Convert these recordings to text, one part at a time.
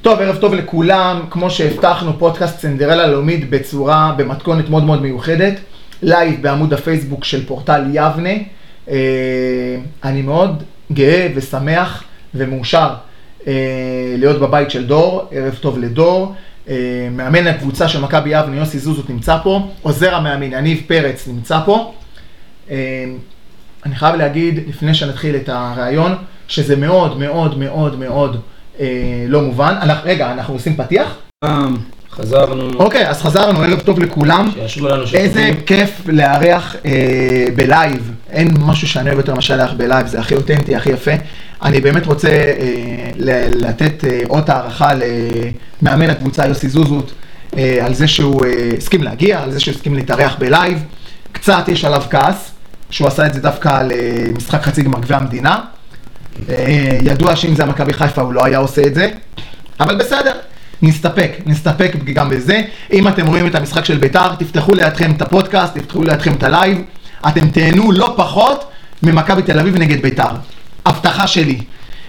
טוב, ערב טוב לכולם, כמו שהבטחנו, פודקאסט סינדרלה לאומית במתכונת מאוד מאוד מיוחדת, לייב בעמוד הפייסבוק של פורטל יבנה. אני מאוד גאה ושמח ומאושר להיות בבית של דור, ערב טוב לדור, מאמן הקבוצה של מכבי יבנה יוסי זוזות נמצא פה, עוזר המאמן יניב פרץ נמצא פה. אני חייב להגיד לפני שנתחיל את הרעיון, שזה מאוד מאוד מאוד מאוד לא מובן. רגע, אנחנו עושים פתיח? חזרנו. אוקיי, אז חזרנו, ערב טוב לכולם. איזה כיף לארח בלייב. אין משהו שאני אוהב יותר משל לארח בלייב, זה הכי אותנטי, הכי יפה. אני באמת רוצה לתת עוד הערכה למאמן הקבוצה יוסי זוזות, על זה שהוא הסכים להגיע, על זה שהוא הסכים להתארח בלייב. קצת יש עליו כעס, שהוא עשה את זה דווקא למשחק חצי גמר גביע המדינה. ידוע שאם זה מכבי חיפה הוא לא היה עושה את זה, אבל בסדר, נסתפק גם בזה. אם אתם רואים את המשחק של בית"ר, תפתחו לידכם את הפודקאסט, תפתחו לידכם את הלייב, אתם תהנו לא פחות ממכבי תל אביב נגד בית"ר. הבטחה שלי.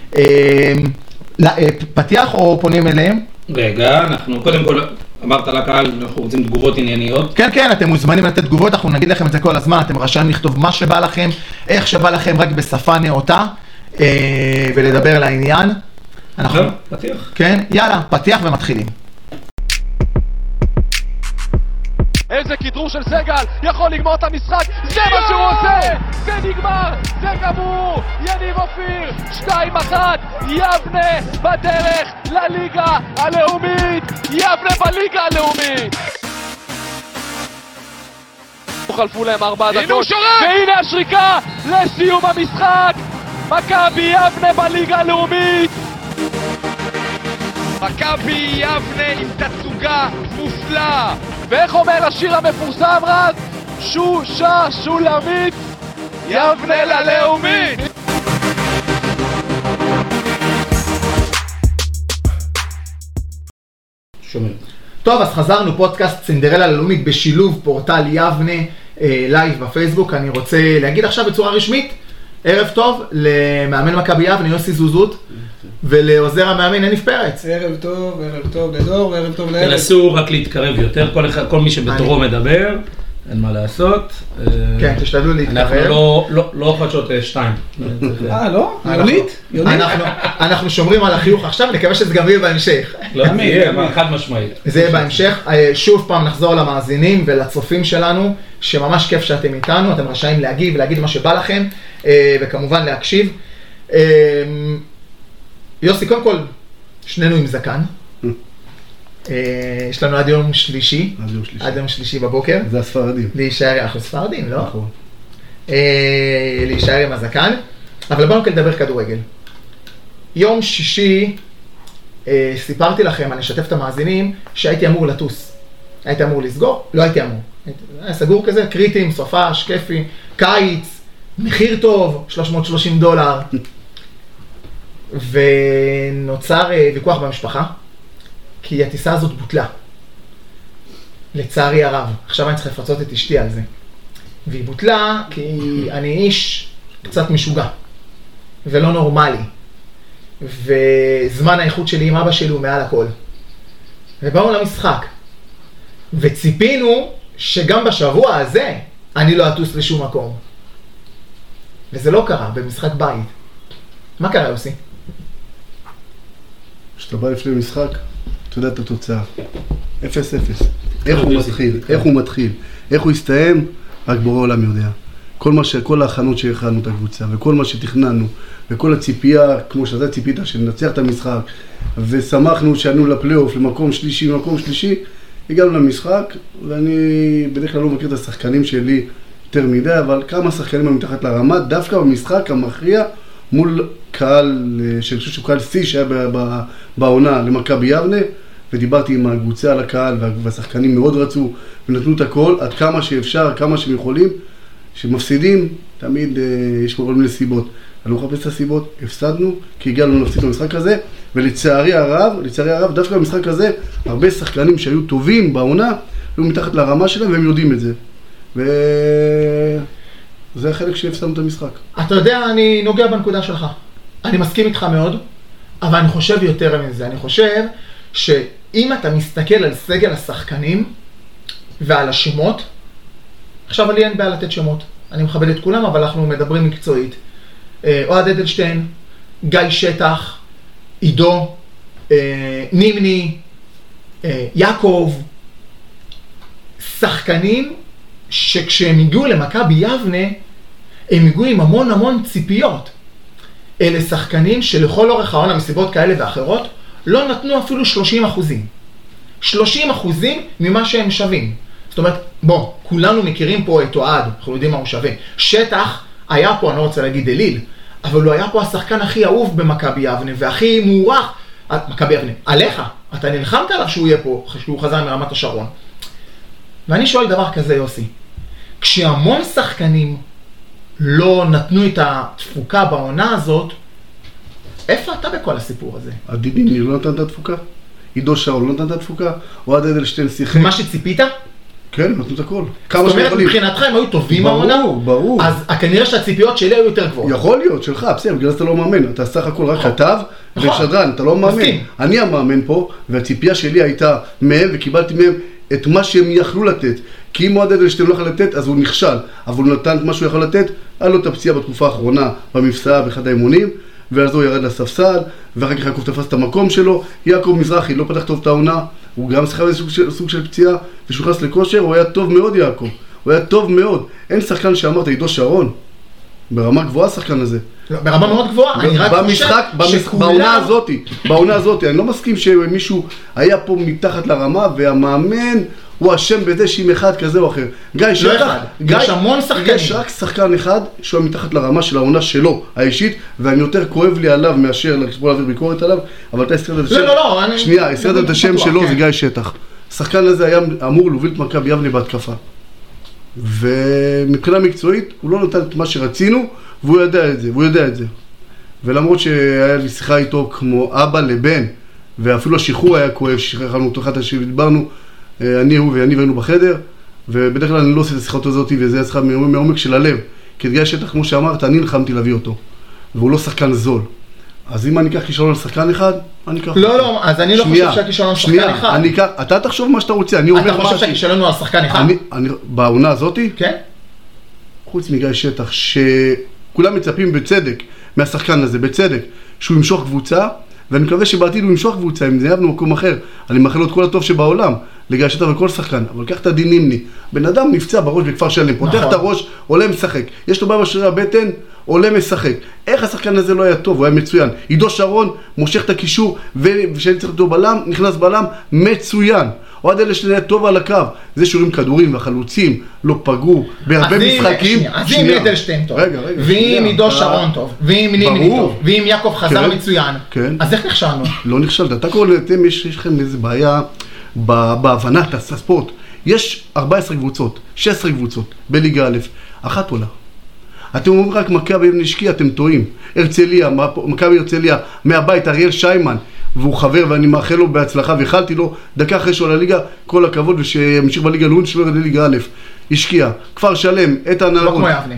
פתיח או פונים אליהם? רגע, אנחנו קודם כל אמרת לקהל, אנחנו רוצים תגובות ענייניות. כן, אתם מוזמנים לתת תגובות, אנחנו נגיד לכם את זה כל הזמן, אתם רשאים לכתוב מה שבא לכם, איך שבא לכם, רק בשפה נאותה, ולדבר לעניין. פתיח. כן, יאללה, פתיח ומתחילים. איזה כדרור של סגל, יכול לגמור את המשחק, זה מה שהוא עושה, זה נגמר, זה גמור, יניב אופיר, 2-1, יבנה בדרך לליגה הלאומית, יבנה בליגה הלאומית. חלפו להם 4 דקות, והנה השריקה לסיום המשחק, מכבי יבנה בליגה הלאומית. מכבי יבנה עם תצוגה מופלאה. ואיך אומר השיר המפורסם רז? שושה שולמית, יבנה ללאומית. שומעים. טוב, אז חזרנו, פודקאסט סינדרלה ללאומית בשילוב פורטל יבנה לייב בפייסבוק. אני רוצה להגיד עכשיו בצורה רשמית, ערב טוב למאמן מכבי יבנה יוסי זוזות, ולעוזר המאמן יניב פרץ. ערב טוב לדור, ערב טוב לערב. תנסו רק להתקרב יותר, כל מי שבתורו מדבר, אין מה לעשות. כן, תשתדלו להתקרב. אנחנו לא חדשות 2. לא? יונית? אנחנו שומרים על החיוך עכשיו, נקווה שזה גם יהיה בהמשך. לא, יהיה חד משמעית. זה יהיה בהמשך. שוב פעם נחזור למאזינים ולצופים שלנו, שממש כיף שאתם איתנו, אתם רשאים להגיב, להגיד מה שבא לכם, וכמובן להקשיב. יוסי, קודם כל, שנינו עם זקן. יש לנו עד יום שלישי. עד יום שלישי בבוקר. זה הספרדים. להישאר, אנחנו ספרדים, לא? נכון. להישאר עם הזקן. אבל בואו נדבר כדורגל. יום שישי, סיפרתי לכם, אני אשתף את המאזינים, שהייתי אמור לטוס. הייתי אמור לסגור? לא הייתי אמור. היה סגור כזה, קריטים, סופש, כיפי, קיץ, מחיר טוב, $330. ונוצר ויכוח במשפחה, כי הטיסה הזאת בוטלה. לצערי הרב. עכשיו אני צריך לפצות את אשתי על זה. והיא בוטלה כי אני איש קצת משוגע, ולא נורמלי. וזמן האיכות שלי עם אבא שלי הוא מעל הכל. ובאנו למשחק. וציפינו שגם בשבוע הזה אני לא אטוס לשום מקום. וזה לא קרה במשחק בית. מה קרה, יוסי? כשאתה בא לפני משחק, אתה יודע את התוצאה. 0-0. איך הוא מתחיל, איך הוא יסתיים, רק בורא עולם יודע. כל ההכנות שהכנו את הקבוצה, וכל מה שתכננו, וכל הציפייה, כמו שאתה ציפית, שננצח את המשחק, ושמחנו שענו לפלייאוף, למקום שלישי, הגענו למשחק, ואני בדרך כלל לא מכיר את השחקנים שלי יותר מדי, אבל כמה שחקנים הם מתחת לרמה, דווקא במשחק המכריע, מול קהל, שאני חושב שהוא קהל C שהיה בעונה למכבי יבנה, ודיברתי עם הקבוצה על הקהל, והשחקנים מאוד רצו, ונתנו את הכל, עד כמה שאפשר, כמה שהם יכולים, שמפסידים, תמיד יש כל מיני סיבות. אני לא מחפש את הסיבות, הפסדנו, כי הגענו להפסיד במשחק הזה, ולצערי הרב, דווקא במשחק הזה, הרבה שחקנים שהיו טובים בעונה, היו מתחת לרמה שלהם, והם יודעים את זה. זה החלק שהפסדנו את המשחק. אתה יודע, אני נוגע בנקודה שלך. אני מסכים איתך מאוד, אבל אני חושב יותר מזה. אני חושב שאם אתה מסתכל על סגל השחקנים ועל השמות, עכשיו לי אין בעיה לתת שמות, אני מכבד את כולם, אבל אנחנו מדברים מקצועית. אוהד אדלשטיין, גיא שטח, עידו, נימני, יעקב, שחקנים שכשהם הגיעו למכבי יבנה, הם הגיעו עם המון ציפיות. אלה שחקנים שלכל אורך העונה מסיבות כאלה ואחרות, לא נתנו אפילו 30%. 30% ממה שהם שווים. זאת אומרת, בוא, כולנו מכירים פה את אוהד, אנחנו יודעים מה הוא שווה. שטח היה פה, אני לא רוצה להגיד אליל, אבל הוא היה פה השחקן הכי אהוב במכבי יבנה, והכי מוערך, מכבי יבנה, עליך, אתה נלחמת עליו שהוא יהיה פה, שהוא חזר מרמת השרון. ואני שואל דבר כזה, יוסי, כשהמון שחקנים לא נתנו את התפוקה בעונה הזאת, איפה אתה בכל הסיפור הזה? עדי נימני לא נתן את התפוקה, עידו שרון לא נתן את התפוקה, אוהד אדלשטיין שיחק. מה שציפית? כן, נתנו את הכל. זאת אומרת, מבחינתך הם היו טובים העונה? ברור. אז כנראה שהציפיות שלי היו יותר גבוהות. יכול להיות, שלך, בסדר, בגלל זה אתה לא מאמן. אתה סך הכל רק כתב ושדרן, אתה לא מאמן. אני המאמן פה, והציפייה שלי הייתה מהם, וקיבלתי מהם את מה שהם יכלו לתת. כי אם אוהד אדלשטיין לא יכול לתת, אז הוא נכשל. אבל הוא נתן את מה שהוא יכול לתת, היה לו את הפציעה בתקופה האחרונה, במבצע, באחד האימונים, ואז הוא ירד לספסל, ואחר כך יעקב תפס את המקום שלו. יעקב מזרחי לא פתח טוב את העונה, הוא גם שחק סוג של פציעה, ושהוא נכנס לכושר, הוא היה טוב מאוד יעקב. הוא היה טוב מאוד. אין שחקן שאמרת, עידו שרון, ברמה גבוהה השחקן הזה. ברמה מאוד גבוהה, אני רק חושב בעונה הזאת, אני לא מסכים שמישהו היה פה מתחת לרמה, והמאמן הוא אשם בזה שעם אחד כזה או אחר. גיא שטח, יש המון שחקנים. יש רק שחקן אחד שהוא מתחת לרמה של העונה שלו, האישית, ואני יותר כואב לי עליו מאשר להעביר ביקורת עליו, אבל אתה הזכרת את השם. שנייה, הזכרת את השם שלו, זה גיא שטח. השחקן הזה היה אמור להוביל את מכבי יבנה בהתקפה. ומבחינה מקצועית הוא לא נתן את מה שרצינו, והוא יודע את זה, ולמרות שהיה לי שיחה איתו כמו אבא לבן, ואפילו השחרור היה כואב, שחררנו אותו אחד שדיברנו, אני והיינו בחדר, ובדרך כלל אני לא עושה את השיחות הזאת, וזה היה שיחה מעומק של הלב, כי את גיא שטח, כמו שאמרת, אני נלחמתי להביא אותו, והוא לא שחקן זול. אז אם אני אקח כישלון על שחקן אחד, אני אקח... לא, אז אני לא חושב שהכישלון על שחקן אחד. אתה תחשוב מה שאתה רוצה, אני אומר... אתה חושב שהכישלון הוא על שחקן אחד? בעונה הזאת, כן. חוץ מגיא שטח, שכולם מצפים בצדק מהשחקן הזה, בצדק, שהוא ימשוך קבוצה, ואני מקווה שבעתיד הוא ימשוך קבוצה, אם זה יהיה במקום אחר. אני מאחל לו את כל הטוב שבעולם, לגיא שטח וכל שחקן, אבל קח את עדי נימני. בן אדם נפצע בראש בכפר שלם, פותח את הראש, עולה משחק. יש לו בעיה בשרירי הבטן, עולה משחק. איך השחקן הזה לא היה טוב? הוא היה מצוין. עידו שרון מושך את הקישור, ושאני צריך אותו בלם, נכנס בלם, מצוין. אוהד אדלשטיין היה טוב על הקו. זה שורים כדורים והחלוצים לא פגעו בהרבה משחקים. אז אם אדלשטיין טוב, ואם עידו שרון טוב, ואם נימני טוב, ואם יעקב חזר מצוין, אז איך נכשלנו? לא נכשלת. אתה קורא לתם, יש לכם איזו בעיה בהבנת הספורט. יש 14 קבוצות, 16 קבוצות בליגה א', אחת עולה. אתם אומרים רק מכבי יבנה השקיע, אתם טועים. הרצליה, מכבי הרצליה, מהבית, אריאל שיימן, והוא חבר ואני מאחל לו בהצלחה, והחלתי לו דקה אחרי שהוא לליגה, כל הכבוד, ושימשיך בליגה לאומית שלו לליגה א', השקיע. כפר שלם, איתן לא כמו יבנה.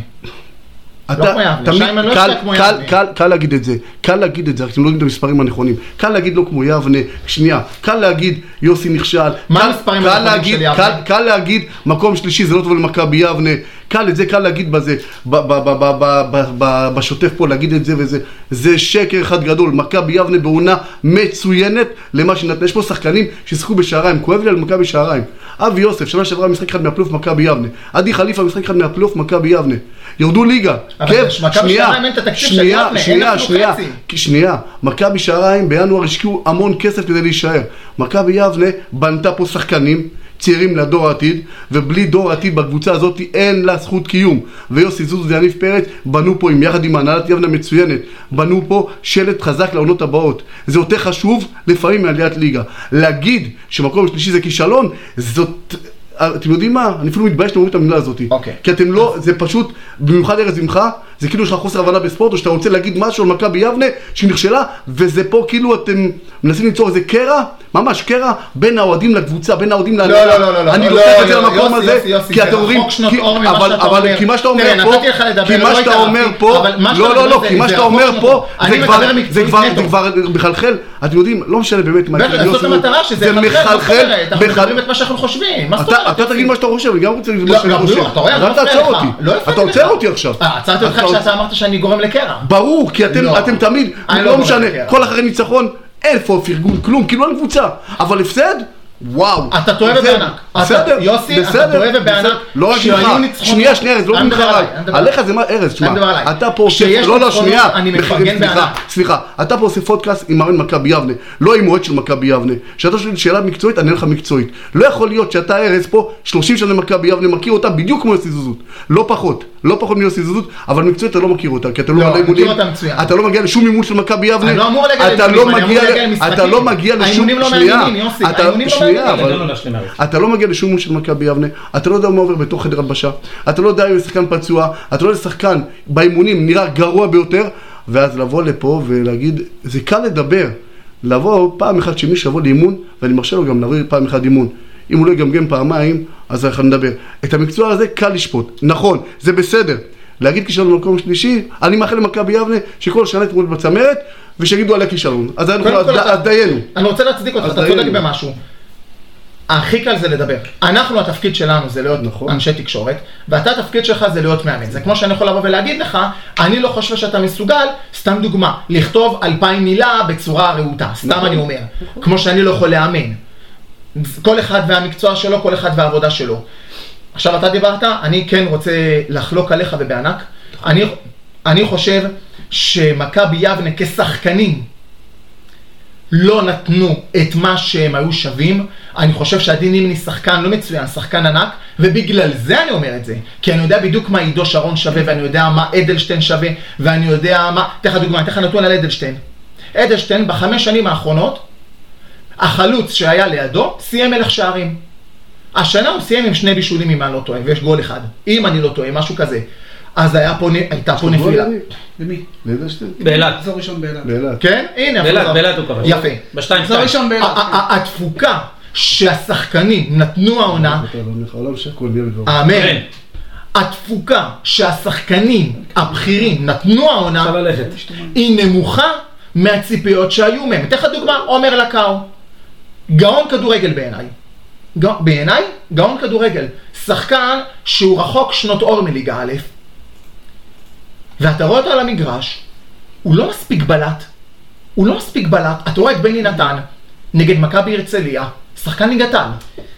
קל להגיד את זה, רק אתם לא יודעים את המספרים הנכונים. קל להגיד לא כמו יבנה, שנייה, קל להגיד יוסי נכשל. מה המספרים הנכונים של יבנה? קל להגיד מקום שלישי זה לא טוב למכבי יבנה. קל להגיד בזה, בשוטף פה להגיד את זה וזה. זה שקר אחד גדול. מכבי יבנה בעונה מצוינת למה שנתנה. יש פה שחקנים ששיחקו בשעריים, כואב לי על מכבי שעריים. אבי יוסף, שנה שעברה משחק אחד מהפלייאוף מכבי יבנה. עדי חליפה משחק אחד מהפלייאוף מכבי יבנה. ירדו ליגה. שנייה, מכבי שעריים בינואר השקיעו המון כסף כדי להישאר. מכבי יבנה בנתה פה שחקנים צעירים לדור העתיד, ובלי דור העתיד בקבוצה הזאת אין לה זכות קיום. ויוסי זוז ויניב פרץ בנו פה יחד עם הנהלת יבנה מצוינת, בנו פה שלט חזק לעונות הבאות. זה יותר חשוב לפעמים מעליית ליגה. להגיד שמקום שלישי זה כישלון, זאת... אתם יודעים מה? אני אפילו מתבייש להוריד את המילה הזאת. כי אתם לא, זה פשוט, במיוחד ארז ממך, זה כאילו יש לך חוסר הבנה בספורט, או שאתה רוצה להגיד משהו על מכבי יבנה שהיא נכשלה, וזה פה כאילו אתם מנסים ליצור איזה קרע ממש קרע בין האוהדים לקבוצה, בין האוהדים להנהלה. לא. אני לוקח את זה למקום הזה, כי אתם אומרים, אבל כי מה שאתה אומר פה, כי מה שאתה אומר פה, זה כבר מחלחל, אתם יודעים, לא משנה באמת מה יקרה, זאת המטרה שזה מחלחל, אנחנו מדברים את מה שאנחנו חושבים, אתה תגיד מה שאתה חושב, אני גם רוצה להגיד מה שאני חושב, אז אתה עצור אותי, אתה עוצר אותי עכשיו. עצרתי אותך כשאתה אמרת שאני גורם לקרע. ברור, כי אתם תמיד, לא משנה, כל אחרי ניצחון, אין פה פרגון, כלום, כאילו אין קבוצה, אבל הפסד, וואו. אתה טועה ובענק. בסדר, יוסי, אתה טועה ובענק. לא רק ממך, שנייה, ארז, לא ממך עליי. עליך זה מה, ארז, שמע, אתה פה עושה, לא, שנייה, סליחה, אתה פה עושה פודקאסט עם מאמן מכבי יבנה, לא עם מועד של מכבי יבנה. שאתה שואל שאלה מקצועית, אני אענה לך מקצועית. לא יכול להיות שאתה ארז פה 30 שנה מכבי יבנה, מכיר אותה בדיוק כמו יוסי זוזות. לא פחות מיוסי זוזות, אבל מקצועית אתה לא מכיר אותה, כי אתה לא אימונים, אתה לא מגיע לשום אימון של מכבי יבנה, אתה לא מגיע לשום, אתה לא מגיע לשום אימון של מכבי יבנה, אתה לא יודע מה עובר בתוך חדר הלבשה, אתה לא יודע אם שחקן פצוע, אתה לא יודע שחקן באימונים נראה גרוע ביותר, ואז לבוא לפה ולהגיד, זה קל לדבר, לבוא פעם אחת שמישהו יבוא לאימון, ואני מרשה לו גם להעביר פעם אחת אימון, אם הוא לא יגמגם פעמיים, אז אנחנו נדבר. את המקצוע הזה קל לשפוט, נכון, זה בסדר. להגיד כישלון במקום שלישי, אני מאחל למכבי יבנה שכל שנה תמוד בצמרת, ושיגידו עליה כישלון. אז דיינו. אני רוצה להצדיק אותך, אתה צודק במשהו. הכי קל זה לדבר. אנחנו, התפקיד שלנו זה להיות אנשי תקשורת, ואתה התפקיד שלך זה להיות מאמן. זה כמו שאני יכול לבוא ולהגיד לך, אני לא חושב שאתה מסוגל, סתם דוגמה, לכתוב 2,000 מילה בצורה רעותה. סתם אני אומר. כמו שאני לא יכול לאמן. כל אחד והמקצוע שלו, כל אחד והעבודה שלו. עכשיו אתה דיברת, אני כן רוצה לחלוק עליך ובענק. אני חושב שמכבי יבנה כשחקנים לא נתנו את מה שהם היו שווים. אני חושב שעדי נימני שחקן לא מצוין, שחקן ענק, ובגלל זה אני אומר את זה. כי אני יודע בדיוק מה עידו שרון שווה, ואני יודע מה אדלשטיין שווה, ואני יודע מה... תכף דוגמה, תכף נתון על אדלשטיין. אדלשטיין ב5 שנים האחרונות, החלוץ שהיה לידו סיים מלך שערים. השנה הוא סיים עם 2 בישולים אם אני לא טועה, ויש גול אחד. אם אני לא טועה, משהו כזה. אז הייתה פה נפילה. למי? לאדלשטיין? באילת. זה ראשון באילת. כן? הנה. באילת הוא כבש. יפה. ב2-2. זה ראשון באילת. התפוקה שהשחקנים נתנו העונה, אמן. התפוקה שהשחקנים הבכירים נתנו העונה, היא נמוכה מהציפיות שהיו מהם. תכף דוגמה, עומר לקאו. גאון כדורגל בעיניי, גאון כדורגל. שחקן שהוא רחוק שנות אור מליגה א', ואתה רואה אותו על המגרש, הוא לא מספיק בלט. אתה רואה את בני נתן נגד מכבי הרצליה, שחקן ליגת העל.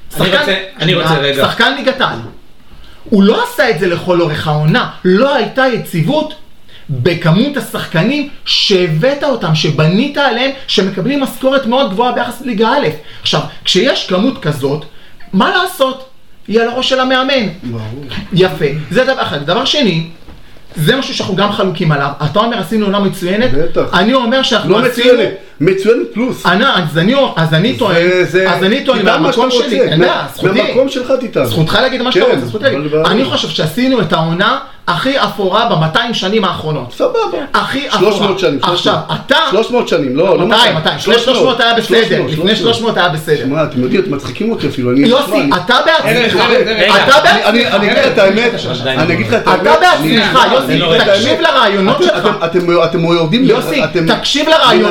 אני רוצה רגע. שחקן ליגת העל. הוא לא עשה את זה לכל אורך העונה, לא הייתה יציבות בכמות השחקנים שהבאת אותם, שבנית עליהם, שמקבלים משכורת מאוד גבוהה ביחס לליגה א'. עכשיו, כשיש כמות כזאת, מה לעשות? היא על הראש של המאמן. יפה. זה דבר אחד. דבר שני, זה משהו שאנחנו גם חלוקים עליו. אתה אומר, עשינו עונה מצוינת. בטח. אני אומר שאנחנו לא מצוינת. מצוינת פלוס. אז אני טוען מהמקום שלי. מהמקום שלך תיתן. זכותך להגיד מה שאתה רוצה. זכותך להגיד. אני חושב שעשינו את העונה הכי אפורה ב-200 שנים האחרונות. סבבה. הכי אפורה. 300 שנים. עכשיו, אתה... 300 שנים, לא 200. 300 היה בסדר. לפני 300 היה בסדר. שמע, אתם יודעים, אתם מצחיקים אותי אפילו. יוסי, אתה בעצמך. אני אגיד לך את האמת. אתה בעצמך, יוסי, תקשיב לרעיונות שלך. אתם יורדים... יוסי, תקשיב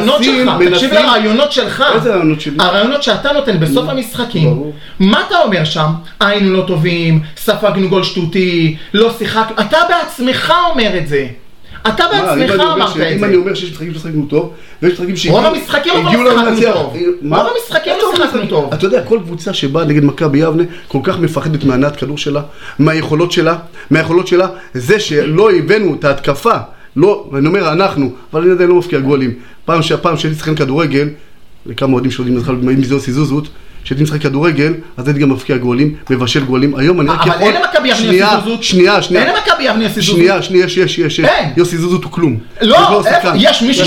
לרעיונות שלך. איזה רעיונות שלי? הרעיונות שאתה נותן בסוף המשחקים. מה אתה אומר שם? היינו לא טובים, ספגנו גול שטותי, לא שיחקנו. אתה בעצמך אומר את זה. אתה בעצמך אמרת את זה. אם אני אומר שיש משחקים ששחקנו טוב, ויש משחקים שהגיעו... רוב המשחקים לא שחקנו טוב. רוב המשחקים לא שחקנו טוב. אתה יודע, כל קבוצה שבאה נגד מכבי יבנה כל כך מפחדת מהנעת כדור שלה, מהיכולות שלה, זה שלא הבאנו את ההתקפה, לא, ואני אומר אנחנו, אבל אני עדיין לא מפקיע גולים. פעם שהייתי שחקן כדורגל, לכמה אוהדים שיודעים מי זה יוסי זוזות, כשאני משחק כדורגל, אז הייתי גם מפקיע גולים, מבשל גולים. היום אני רק יכול... אבל אין למכבי יבנה יוסי זוזות. שנייה. אין למכבי יבנה יוסי זוזות. יש. יוסי זוזות הוא כלום. לא, יש מישהו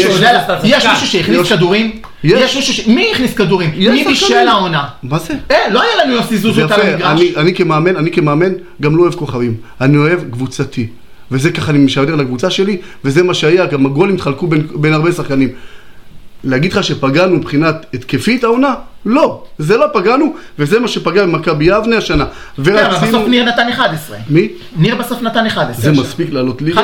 שהכניס כדורים? מי הכניס כדורים? מי בישל העונה? מה זה? לא היה לנו יוסי זוזות על המגרש. אני כמאמן גם לא אוהב כוכבים. אני אוהב קבוצתי. וזה ככה אני משדר לקבוצה שלי, וזה מה שהיה, גם הגולים התחלקו בין הרבה שחקנים. להגיד לך שפגענו מבחינת התקפית העונה? לא, זה לא פגענו, וזה מה שפגע במכבי יבנה השנה. בסוף ניר נתן 11. מי? ניר בסוף נתן 11. זה מספיק לעלות ליגה?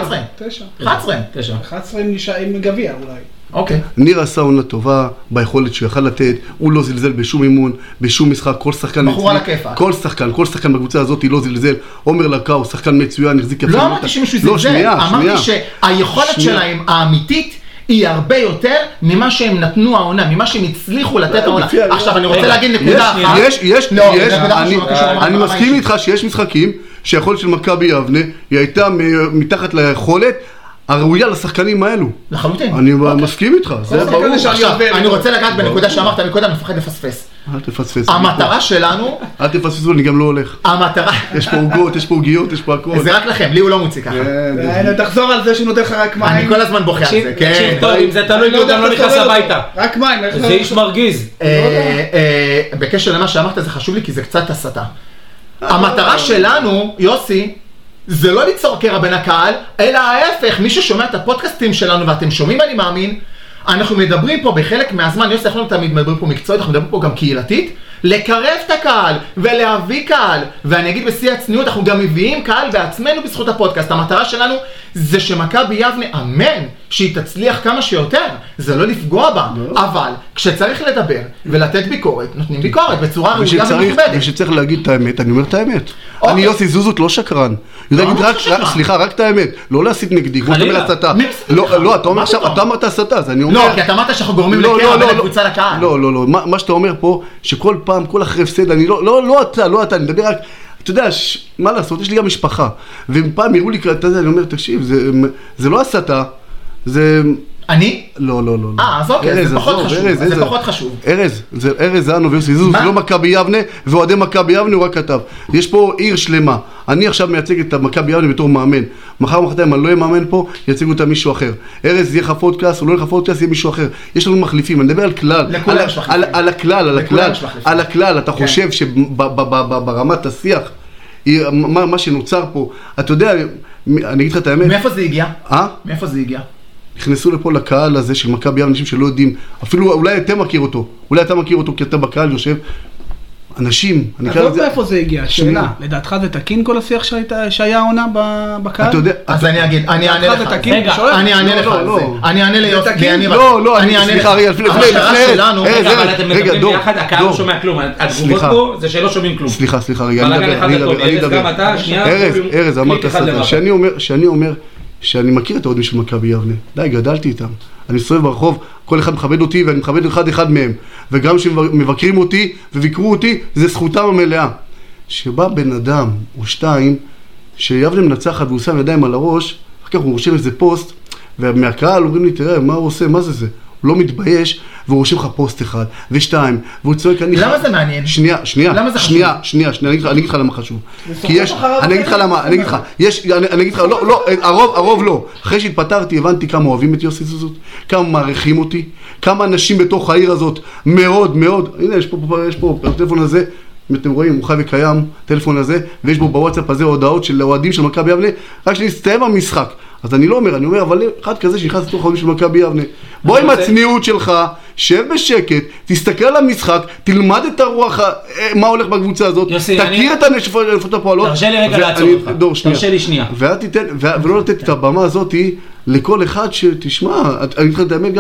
11 עם גביע אולי. אוקיי. ניר עשה עונה טובה ביכולת שהוא יכל לתת, הוא לא זלזל בשום אימון, בשום משחק, כל שחקן בחור על הכיפה. כל שחקן בקבוצה הזאת לא זלזל. עומר לקאו, שחקן מצוין, החזיק לא אמרתי שמישהו זלזל, אמרתי שהיכולת שלהם האמיתית היא הרבה יותר ממה שהם נתנו העונה, ממה שהם הצליחו לתת העונה. עכשיו אני רוצה להגיד נקודה אחת. אני מסכים איתך שיש משחקים שהיכולת של מכבי יבנה היא הייתה מתחת ליכולת הראויה לשחקנים האלו. לחלוטין. אני מסכים איתך, זה ברור. עכשיו, אני רוצה לגעת בנקודה שאמרת מקודם, אני מפחד לפספס. אל תפספס. המטרה שלנו... אל תפספסו, אני גם לא הולך. המטרה... יש פה עוגות, יש פה עוגיות, יש פה הכל. זה רק לכם, לי הוא לא מוציא ככה. תחזור על זה שנותן לך רק מים. אני כל הזמן בוכה על זה, כן. טוב, אם זה תלוי, הוא גם לא נכנס הביתה. רק מים. זה איש מרגיז. בקשר למה שאמרת זה חשוב לי כי זה קצת הסתה. המטרה שלנו, יוסי, זה לא ליצור קרע בין הקהל, אלא ההפך, מי ששומע את הפודקאסטים שלנו, ואתם שומעים אני מאמין, אנחנו מדברים פה בחלק מהזמן, יוסי, אנחנו תמיד מדברים פה מקצועית, אנחנו מדברים פה גם קהילתית, לקרב את הקהל ולהביא קהל, ואני אגיד בשיא הצניעות, אנחנו גם מביאים קהל בעצמנו בזכות הפודקאסט. המטרה שלנו זה שמכבי יבנה, אמן, שהיא תצליח כמה שיותר, זה לא לפגוע בה, אבל כשצריך לדבר ולתת ביקורת, נותנים ביקורת בצורה ראויה ומכובדת. ושצריך להגיד את האמת, אני אומר את האמת. אני יוסי זוזות לא שקרן. סליחה, רק את האמת, לא להסית נגדי, כמו שאתה אומר הסתה. לא, אתה אמרת הסתה, אז אני אומר... לא, כי אתה אמרת שאנחנו גורמים לקרע בין הקבוצה לקהל. לא, מה שאתה אומר פה, שכל פעם, כל אחרי הפסד, אני לא אתה, אני מדבר רק... אתה יודע, מה לעשות, יש לי גם משפחה, ופעם יראו לי, אתה יודע, אני אומר, תקשיב, זה לא הסתה, זה... אני? לא. אז אוקיי, זה פחות חשוב, זה פחות חשוב. ארז זאנו ויוסי זוז, זה לא מכבי יבנה, ואוהדי מכבי יבנה הוא רק כתב. יש פה עיר שלמה, אני עכשיו מייצג את מכבי יבנה בתור מאמן, מחר מחרתיים אני לא אהיה מאמן פה, יציגו אותה מישהו אחר. ארז יהיה חפות כעס, או לא יהיה חפות כעס, יהיה מישהו אחר. יש לנו מחליפים, אני מדבר על כלל, על הכלל, אתה חושב שברמת השיח, מה שנוצר פה, אתה יודע, אני אגיד לך את האמת. מאיפה זה הגיע? מאיפה זה הגיע? נכנסו לפה לקהל הזה של מכבי יבנה, אנשים שלא יודעים, אפילו אולי אתה מכיר אותו, כי אתה בקהל יושב, אנשים, אני אקרא לזה... מאיפה זה הגיע? שאלה, לדעתך זה תקין כל השיח שהיה עונה בקהל? אתה יודע... אז אני אגיד, אני אענה לך. אני אענה לך על זה. אני אענה ליוסי. לא, סליחה, רגע, לפני... אבל אתם מדברים ביחד, הקהל לא שומע כלום. התגובות פה זה שלא שומעים כלום. סליחה, רגע, אני אדבר. ארז, אמרת סדר, שאני אומר שאני מכיר את האוהדים של מכבי יבנה. די, גדלתי איתם. אני מסתובב ברחוב, כל אחד מכבד אותי ואני מכבד אחד מהם. וגם שמבקרים אותי וביקרו אותי, זה זכותם המלאה. שבא בן אדם או שתיים, שיבנה מנצחת והוא שם ידיים על הראש, אחר כך הוא רושם איזה פוסט, ומהקהל אומרים לי, תראה, מה הוא עושה, מה זה? הוא לא מתבייש, והוא רושם לך פוסט אחד, ושתיים, והוא צועק, למה זה מעניין? שנייה, אני אגיד לך למה חשוב. כי יש, אני אגיד לך, לא, הרוב לא. אחרי שהתפטרתי, הבנתי כמה אוהבים את יוסי זוזות, כמה מעריכים אותי, כמה אנשים בתוך העיר הזאת, מאוד, הנה, יש פה, הטלפון הזה, אם אתם רואים, הוא חי וקיים, טלפון הזה, ויש בו בוואטסאפ הזה הודעות של אוהדים של מכבי יבנה, רק שנסתיים המשחק. אז אני לא אומר, אבל אחד כזה שנכנס לתוך האוהדים של מכבי יבנה. בוא עם הצניעות שלך, שב בשקט, תסתכל על המשחק, תלמד את הרוח, מה הולך בקבוצה הזאת, תכיר את הנפות הפועלות. תרשה לי רגע לעצור אותך, תרשה לי שנייה. ולא לתת את הבמה הזאת לכל אחד שתשמע, אני אתחיל לדעת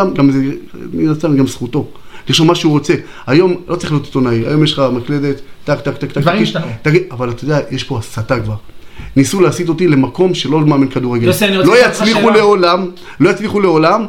גם זכותו. תשמע מה שהוא רוצה. היום לא צריך להיות עיתונאי, היום יש לך מקלדת, טק. דברים השתנו. אבל אתה יודע, יש פה הסתה כבר. ניסו להסיט אותי למקום שלא מאמן כדורגל. לא יצליחו לעולם,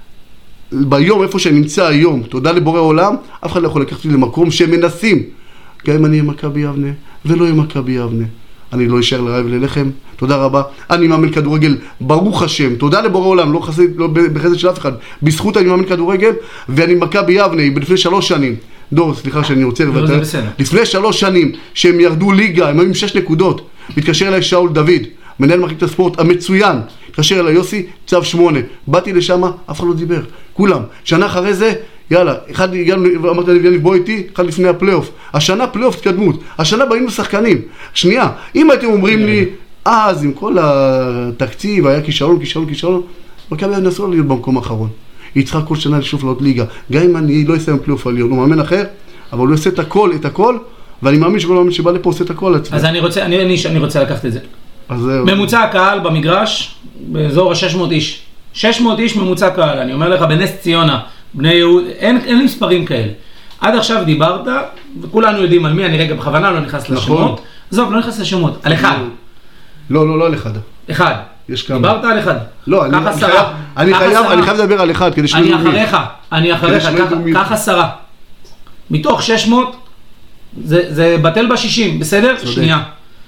ביום איפה שאני נמצא היום, תודה לבורא עולם, אף אחד לא יכול לקחת אותי למקום שהם מנסים. גם אם אני אהיה מכבי יבנה, ולא אהיה מכבי יבנה. אני לא אשאר לרעב ללחם, תודה רבה. אני מאמן כדורגל, ברוך השם, תודה לבורא עולם, לא בחסד של אף אחד. בזכות אני מאמן כדורגל, ואני מכבי יבנה, לפני 3 שנים. דור, סליחה שאני רוצה לבטל. לפני 3 שנים, שהם ירדו ליגה, הם היו עם 6 נקודות. מתקשר אליי שאול דוד, מנהל מחלקת הספורט המצוין. התקשר אליי יוסי, צו 8. באתי לשם, אף אחד לא דיבר. כולם. שנה אחרי זה, יאללה, אחד אמרתי לי, בוא איתי, אחד לפני הפלייאוף. השנה פלייאוף התקדמות. השנה באים שחקנים. שנייה, אם הייתם אומרים לי, אז עם כל התקציב, היה כישרון, מכבי יבנה להיות במקום האחרון. היא צריכה כל שנה לשאוף לעוד ליגה. גם אם אני לא אסיים פלייאוף עליון, הוא מאמן אחר, אבל הוא עושה את הכל, ואני מאמין שכל מאמין שבא לפה עושה את הכל. אז אני רוצה לקחת את זה. ממוצע הקהל במגרש, באזור ה-600 איש. 600 איש ממוצע קהל, אני אומר לך, בנס ציונה, בני יהוד, אין מספרים כאלה. עד עכשיו דיברת, וכולנו יודעים על מי, אני רגע בכוונה לא נכנס לשמות. עזוב, לא נכנס לשמות, על אחד. לא על אחד. אחד. דיברת על אחד. לא, אני חייב לדבר על אחד, כדי אני אחריך, קח 10. מתוך 600, זה בטל ב-60, בסדר? שנייה.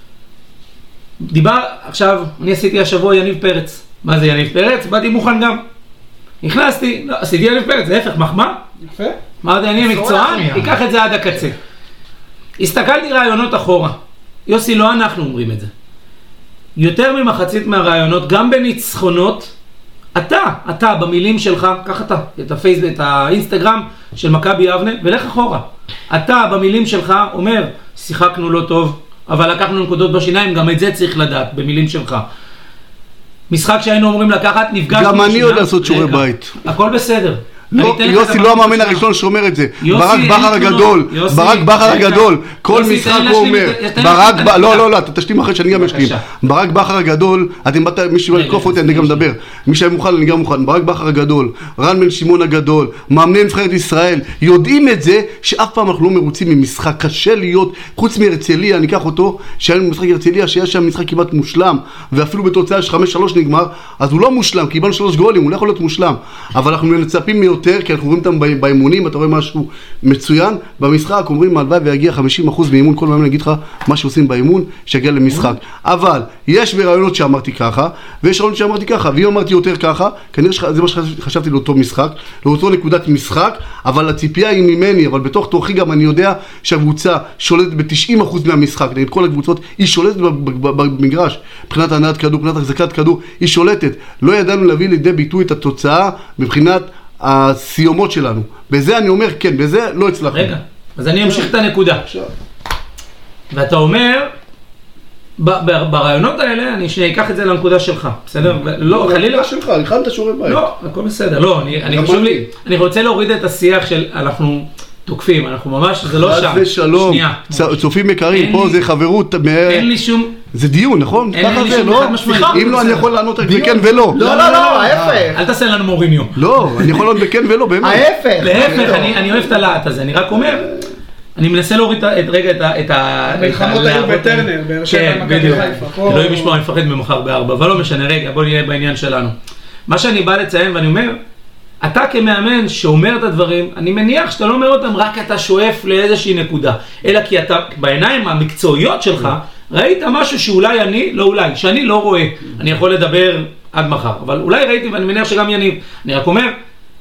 עכשיו, אני עשיתי השבוע יניב פרץ. מה זה יניב פרץ? באתי מוכן גם. נכנסתי, עשיתי יניב פרץ, זה הפך מחמה. יפה. אמרתי, אני מקצוען, ייקח את זה עד הקצה. הסתכלתי רעיונות אחורה. יוסי, לא אנחנו אומרים את זה. יותר ממחצית מהרעיונות, גם בניצחונות, אתה במילים שלך, קח אתה, את האינסטגרם של מכבי יבנה, ולך אחורה. אתה במילים שלך אומר, שיחקנו לא טוב, אבל לקחנו נקודות בשיניים, גם את זה צריך לדעת, במילים שלך. משחק שהיינו אומרים לקחת, נפגשנו גם אני יודע לעשות שיעורי בית. הכל בסדר. יוסי לא המאמן הראשון שאומר את זה. ברק בכר הגדול, כל משחק הוא אומר. לא, אתה תשלים אחרי שאני גם אשלים. ברק בכר הגדול, מי שלא יקוף אותי אני גם מדבר. מי שהיה מוכן אני גם מוכן. ברק בכר הגדול, רן בן שמעון הגדול, מאמני נבחרת ישראל, יודעים את זה שאף פעם אנחנו לא מרוצים ממשחק. קשה להיות, חוץ מהרצליה, אני אקח אותו, שהיה לנו משחק הרצליה, שהיה שם משחק כמעט מושלם, ואפילו בתוצאה של 5-3 נגמר, אז הוא לא מושלם, כי קיבלנו 3 גולים, הוא לא יכול להיות מושלם. אבל אנחנו מצפים מיותר, כי אנחנו רואים אותם באימונים, אתה רואה משהו מצוין, במשחק אומרים הלוואי ויגיע 50% מאימון, כל מאמן להגיד לך מה שעושים באימון, שיגיע למשחק. אבל יש ברעיונות שאמרתי ככה, ויש רעיונות שאמרתי ככה, ואם אמרתי יותר ככה, כנראה שזה מה שחשבתי לאותו משחק, לאותו נקודת משחק, אבל הציפייה היא ממני, אבל בתוך תוכי גם אני יודע שהקבוצה שולטת ב-90% מהמשחק, נגד כל הקבוצות, היא שולטת במגרש, מבחינת הנעת כדור, מבחינת החזקת כדור, היא שולטת. לא ידענו להביא לידי ביטוי את התוצאה מבחינת הסיומות שלנו. בזה אני אומר, כן, בזה לא הצלחנו. רגע, אז אני אמשיך את הנקודה. ואתה אומר, ברעיונות האלה, אני אקח את זה לנקודה שלך, בסדר? לא, חלילה שלך, הכנת שיעורי בית. לא, הכל בסדר. לא, אני רוצה להוריד את השיח של אנחנו תוקפים, אנחנו ממש, זה לא שם. ושלום, צופים יקרים, פה זה חברות. אין לי שום... זה דיון, נכון? ככה זה, לא? אם לא, אני יכול לענות רק בכן ולא. לא, ההפך. אל תעשה לנו מוריניו. לא, אני יכול לענות בכן ולא, באמת. ההפך. להפך, אני אוהב את הלהט הזה, אני רק אומר, אני מנסה להוריד רגע את המלחמות היו בטרנר, באר שבע מכבי חיפה. לא אם ישמע, אני מפחד ממחר ב4, אבל לא משנה, רגע, בוא נהיה בעניין שלנו. מה שאני בא לציין ואני אומר, אתה כמאמן שאומר את הדברים, אני מניח שאתה לא אומר אותם, רק אתה שואף לאיזושהי נקודה, אלא כי אתה בעיניים המקצועיות שלך, ראית משהו שאולי לא אולי, שאני לא רואה, אני יכול לדבר עד מחר, אבל אולי ראיתי ואני מניח שגם יניב, אני רק אומר,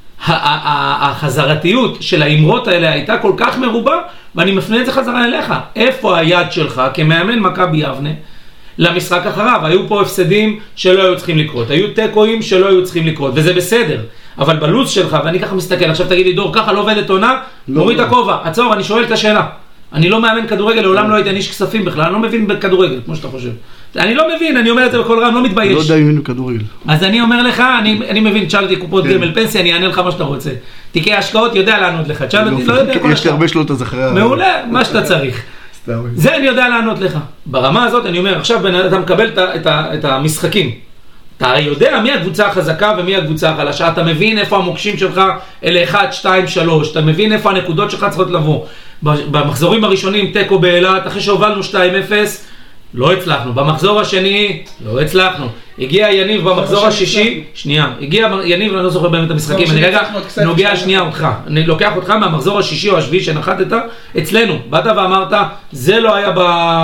החזרתיות של האמרות האלה הייתה כל כך מרובה, ואני מפנה את זה חזרה אליך, איפה היד שלך כמאמן מכבי יבנה, למשחק אחריו, היו פה הפסדים שלא היו צריכים לקרות, היו טקואים שלא היו צריכים לקרות, וזה בסדר, אבל בלוז שלך, ואני ככה מסתכל, עכשיו תגיד לי דור, ככה לא עובדת עונה, מוריד את הכובע, עצור, אני שואל את השאלה. אני לא מאמן כדורגל, לעולם לא הייתי איש כספים בכלל, אני לא מבין בכדורגל, כמו שאתה חושב. אני לא מבין, אני אומר את זה בכל רם, לא מתבייש. לא יודע אם מבין בכדורגל. אז אני אומר לך, אני מבין, תשאל אותי קופות גמל פנסיה, אני אענה לך מה שאתה רוצה. תיקי השקעות, יודע לענות לך, תשאל אותי, לא יודע. יש לי הרבה שלות אז אחרי... מעולה, מה שאתה צריך. זה אני יודע לענות לך. ברמה הזאת אני אומר, עכשיו אתה מקבל את המשחקים. אתה יודע מי הקבוצה החזקה ומי הקבוצה החלשה, אתה מבין איפה המוקשים שלך, אלה 1, 2, 3, אתה מבין איפה הנקודות שלך צריכות לבוא. במחזורים הראשונים, טקו באילת, אחרי שהובלנו 2-0, לא הצלחנו. במחזור השני, לא הצלחנו. הגיע יניב במחזור השישי, הגיע יניב, אני לא זוכר באמת את המשחקים, אני רגע נוגע שנייה אותך. אני לוקח אותך מהמחזור השישי או השביעי שנחתת אצלנו. באת ואמרת, זה לא היה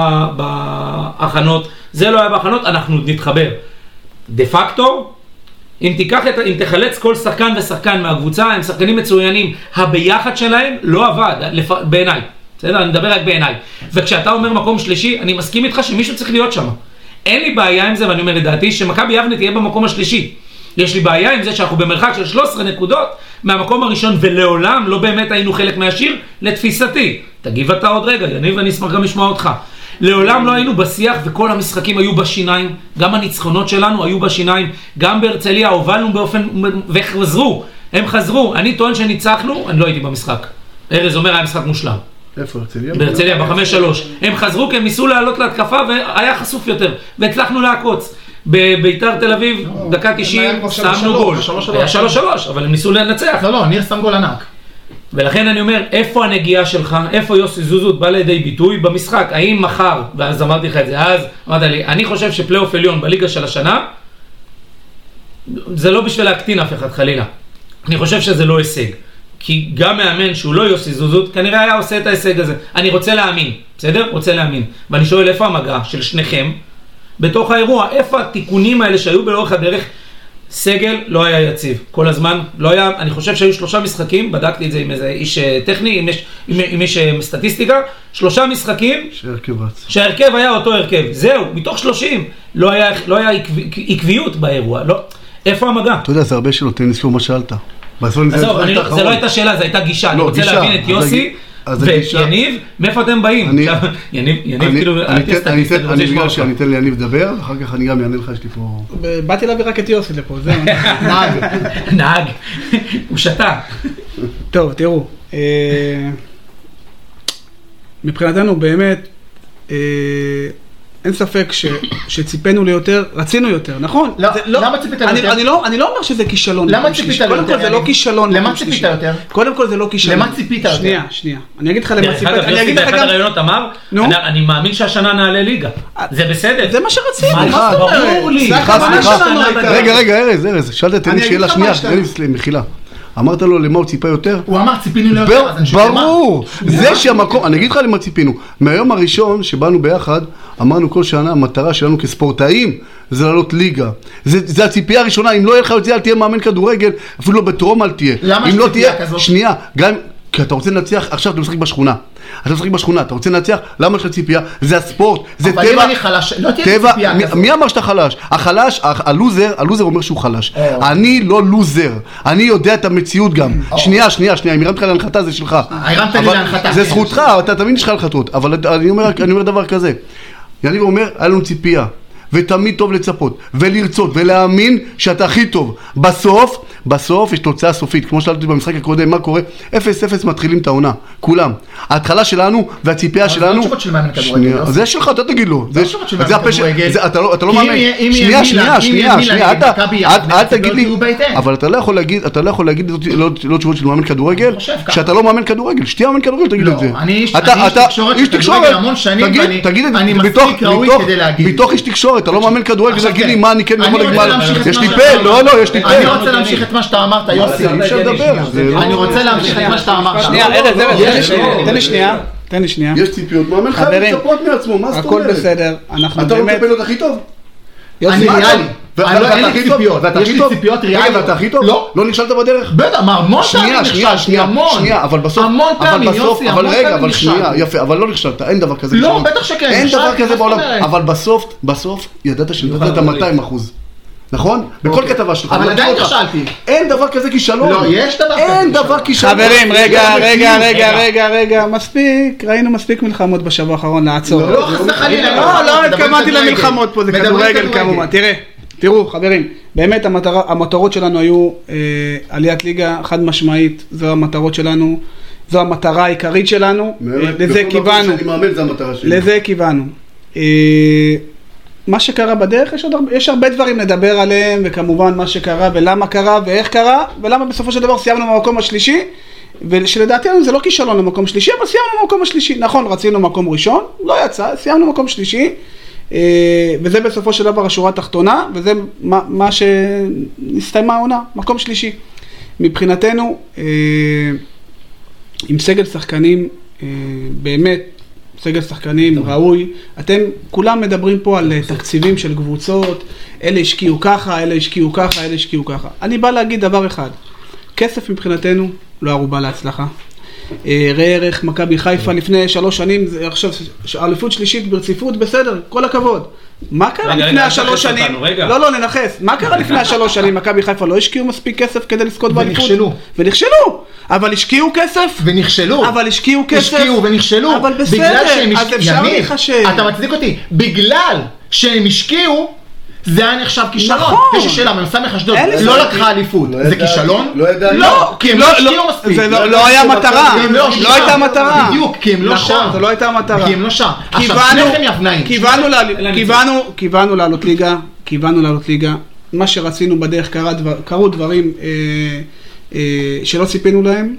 בהכנות, אנחנו נתחבר. דה פקטו, אם תחלץ כל שחקן ושחקן מהקבוצה, הם שחקנים מצוינים, הביחד שלהם לא עבד, בעיניי. בסדר? אני מדבר רק בעיניי. וכשאתה אומר מקום שלישי, אני מסכים איתך שמישהו צריך להיות שם. אין לי בעיה עם זה, ואני אומר לדעתי, שמכבי יבנה תהיה במקום השלישי. יש לי בעיה עם זה שאנחנו במרחק של 13 נקודות מהמקום הראשון, ולעולם לא באמת היינו חלק מהשיר, לתפיסתי. תגיב אתה עוד רגע, יניב, ואני אשמח גם לשמוע אותך. לעולם לא היינו בשיח וכל המשחקים היו בשיניים, גם הניצחונות שלנו היו בשיניים, גם בהרצליה הובלנו באופן, וחזרו, הם חזרו, אני טוען שניצחנו, אני לא הייתי במשחק. ארז אומר היה משחק מושלם. איפה הרצליה? בהרצליה, ב5-3. הם חזרו כי הם ניסו לעלות להתקפה והיה חשוף יותר. והצלחנו לעקוץ. בביתר תל אביב, דקה 90, שמנו גול. היה 3-3, אבל הם ניסו לנצח. לא, ניר שם גול ענק. ולכן אני אומר, איפה הנגיעה שלך, איפה יוסי זוזות בא לידי ביטוי במשחק? האם מחר, ואז אמרתי לך את זה, אז אמרת לי, אני חושב שפלייאוף עליון בליגה של השנה, זה לא בשביל להקטין אף אחד חלילה. אני חושב שזה לא הישג. כי גם מאמן שהוא לא יוסי זוזות, כנראה היה עושה את ההישג הזה. אני רוצה להאמין, בסדר? רוצה להאמין. ואני שואל איפה המגע של שניכם, בתוך האירוע, איפה התיקונים האלה שהיו באורך הדרך, סגל לא היה יציב, כל הזמן לא היה, אני חושב שהיו 3 משחקים, בדקתי את זה עם איזה איש טכני, עם איש סטטיסטיקה, 3 משחקים, שההרכב היה אותו הרכב, זהו, מתוך 30, לא היה עקביות באירוע, לא, איפה המגע? אתה יודע, זה הרבה שלא, תן לזכור מה שאלת. עזוב, זה לא הייתה שאלה, זה הייתה גישה, אני רוצה להבין את יוסי, ויניב, מאיפה אתם באים? יניב כאילו, אני אתן ליניב לדבר, אחר כך אני גם אענה לך, יש לי פה... באתי להביא רק את יוסי לפה, זהו. נהג, הוא שתה. טוב, תראו, מבחינתנו באמת, אין ספק שציפינו ליותר, רצינו יותר, נכון? למה ציפית יותר? אני לא אומר שזה כישלון. למה ציפית יותר? קודם כל זה לא כישלון. למה ציפית יותר? קודם כל זה לא כישלון. למה ציפית יותר? שנייה. אני אגיד לך למה ציפית. אגב, יוסי באחד הרעיונות אמר, אני מאמין שהשנה נעלה ליגה. זה בסדר. זה מה שרצינו. ברור לי. רגע, ארז, שאלת את אני שאלה שנייה, מחילה. אמרת לו למה הוא ציפה יותר? הוא אמר ציפינו ליותר, אז אני שואל מה? ברור, זה שהמקום, אני אגיד לך למה ציפינו. מהיום הראשון שבאנו ביחד, אמרנו כל שנה, המטרה שלנו כספורטאים, זה לעלות ליגה. זה הציפייה הראשונה, אם לא יהיה לך את זה, אל תהיה מאמן כדורגל, אפילו לא בטרום אל תהיה. למה שציפייה כזאת? שנייה, גם כי אתה רוצה לנצח, עכשיו אתה משחק בשכונה. אתה רוצה לנצח, למה יש לך ציפייה? זה הספורט, זה טבע. אבל אם אני חלש, לא תהיה ציפייה כזאת. מי אמר שאתה חלש? הלוזר אומר שהוא חלש. אני לא לוזר, אני יודע את המציאות גם. שנייה, אם הרמת לך להנחתה זה שלך. הרמת לי להנחתה. זה זכותך, אתה תמיד יש לך להנחתות. אבל אני אומר דבר כזה. יניב אומר, היה לנו ציפייה. ותמיד טוב לצפות, ולרצות, ולהאמין שאתה הכי טוב. בסוף יש תוצאה סופית. כמו שאלתי במשחק הקודם, מה קורה? 0-0 מתחילים את העונה. כולם. ההתחלה שלנו והציפייה שלנו... זה לא תשובות של מאמן כדורגל. זה שלך, אתה תגיד לו. זה תשובות של מאמן כדורגל. אתה לא מאמן. שנייה. אל תגיד לי. אבל אתה לא יכול להגיד לא תשובות של מאמן כדורגל, שאתה לא מאמן כדורגל. שתהיה מאמן כדורגל, תגיד את זה. אני איש תקשורת המון שנים, ואני מספיק ראוי כדי להגיד. מתוך איש תקשורת, אתה לא מאמן כדורגל, תגיד לי מה אני כן יכול להגיד. יש לי פה, לא, יש לי פה. אני רוצה להמשיך את מה שאתה אמרת, יוסי. אני רוצה להמשיך את מה שאתה אמרת. שנייה, תן לי שנייה. יש ציפיות, מאמן חייב לצפות מעצמו, מה זאת אומרת? הכל בסדר, אנחנו אתה לא מצפה להיות הכי טוב? אני ריאלי. אין לי ציפיות, יש לי ציפיות ריאליות. ואתה הכי טוב? לא נכשלת בדרך? בטח, המון פעמים נכשלתי, שנייה, אבל בסוף, המון פעמים, יוסי, המון פעמים נכשלתי. יפה, אבל לא נכשלת, אין דבר כזה. לא, בטח שכן. אין דבר כזה בעולם, אבל בסוף ידעת שנתת את ה-200%. נכון? בכל כתבה שלך. אבל עדיין נכשלתי. אין דבר כזה כישלון. לא, יש דבר כזה. אין דבר כישלון. חברים, רגע, מספיק. ראינו מספיק מלחמות בשבוע האחרון לעצור. לא, חס וחלילה. לא התכוונתי למלחמות פה, זה כדורגל כמובן. תראו, חברים, באמת המטרות שלנו היו עליית ליגה חד משמעית, זו המטרות שלנו, זו המטרה העיקרית שלנו, לזה כיוונו. מה שקרה בדרך, יש הרבה דברים לדבר עליהם, וכמובן מה שקרה ולמה קרה ואיך קרה, ולמה בסופו של דבר סיימנו במקום השלישי, ושלדעתנו זה לא כישלון למקום שלישי, אבל סיימנו במקום השלישי. נכון, רצינו מקום ראשון, לא יצא, סיימנו מקום שלישי, וזה בסופו של דבר השורה התחתונה, וזה מה שנסתיימה העונה, מקום שלישי. מבחינתנו, עם סגל שחקנים, באמת, סגל שחקנים ראוי, אתם כולם מדברים פה על תקציבים של קבוצות, אלה השקיעו ככה, אלה השקיעו ככה, אלה השקיעו ככה. אני בא להגיד דבר אחד, כסף מבחינתנו לא ערובה להצלחה. ראה ערך מכבי חיפה לפני 3 שנים, עכשיו אליפות שלישית ברציפות, בסדר, כל הכבוד. מה קרה לפני 3 שנים? לא, ננחס. מה קרה לפני 3 שנים? מכבי חיפה לא השקיעו מספיק כסף כדי לזכות באליפות? ונכשלו. אבל השקיעו כסף? ונכשלו. אבל השקיעו כסף? השקיעו ונכשלו. אבל בסדר, אז אפשר להיחשב. אתה מצדיק אותי. בגלל שהם השקיעו, זה היה נחשב כישלון. נכון. יש לי שאלה, ממסמך אשדוד אין לי לא ספק. לקחה אליפות, לא זה ידעתי, כישלון? לא ידעתי. לא, כי הם לא השקיעו מספיק. זה לא היה מטרה, לא הייתה מטרה. בדיוק, כי הם לא שם. נכון, זה לא הייתה מטרה. כי הם לא שם. עכשיו, שניכם יבנאים. כיוונו לעלות ליגה, מה שרצינו בדרך קרו דברים שלא ציפינו להם,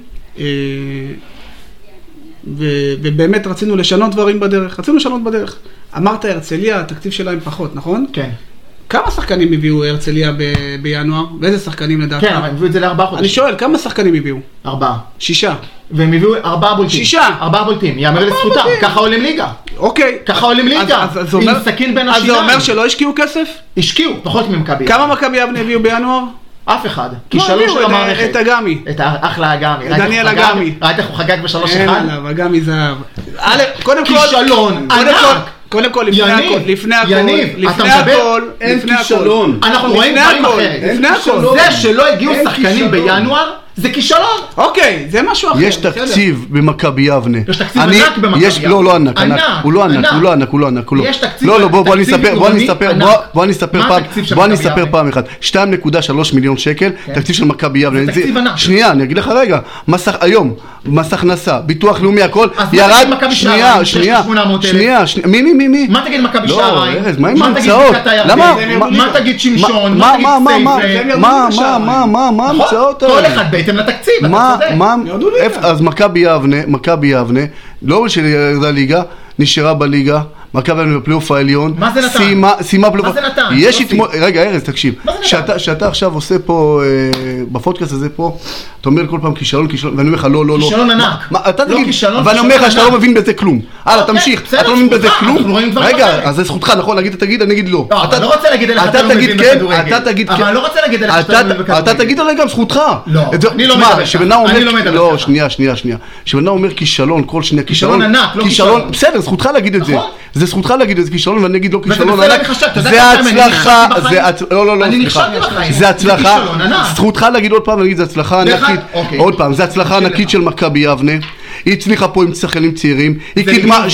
ובאמת רצינו לשנות דברים בדרך, אמרת הרצליה, התקציב שלהם פחות, נכון? כן. כמה שחקנים הביאו הרצליה בינואר? ואיזה שחקנים לדעתך? כן, אבל הם הביאו את זה ל4 חודשים. אני שואל, כמה שחקנים הביאו? 4. 6. והם הביאו 4 בולטים. 6. 4 בולטים, יאמר לזכותם, ככה עולים ליגה. אוקיי. ככה עולים ליגה, עם סכין בין השיניים. אז זה אומר שלא השקיעו כסף? השקיעו, פחות ממכבי. כמה מכבי יבנה הביאו בינואר? אף אחד. כישלון של המערכת. את אגמי. את אחלה אגמי. דניאל אגמי. ראית איך הוא חגג ב3-1? אין עליו, אגמי זהב. קודם כל, כישלון ענק. קודם כל, לפני הכל, אין כישלון. אנחנו רואים דברים אחרת. לפני הכל. זה שלא הגיעו שחקנים בינואר, זה כישלון. אוקיי, זה משהו אחר. יש תקציב במכבי יבנה. יש תקציב ענק במכבי יבנה. לא ענק, הוא לא ענק. יש תקציב, לא, בוא אני תקציב פעם אחת. 2.3 מיליון שקל, תקציב של מכבי יבנה. זה תקציב ענק. שנייה, אני אגיד לך רגע, היום, מס הכנסה, ביטוח לאומי, הכל, ירד, שנייה, מי? מה תגיד מכבי שעריים? לא, ארז, מה עם מה תגיד המצאות? בקעת הירדן? למה? מה תגיד שמשון? מה תגיד סייפה? מה המצאות כל אחד בהתאם לתקציב, אתה צודק. אז מכבי יבנה, לא שירדה ליגה, נשארה בליגה, מכבי יבנה בפלייאוף העליון, מה זה נתן? סיימה פלייאוף. מה זה נתן? רגע, ארז, תקשיב, שאתה עכשיו עושה פה, בפודקאסט הזה פה, אתה אומר כל פעם כישלון, ואני אומר לך לא. כישלון ענק. אתה תגיד, ואני אומר לך שאתה לא מבין בזה כלום. הלאה, תמשיך, אתה לא מבין בזה כלום. רגע, אז זה זכותך, נכון, תגיד, אני אגיד לא. אתה לא רוצה להגיד אליך שאתה לא מבין בכדורגל. אתה תגיד כן. אבל אני לא רוצה להגיד אליך שאתה לא מבין בכדורגל. אתה תגיד עליי גם זכותך. לא, אני לא מדבר. אני לא מדבר. לא, שנייה. שבן אומר כישלון, כל שנייה כישלון. כישלון ענק, לא כישלון. בסדר, זכותך להגיד את זה. זה זכותך להגיד את זה כישלון, ואני אגיד לא כישלון ענק. זה הצלחה, זה הצלחה. כישלון ענק. זכותך להגיד עוד פעם, זה הצלחה ענקית. עוד פעם, זה הצלחה ענקית של מכבי יבנה. היא הצליחה פה עם שחקנים צעירים, היא קידמה,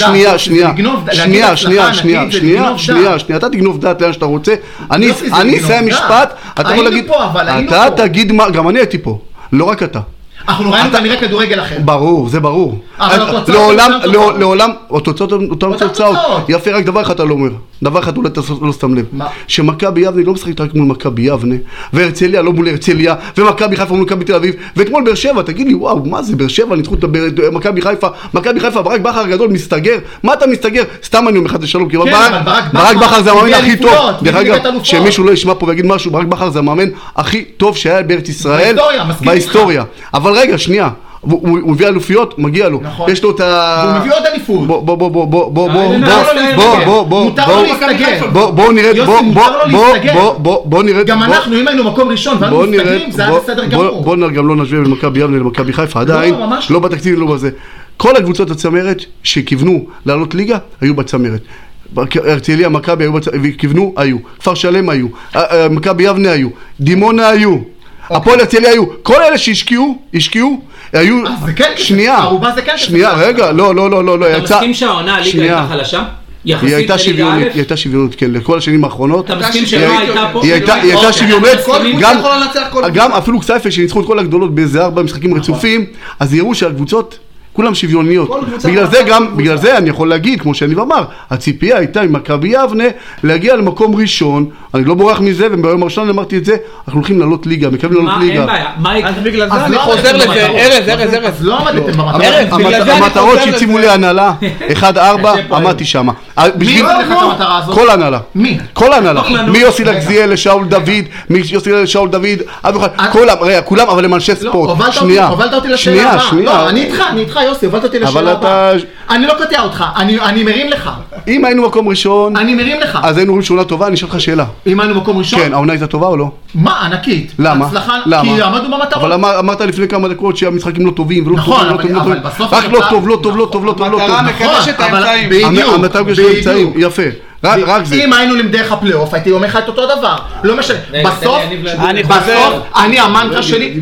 שנייה, אתה תגנוב דעת לאן שאתה רוצה, אני אסיים משפט, אתה תגיד מה, גם אני הייתי פה, לא רק אתה. אנחנו ראינו כנראה כדורגל אחר. ברור, זה ברור. לעולם, אותן תוצאות. יפה, רק דבר אחד אתה לא אומר. דבר אחד אולי אתה לא שם לב. שמכבי יבנה לא משחקת רק מול מכבי יבנה, והרצליה לא מול הרצליה, ומכבי חיפה מול מכבי תל אביב, ואתמול באר שבע, תגיד לי, וואו, מה זה באר שבע? ניצחו את מכבי חיפה, ברק בכר הגדול מסתגר. מה אתה מסתגר? סתם אני אומר לך, זה שלום, כי ברק בכר זה המאמן הכי טוב. דרך אגב, שמישהו לא ישמע פה ויגיד משהו, ברק בכר זה המאמן הכי טוב שהיה בארץ ישראל בהיסטוריה. אבל רגע, שנייה, הוא מביא אלופיות, מגיע לו. יש לו את ה... הוא מביא עוד אליפות. בוא נראה... גם אנחנו, אם היינו מקום ראשון ואנו מסתגרים, זה היה בסדר גמור. בוא גם לא נשווה למכבי יבנה למכבי חיפה, עדיין, לא בתקציב, לא בזה. כל הקבוצות הצמרת שכיוונו לעלות ליגה, היו בצמרת. הרצליה, מכבי כיוונו, היו. כפר שלם היו. מכבי יבנה היו. דימונה היו. הפועל הרצליה היו. כל אלה שהשקיעו, היו... שנייה, רגע, לא. אתה מסכים שהעונה הליגה הייתה חלשה? היא הייתה שוויונית, כן, לכל השנים האחרונות. אתה מסכים שלא הייתה פה? היא הייתה שוויונית, גם אפילו כסייפה שניצחו את כל הגדולות באיזה 4 משחקים רצופים, אז יראו שהקבוצות כולם שוויוניות. בגלל זה אני יכול להגיד, כמו שאני אמר, הציפייה הייתה עם מכבי יבנה להגיע למקום ראשון, אני לא בורח מזה, וביום הראשון אמרתי את זה, אנחנו הולכים לעלות ליגה, מקבלים לעלות ליגה. אז בגלל זה אני חוזר לזה, ארז. אז לא עמדתם במטרה. המטרות שהציבו לי הנהלה, 1-4, עמדתי שמה. מי עושה לך את המטרה הזאת? כל הנהלה. מי? כל הנהלה. מיוסי לגזיאל לשאול דוד, כולם, אבל הם אנשי ספורט. הובלת אותי לשאלה הבאה. לא, אני איתך, יוסי, הובלת אותי לשאלה הבאה. אני לא קוטע אותך, אני מרים לך. אם היינו מקום ראשון, אני מרים לך. אז היינו רואים שעונה טובה, אני אשאל לך שאלה. אם היינו מקום ראשון? כן, העונה הייתה טובה או לא? מה, ענקית. למה? כי עמדנו במטרות. אבל אמרת לפני כמה דקות שהמשחקים לא טובים, ולא נכון, אבל בסוף... רק לא טוב. המטרה מקדשת האמצעים. המטרה מקדשת האמצעים, יפה. רק זה. אם היינו למדרך הפלייאוף, הייתי אומר לך את אותו דבר. לא משנה. בסוף, אני המנטרה שלי...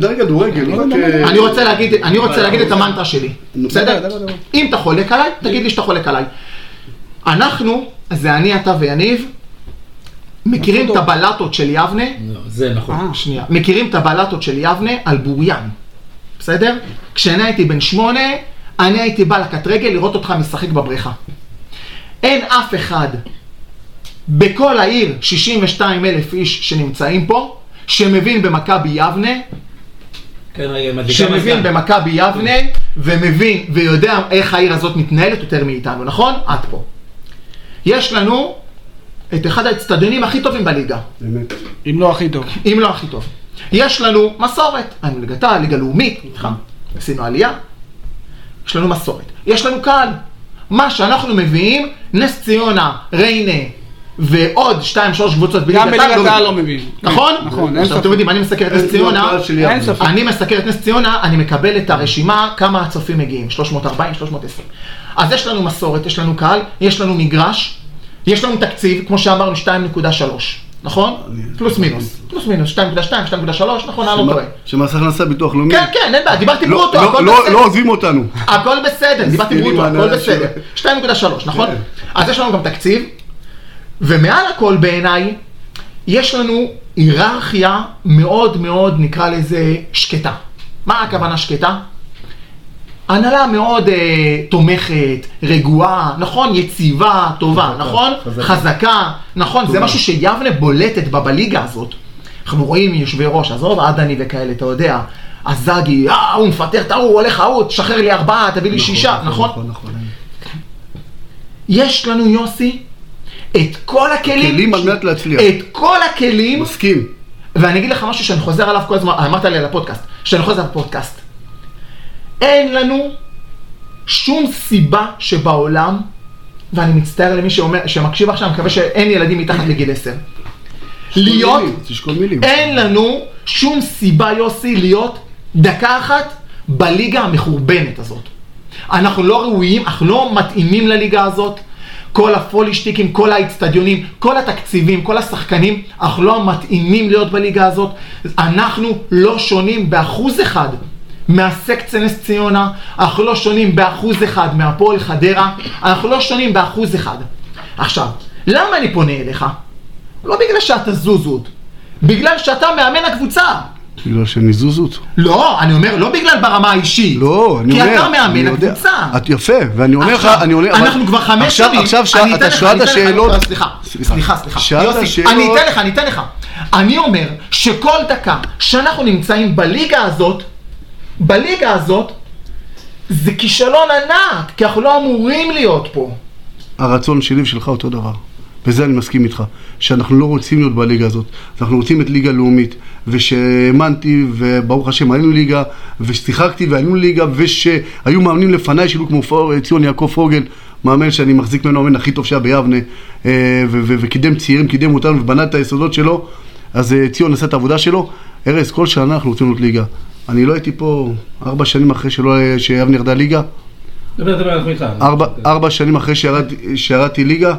אני רוצה להגיד את המנטרה שלי. בסדר? אם אתה חולק עליי, תגיד לי שאתה חולק עליי. אנחנו, זה אני, אתה ויניב, מכירים את הבלטות של יבנה? זה נכון. שנייה. מכירים את הבלטות של יבנה על בוריין. בסדר? כשאני הייתי בן 8, אני הייתי בא לקט רגל לראות אותך משחק בבריכה. אין אף אחד בכל העיר, 62,000 איש שנמצאים פה, שמבין במכבי יבנה, שמבין במכבי יבנה, ומבין ויודע איך העיר הזאת מתנהלת יותר מאיתנו, נכון? עד פה. יש לנו את אחד האצטדיונים הכי טובים בליגה. באמת. אם לא הכי טוב. אם לא הכי טוב. יש לנו מסורת, היינו ליגתה, ליגה לאומית, עשינו עלייה, יש לנו מסורת. יש לנו קהל. מה שאנחנו מביאים, נס ציונה, ריינה, ועוד 2-3 קבוצות גם בליגת העל לא מביאים. נכון? נכון, אין ספק. אתם יודעים, אני מסקר את נס ציונה, אני מסקר את נס ציונה, אני מקבל את הרשימה, כמה הצופים מגיעים, 340, 320. אז יש לנו מסורת, יש לנו קהל, יש לנו מגרש, יש לנו תקציב, כמו שאמרנו, 2.3, נכון? פלוס מינוס, 2.2, 2.3, נכון, אני לא טועה. שמס הכנסה ביטוח לאומי. כן, כן, אין בעיה, דיברתי ברוטו, הכל בסדר. לא עוזבים אותנו. הכל בסדר, דיברתי ברוטו, הכל בסדר. 2.3, נכון? אז יש לנו גם תקציב, ומעל הכל בעיניי, יש לנו היררכיה מאוד מאוד, נקרא לזה, שקטה. מה הכוונה שקטה? הנהלה מאוד תומכת, רגועה, נכון? יציבה, טובה, נכון? חזקה, נכון? זה משהו שיבנה בולטת בליגה הזאת. אנחנו רואים יושבי ראש, עזוב, עדני וכאלה, אתה יודע, הזאגי, הוא מפטר, הוא הולך out, שחרר לי 4, תביא לי 6, נכון? יש לנו, יוסי, את כל הכלים, על מנת להצליח. את כל הכלים, מסכים. ואני אגיד לך משהו שאני חוזר עליו כל הזמן, אמרת לי על הפודקאסט, שאני חוזר על הפודקאסט. אין לנו שום סיבה שבעולם, ואני מצטער למי שמקשיב עכשיו, אני מקווה שאין ילדים מתחת לגיל 10. להיות, אין לנו שום סיבה, יוסי, להיות דקה אחת בליגה המחורבנת הזאת. אנחנו לא ראויים, אנחנו לא מתאימים לליגה הזאת. כל הפולישטיקים, כל האצטדיונים, כל התקציבים, כל השחקנים, אנחנו לא מתאימים להיות בליגה הזאת. אנחנו לא שונים ב1% מהסקציה נס ציונה, אנחנו לא שונים ב1% מהפועל חדרה, אנחנו לא שונים ב1%. עכשיו, למה אני פונה אליך? לא בגלל שאתה זוזות, בגלל שאתה מאמן הקבוצה. בגלל שאני זוזות. לא, אני אומר, לא בגלל ברמה האישית. לא, אני אומר. כי אתה מאמן הקבוצה. את יפה, ואני אומר לך, אנחנו כבר 5 שנים. עכשיו אתה שאלת שאלות. סליחה. יוסי, אני אתן לך. אני אומר שכל דקה שאנחנו נמצאים בליגה הזאת, זה כישלון ענק, כי אנחנו לא אמורים להיות פה. הרצון שלי ושלך אותו דבר. וזה אני מסכים איתך, שאנחנו לא רוצים להיות בליגה הזאת, אנחנו רוצים את ליגה לאומית, ושהאמנתי, וברוך השם עלינו ליגה, ושיחקתי ועלינו ליגה, ושהיו מאמנים לפניי שלו כמו ציון יעקב פוגל, מאמן שאני מחזיק ממנו, המאמן הכי טוב שהיה ביבנה, וקידם צעירים, קידם אותנו ובנה את היסודות שלו, אז ציון עשה את העבודה שלו. ארז, כל שנה אנחנו רוצים להיות ליגה. אני לא הייתי פה 4 שנים אחרי שיבנה ירדה ליגה. דבר, אנחנו איתך. 4 שנים אחרי שירדתי ליגה.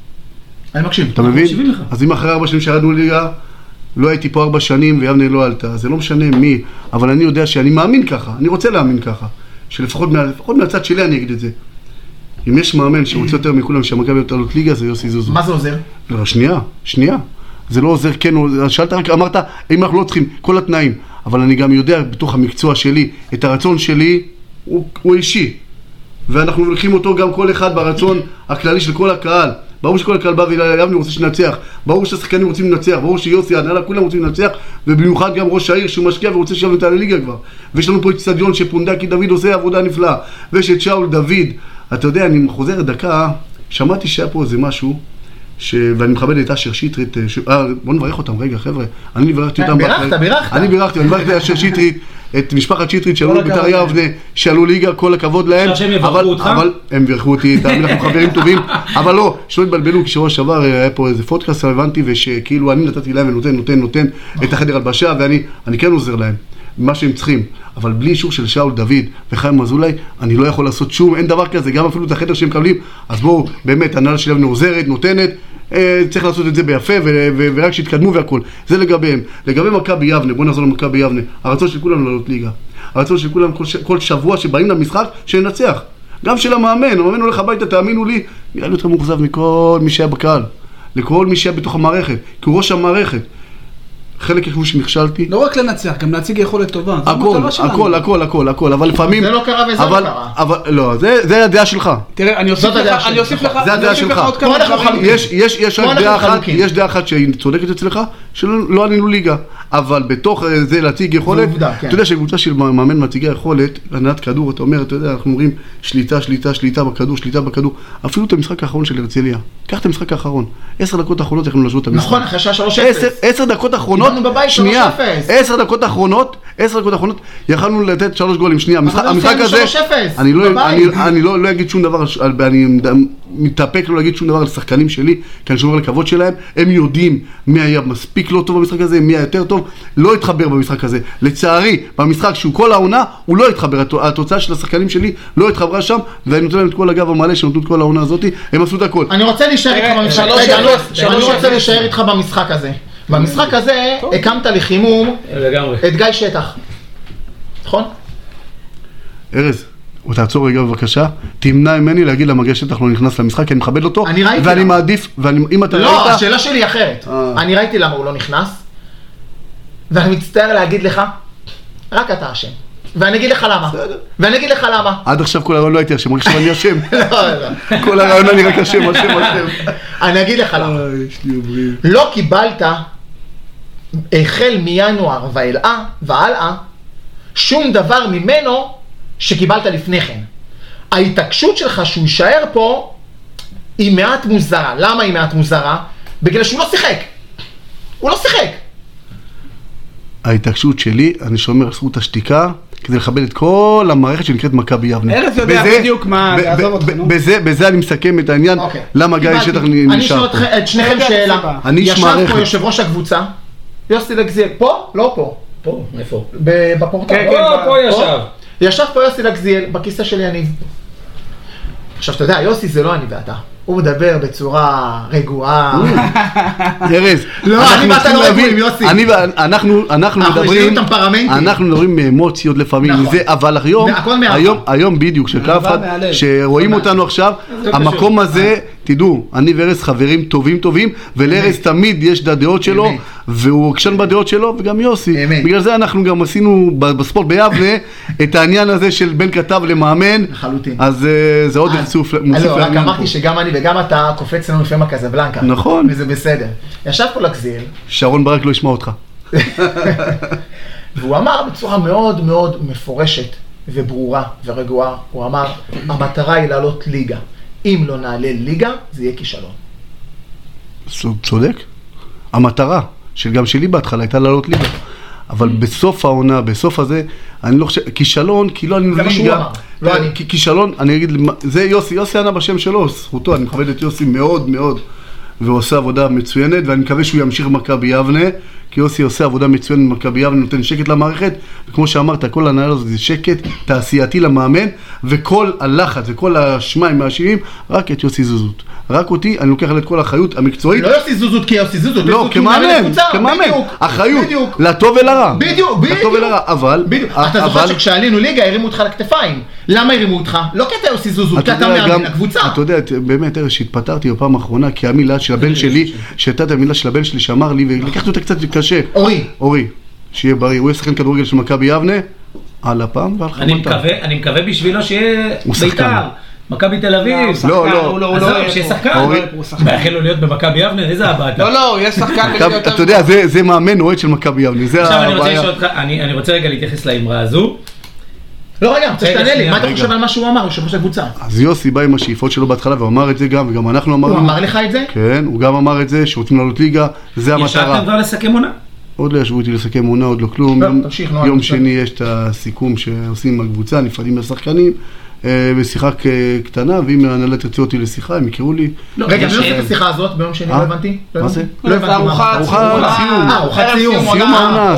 אני מקשיב. אתה מבין? אז אם אחרי 4 שנים שירדנו ליגה, לא הייתי פה 4 שנים ויבנה לא עלתה, זה לא משנה מי, אבל אני יודע שאני מאמין ככה, אני רוצה להאמין ככה, שלפחות מהצד שלי אני אגיד את זה. אם יש מאמן שרוצה יותר מכולם שהמכבי תעלות ליגה, זה יוסי זוזו. מה זה עוזר? לא, שנייה. זה לא עוזר, כן, שאלת רק, אמרת, אם אנחנו לא צריכים, כל התנאים, אבל אני גם יודע בתוך המקצוע שלי, את הרצון שלי הוא אישי, ואנחנו הולכים אותו גם כל אחד ברצון הכללי של כל הקהל. ברור שכל הקהל בא ויבנה רוצה שננצח, ברור שהשחקנים רוצים לנצח, ברור שיוסי, הנהלה, כולם רוצים לנצח, ובמיוחד גם ראש העיר שהוא משקיע ורוצה שיבנה את הליגה כבר. ויש לנו פה את סטדיון שפונדקי דוד עושה עבודה נפלאה, ויש את שאול דוד. אתה יודע, אני חוזר דקה, שמעתי שהיה פה איזה משהו, ואני מכבד את אשר שטרית, בוא נברך אותם רגע חבר'ה, אני בירכתי אותם, אני בירכתי את אשר שטרית, את משפחת שטרית שעלו בית"ר יבנה, שעלו ליגה, כל הכבוד להם, אבל הם בירכו אותי, אנחנו חברים טובים, אבל לא, שלא התבלבלו, כשבוע שעבר היה פה איזה פודקאסט הבנתי, ושכאילו אני נתתי להם ונותן את החדר הלבשה, ואני כן עוזר להם, מה שהם צריכים, אבל בלי אישור של שאול דוד וחיים אזולאי, אני לא יכול לעשות שום, אין דבר כזה, גם אפילו את החדר שהם מקבלים, אז בואו, באמת, הנהלה שלהם עוזרת, נותנת, צריך לעשות את זה ביפה, ורק שיתקדמו והכל. זה לגביהם. לגבי מכבי יבנה, בואו נחזור למכבי יבנה, הרצון של כולם לעלות ליגה. הרצון של כולם כל שבוע שבאים למשחק, שננצח. גם של המאמן הולך הביתה, תאמינו לי, נראה לי יותר מוחזב מכל מי שהיה בקהל. לכל מי שהיה בתוך המערכת, כי הוא ראש המערכת. חלק יחשבו שנכשלתי. לא רק לנצח, גם להציג יכולת טובה. הכל, אבל לפעמים... זה לא קרה וזה לא קרה. אבל, לא, זה הדעה שלך. תראה, אני אוסיף לך עוד כמה דברים. יש דעה אחת שהיא צודקת אצלך, שלא עלינו ליגה. אבל בתוך זה להציג יכולת, אתה יודע שקבוצה של מאמן מציגה יכולת, להנעת כדור, אתה אומר, אתה יודע, אנחנו אומרים שליטה בכדור, אפילו את המשחק האחרון של הרצליה. קח את המשחק האחרון. 10 דקות האחרונות יכולנו לשנות את המשחק. נכון, אחרי שעה 3-0. 10 דקות האחרונות, שנייה, 10 דקות האחרונות, יכולנו לתת 3 גולים, שנייה, המשחק הזה, אני לא אגיד שום דבר, אני מתאפק לא להגיד שום דבר על שחקנים שלי, כי אני שומר לכבוד שלהם, הם יודעים מי היה מספיק לא טוב במשחק הזה, מי היה יותר טוב, לא התחבר במשחק הזה. לצערי, במשחק שהוא כל העונה, הוא לא התחבר, התוצאה של השחקנים שלי לא התחברה שם, ואני נותן להם את כל הגב המלא שנותנו את כל העונה הזאת, הם עשו את הכל. אני רוצה להישאר איתך במשחק הזה. במשחק הזה הקמת לחימום את גיא שטח. נכון? ארז, תעצור רגע בבקשה, תמנע ממני להגיד למגן שטח לא נכנס למשחק, כי אני מכבד אותו, ואני מעדיף, אם אתה ראית... לא, השאלה שלי היא אחרת. אני ראיתי למה הוא לא נכנס, ואני מצטער להגיד לך, רק אתה אשם. ואני אגיד לך למה. עד עכשיו כל הרעיון לא הייתי אשם, רק עכשיו אני אשם. כל הרעיון אני רק אשם. אני אגיד לך למה. לא קיבלת, החל מינואר והלאה, שום דבר ממנו שקיבלת לפני כן. ההתעקשות שלך שהוא יישאר פה היא מעט מוזרה. למה היא מעט מוזרה? בגלל שהוא לא שיחק. ההתעקשות שלי, אני שומר זכות השתיקה, כדי לכבד את כל המערכת שנקראת מכבי יבנה. ארז יודע בדיוק מה, יעזוב אותך, נו. בזה אני מסכם את העניין, למה גיא שטח נשאר פה. אני שואל את שניכם שאלה. ישב פה יושב ראש הקבוצה, יוסי לגזיאל, פה? לא פה. פה? איפה? בפורטל. כן, פה ישב. ישב פה יוסי לגזיאל, בכיסא של יניב. עכשיו, אתה יודע, יוסי זה לא אני ואתה. הוא מדבר בצורה רגועה. ארז, לא, אני ואתה לא רגועים, יוסי. אנחנו מדברים מאמוציות לפעמים, אבל היום בדיוק, שרואים אותנו עכשיו, המקום הזה, תדעו, אני וארז חברים טובים, ולארז תמיד יש את הדעות שלו, והוא עקשן בדעות שלו, וגם יוסי. בגלל זה אנחנו גם עשינו בספורט ביבנה, את העניין הזה של בין כתב למאמן, אז זה עוד מוסיף לעניין פה. רק אמרתי שגם אני וגם אתה קופץ לנו לפעמים הקזבלנקה. נכון. וזה בסדר. ישב פה לגזיאל. שרון ברק לא ישמע אותך. והוא אמר בצורה מאוד מאוד מפורשת וברורה ורגועה, הוא אמר, המטרה היא לעלות ליגה. אם לא נעלה ליגה, זה יהיה כישלון. צודק. המטרה, גם שלי בהתחלה, הייתה לעלות ליגה. אבל בסוף העונה, בסוף הזה, אני לא חושב, כישלון, כי לא עלינו ליגה. זה מה שהוא אמר, לא אני. כישלון, אני אגיד, זה יוסי ענה בשם שלו, זכותו, אני מכבד את יוסי מאוד מאוד, והוא עושה עבודה מצוינת, ואני מקווה שהוא ימשיך במכבי יבנה, כי יוסי עושה עבודה מצוינת במכבי יבנה, נותן שקט למערכת, וכמו שאמרת, כל הנהל הזה זה שקט תעשייתי למאמן, וכל הלחץ וכל השמיים מהשירים, רק את יוסי זוזות. רק אותי, אני לוקח על את כל האחריות המקצועית. לא יוסי זוזות כי יוסי זוזות. לא, כמאמן. אחריות. לטוב ולרע. בדיוק. לטוב ולרע, אבל... אתה זוכר שכשעלינו ליגה, הרימו אותך לכתפיים. למה הרימו אותך? לא כי אתה יוסי זוזות, כי אתה מאמן הקבוצה. אתה יודע, באמת, שהתפטרתי בפעם האחרונה, כי המילה של הבן שלי, שהייתה את המילה של הבן שלי שאמר לי, ולקחתי אותה קצת קשה. אורי, שיהיה בריא, הוא יהיה שחקן כדורגל של מכבי יבנה, על הפעם ועל חמתה. אני מקווה בשבילו שיהיה בית"ר, מכבי תל אביב. לא, שיהיה שחקן. מאחל לו להיות במכבי יבנה, איזה הבאת. לא, יש שחקן. אתה יודע, זה מאמן אוהד של מכבי יבנה, זה הבעיה. עכשיו אני רוצה רגע להתייחס לאמרה הזו. לא, רגע, רוצה שתענה לי, מה אתה חושב על מה שהוא אמר, יושב ראש הקבוצה? אז יוסי בא עם השאיפות שלו בהתחלה, והוא אמר את זה גם, וגם אנחנו אמרנו. הוא אמר לך את זה? כן, הוא גם אמר את זה, שרוצים לעלות ליגה, זה המטרה. ישבתם כבר לסכם עונה? עוד לא ישבו איתי לסכם עונה, עוד לא כלום. יום שני יש את הסיכום שעושים עם הקבוצה, נפרדים לשחקנים, בשיחה קטנה, ואם הנהלת תרצה אותי לשיחה, הם יקראו לי. רגע, מי עושה את השיחה הזאת ביום שני? לא הבנתי. מה זה? לא הבנתי. ארוחת סיום. סיום העונה,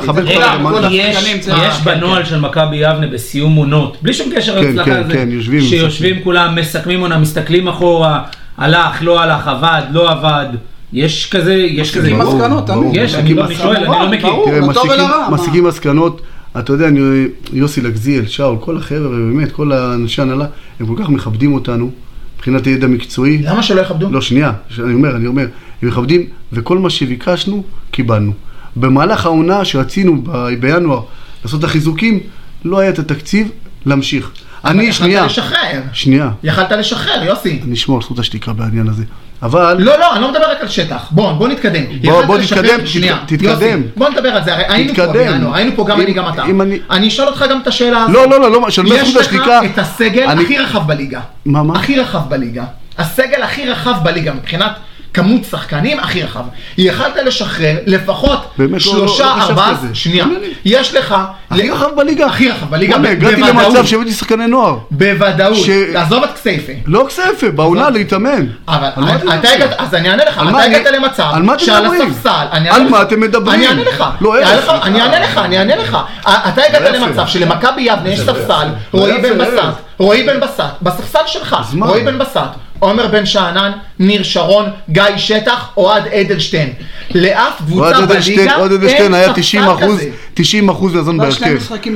יש בנוהל של מכבי יבנה בסיום עונות, בלי שום קשר להצלחה הזה, שיושבים כולם, מסכמים עונה, מסתכלים אחורה, הלך, לא הלך, עבד, לא עבד. יש כזה, מסקנות, יש, אני שואל, אני לא מכיר. מסיקים מסקנות, אתה יודע, יוסי לגזיאל, שאול, כל החבר'ה, באמת, כל האנשי הנהלה, הם כל כך מכבדים אותנו, מבחינת ידע מקצועי. למה שלא יכבדו? לא, שנייה, אני אומר, הם מכבדים, וכל מה שביקשנו, קיבלנו. במהלך העונה שרצינו בינואר לעשות את החיזוקים, לא היה את התקציב להמשיך. אני, שנייה. יכלת לשחרר. שנייה. יכלת לשחרר, יוסי. אני אשמור על זכות השתיקה בעניין הזה. אבל... לא, אני לא מדבר רק על שטח. בוא נתקדם. בוא תתקדם. בוא נדבר על זה, הרי היינו פה בינואר, היינו פה גם אני גם אתה. אני אשאל אותך גם את השאלה הזאת. לא, שאני אומר זכות השתיקה. יש לך את הסגל הכי רחב בליגה. מה? הכי רחב בליגה. הסגל הכי רחב בליגה מבחינת כמות שחקנים הכי רחב. יכלת לשחרר לפחות 3-4, שנייה. יש לך... הכי רחב בליגה. הכי רחב בליגה. הגעתי למצב שהבאתי שחקני נוער. בוודאות. תעזוב את כסייפה. לא כסייפה, בעונה להתאמן. אז אני אענה לך, אתה הגעת למצב שעל הספסל... על מה אתם מדברים? אני אענה לך. אני אענה לך. אתה הגעת למצב שלמכבי יבנה יש ספסל, רועי בן בסט, בספסל שלך, רועי בן בסט, עומר בן שאנן, ניר שרון, גיא שטח, אוהד אדלשטיין. לאף קבוצה בליגה אין היה 90% לזון בהרכב.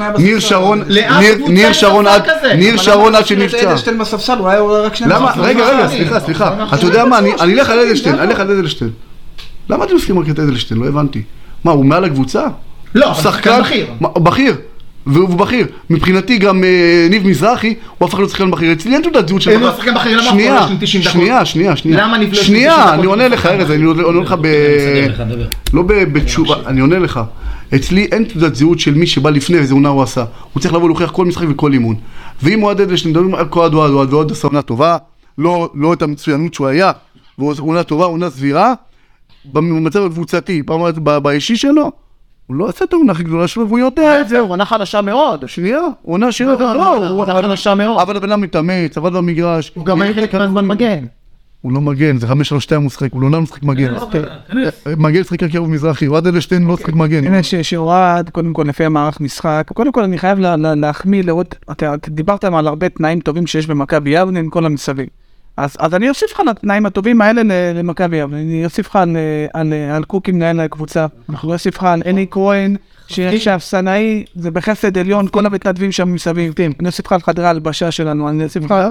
ניר שרון עד שנפצע. אדלשטיין בספסל, הוא היה רק שני... למה? רגע, סליחה. אתה יודע מה, אני אלך על אדלשטיין. למה אתם מסכים רק את אדלשטיין? לא הבנתי. מה, הוא מעל הקבוצה? לא, הוא שחקן בכיר. בכיר. והוא בכיר. מבחינתי גם ניב מזרחי, הוא הפך להיות שחקן בכיר. אצלי אין תעודת זהות של... אין לו שחקן בכיר, למה הוא לא 90 דקות? שנייה. למה ניב לא 90 דקות? שנייה, אני עונה לך, ארז, אני עונה לך לא בתשובה, אני עונה לך. אצלי אין תעודת זהות של מי שבא לפני איזה עונה הוא עשה. הוא צריך לבוא להוכיח כל משחק וכל אימון. ואם הוא עדד לשנדמים, אוהד ועוד עשה עונה טובה, לא את המצוינות שהוא היה, ועונה טובה, עונה סבירה, במצב הקבוצתי, באישי שלו, הוא לא עשה את העונה הכי גדולה שלו, והוא יודע את זה. הוא עונה חדשה מאוד. שנייה, הוא עונה שירה. לא, הוא עונה חדשה מאוד. אבל הבן אדם מתאמץ, עבד במגרש. הוא גם היה חלק מהזמן מגן. הוא לא מגן, זה 5-3-2 הוא שחק, הוא לא משחק מגן. מגן שחק רק ירוב מזרחי, אוהד אדלשטיין לא שחק מגן. הנה שאוהד, קודם כל לפי המערך משחק, קודם כל אני חייב להחמיא לראות, דיברתם על הרבה תנאים טובים שיש במכבי יבנה עם כל המסביב. אז אני אוסיף לך לתנאים הטובים האלה למכבי יבנה, אני אוסיף לך על קוקי מנהל הקבוצה, אנחנו אוסיף לך על אלי כהן, שהסנאי זה בחסד עליון, כל המתנדבים שם מסביב, אני אוסיף לך על חדרי ההלבשה שלנו, אני אוסיף לך,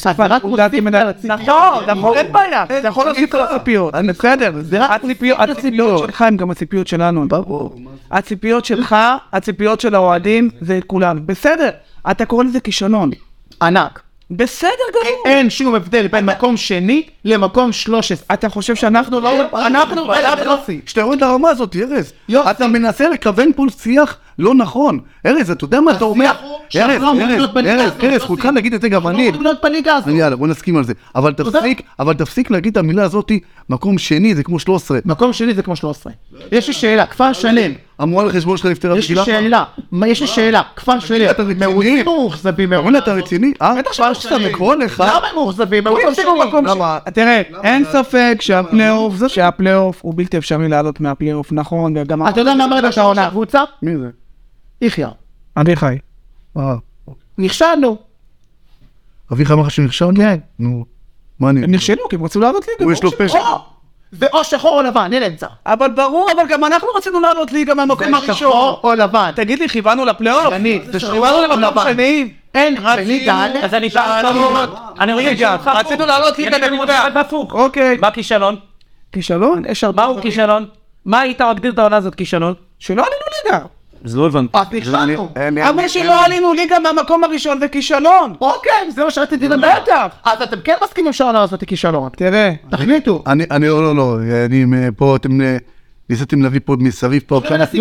אין בעיה, אתה יכול להוסיף לך הציפיות, בסדר, הציפיות שלך הם גם הציפיות שלנו, הציפיות שלך, הציפיות של האוהדים, זה כולם, בסדר, אתה קורא לזה כישלון, ענק. בסדר גמור. אין שום הבדל בין מקום שני למקום 13. אתה חושב שאנחנו לא... אנחנו... שאתה רואה את הרמה הזאת, ארז. אתה מנסה לכוון פה שיח לא נכון. ארז, אתה יודע מה אתה אומר? ארז, חולכן להגיד את זה גם אני. יאללה, בוא נסכים על זה. אבל תפסיק להגיד את המילה הזאת, מקום שני זה כמו 13. מקום שני זה כמו 13. יש לי שאלה, כפר שלם. אמורה לחשבון שלך לפתר יש לי שאלה, כפר שלם. מאוכזבים. אתה רציני? כפר שלם. למה מאוכזבים? תראה, אין ספק שהפלייאוף הוא בלתי אפשרי לעלות מהפלייאוף, נכון? אתה יודע מה אומרת את העונה? קבוצה? מי זה? יחיה. אביחי. נכשלנו. אביחי אמר לך שנכשלנו? כן. נו, מה אני? הם נכשלו כי הם רצו לעלות ליגה. הוא יש לו פשע. זה או שחור או לבן, אין אמצע. אבל ברור, אבל גם אנחנו רצינו לעלות ליגה מהמקום הראשון. זה שחור או לבן. תגיד לי, כיוונו לפלייאוף? זה שחור או לבן. אין, אז אני רצינו לעלות ליגה נקודה. אוקיי. מה כישלון? כישלון? מהו כישלון? מה היית מגדיר את העונה הזאת כישלון? שלא עלינו ליגה. זה לא הבנתי. נכשלנו. אבל שלא עלינו ליגה מהמקום הראשון זה כישלון. אוקיי, זה מה שרציתי לדבר. אז אתם כן מסכימים שהעונה הזאת היא כישלון. תראה. תחליטו. אני לא. אני פה, אתם ניסיתם להביא פה מסביב פה.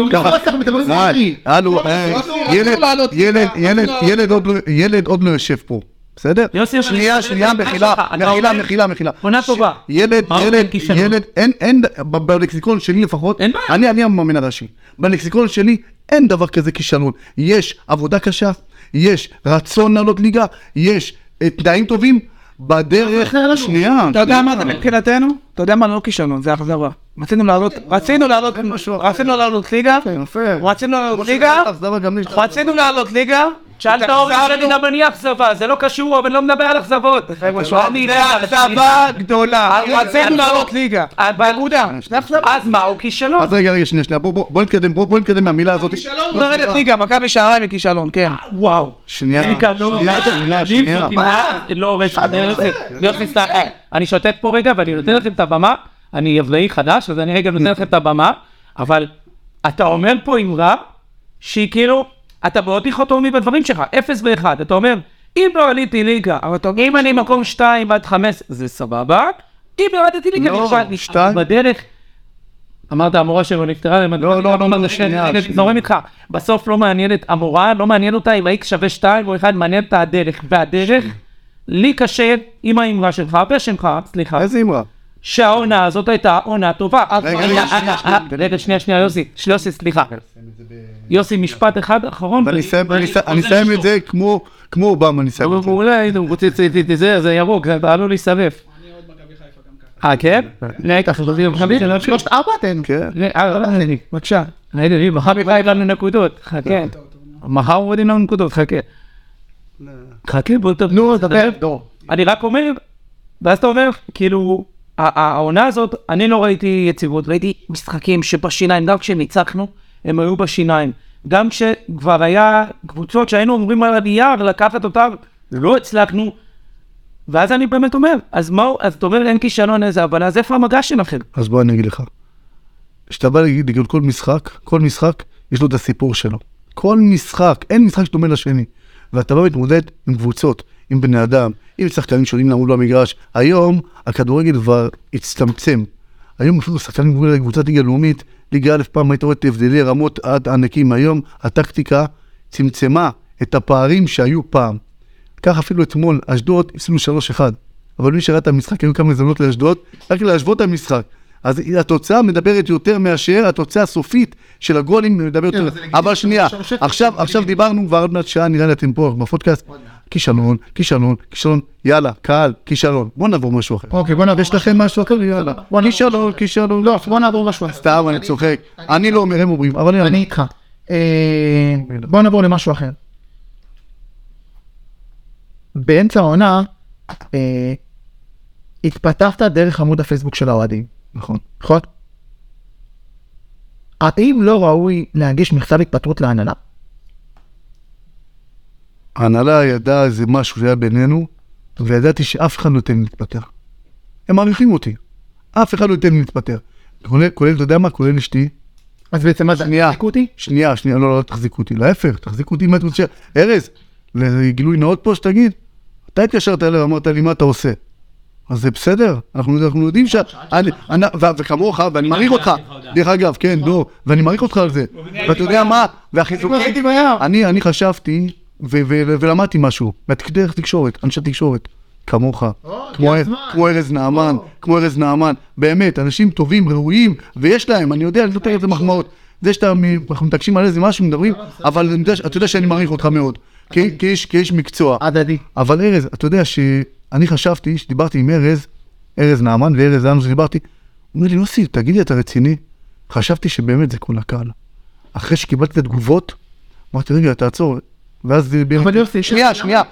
ילד עוד לא יושב פה. בסדר? שנייה, מחילה. עונה טובה. ילד, אין, בלקסיקון שלי לפחות, אני המאמן הראשי. בלקסיקון שלי אין דבר כזה כישלון. יש עבודה קשה, יש רצון לעלות ליגה, יש תנאים טובים, בדרך, שנייה. אתה יודע מה זה מבחינתנו? אתה יודע מה לא כישלון, זה אכזבה. רצינו לעלות ליגה, שאל את ההורים שלי גם אני אכזבה, זה לא קשור, אבל לא מדבר על אכזבות. אני אכזבה גדולה. רצינו לעלות ליגה. באגודה. אז מה, הוא כישלון. אז רגע, שנייה, בוא נתקדם מהמילה הזאת. לרדת ליגה, מכבי שעריים מכישלון, כן. וואו. שנייה. לא, אני שוטט פה רגע ואני נותן לכם את הבמה, אני יבלעי חדש, אז אני רגע נותן לכם את הבמה, אבל אתה אומר פה אמרה שהיא כאילו, אתה מאוד דיכוטומי בדברים שלך, 0 ו-1, אתה אומר, אם לא עליתי ליגה, אם אני מקום 2 עד 5, זה סבבה, אם לא עליתי ליגה, בדרך, אמרת המורה שלו נפטרה, נוראים איתך, בסוף לא מעניינת המורה, לא מעניין אותה אם ה-X שווה 2 או 1, מעניין את הדרך, והדרך, לי קשה עם האמרה שלך, הפה שלך, סליחה. איזה אמרה? שהעונה הזאת הייתה עונה טובה. רגע, שנייה, יוסי, סליחה. יוסי, משפט אחד אחרון. אני אסיים את זה כמו אובמה, אני אסיים את זה. אולי, הוא רוצה את זה, זה ירוק, זה עלול להיסרף. אני עוד מכבי חיפה גם ככה. כן? נהיית חשבתי מכבי? 3-4 תן. כן. בבקשה. מחר חיפה לנו נקודות, חכה. מחר עובדים לנו נקודות, חכה, בוא תדבר. אני רק אומר, ואז אתה אומר, כאילו, העונה הזאת, אני לא ראיתי יציבות, ראיתי משחקים שבשיניים, גם כשניצחנו, הם היו בשיניים. גם כשכבר היה קבוצות שהיינו אומרים על הנייר, לקחת אותם, לא הצלחנו. ואז אני באמת אומר, אז מה, אז אתה אומר, אין כישלון איזה, אבל אז איפה המגע שלכם? אז בוא אני אגיד לך. כשאתה בא להגיד כל משחק, יש לו את הסיפור שלו. כל משחק, אין משחק שדומה לשני. ואתה בא מתמודד עם קבוצות, עם בני אדם, עם שחקנים שונים לעמוד במגרש. היום הכדורגל כבר הצטמצם. היום אפילו שחקנים גבוהים לקבוצת ליגה לאומית, ליגה א' פעם היית רואה את הבדלי רמות עד ענקים. היום הטקטיקה צמצמה את הפערים שהיו פעם. כך אפילו אתמול, אשדוד הפסידו 3-1. אבל מי שראה את המשחק, היו כמה הזדמנות לאשדוד, רק להשוות את המשחק. אז התוצאה מדברת יותר מאשר התוצאה הסופית של הגולים מדברת יותר. אבל שנייה, עכשיו דיברנו כבר עוד מעט שעה, נראה לי אתם פה בפודקאסט. כישלון, יאללה, קהל, כישלון. בוא נעבור משהו אחר. אוקיי, בוא נעבור. יש לכם משהו אחר? יאללה. כישלון. לא, בוא נעבור משהו אחר. סתם, אני צוחק. אני לא אומר, הם אומרים, אבל אני איתך. בוא נעבור למשהו אחר. באמצע העונה, התפתחת דרך עמוד הפייסבוק של האוהדים. נכון. האם לא ראוי להגיש מכתב התפטרות להנהלה? ההנהלה ידעה איזה משהו שהיה בינינו, וידעתי שאף אחד לא ייתן לי להתפטר. הם מעריכים אותי. אף אחד לא ייתן לי להתפטר. כולל, אתה יודע מה? כולל אשתי. אז בעצם מה זה? תחזיקו אותי? שנייה, לא תחזיקו אותי. להפך, תחזיקו אותי אם את רוצה. ארז, לגילוי נאות פה שתגיד, אתה התקשרת אליו, אמרת לי מה אתה עושה. אז זה בסדר, אנחנו יודעים וכמוך, ואני מעריך אותך, דרך אגב, כן, לא, ואני מעריך אותך על זה, ואתה יודע מה, אני חשבתי, ולמדתי משהו, דרך תקשורת, אנשי תקשורת, כמוך, כמו ארז נעמן, באמת, אנשים טובים, ראויים, ויש להם, אני יודע, אני נותן את זה מחמאות, זה שאנחנו מתקשים על איזה משהו, מדברים, אבל אתה יודע שאני מעריך אותך מאוד, כאיש מקצוע, אבל ארז, אתה יודע אני חשבתי שדיברתי עם ארז נעמן וארז זנו שדיברתי, הוא אומר לי, נוסי, תגיד לי, אתה רציני? חשבתי שבאמת זה כל הקהל. אחרי שקיבלתי את התגובות, אמרתי, רגע, תעצור, ואז זה... אבל יוסי, שנייה.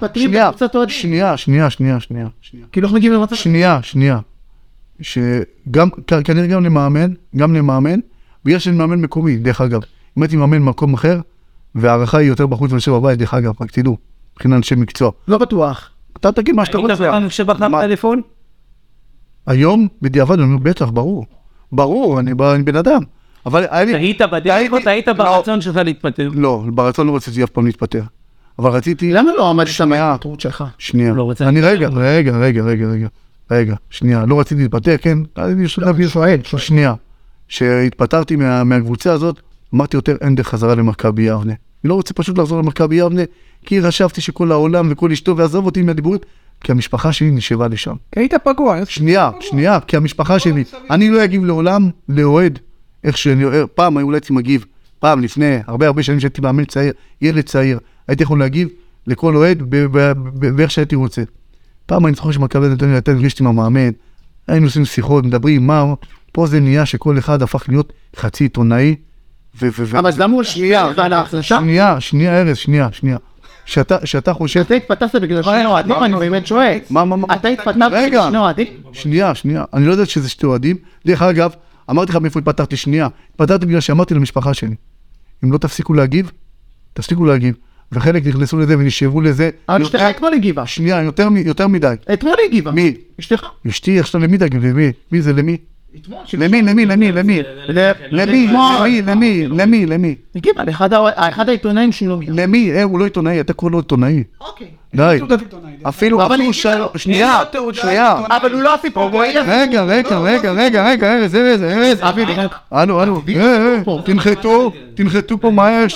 כאילו איך מגיעים למצב? שנייה. כנראה גם למאמן, בגלל שאני מאמן מקומי, דרך אגב. אם הייתי מאמן במקום אחר, והערכה היא יותר בחוץ ולשב בבית, דרך אגב, רק תדעו, מבחינת אנשי מקצוע. לא בטוח. אתה תגיד מה שאתה רוצה. היית שבחר טלפון? היום, בדיעבד, אני אומר, בטח, ברור, אני בן אדם. אבל היית ברצון שלך להתפטר? לא, ברצון לא רציתי אף פעם להתפטר. אבל רציתי... למה לא עמדת מההתפטרות שלך? שנייה. אני רגע, שנייה. לא רציתי להתפטר, כן? שנייה. כשהתפטרתי מהקבוצה הזאת, אמרתי יותר, אין דרך חזרה למכבי יבנה. אני לא רוצה פשוט לחזור למכבי יבנה, כי חשבתי שכל העולם וכל אשתו ועזוב אותי מהדיבורים, כי המשפחה שלי נשבה לשם. כי היית פגוע. שנייה, כי המשפחה שלי, אני לא אגיב לעולם, לאוהד, איך שאני, פעם אולי הייתי מגיב, פעם לפני, הרבה שנים שהייתי מאמן צעיר, ילד צעיר, הייתי יכול להגיב לכל אוהד באיך שהייתי רוצה. פעם אני זוכר שמכבי נתן לי לתת גרישתי עם המאמן, היינו עושים שיחות, מדברים, מה, פה זה נהיה שכל אחד הפך להיות חצי עיתונאי, אבל זה למה הוא שנייה, שנייה, ארז, שנייה. שאתה חושב... אתה התפתחת בגלל שני אוהדים, אני באמת שואל. מה? אתה התפתחת בגלל שני אוהדים? שנייה, אני לא יודע שזה שתי אוהדים. דרך אגב, אמרתי לך מאיפה התפתחתי שנייה. התפתחתי בגלל שאמרתי למשפחה שלי, אם לא תפסיקו להגיב, וחלק נכנסו לזה ונשאבו לזה. אבל אשתך אתמול הגיבה. שנייה, יותר מדי. אתמול הגיבה. מי? אשתך. אשתי, עכשיו למי תגיב? מי זה למי? למי? הגיבה, לאחד העיתונאים שלו. למי? הוא לא עיתונאי, אתה כל לא עיתונאי. אוקיי. די. אפילו שנייה. אבל הוא לא הסיפור. רגע, ארז. הלו. תנחתו פה מהר.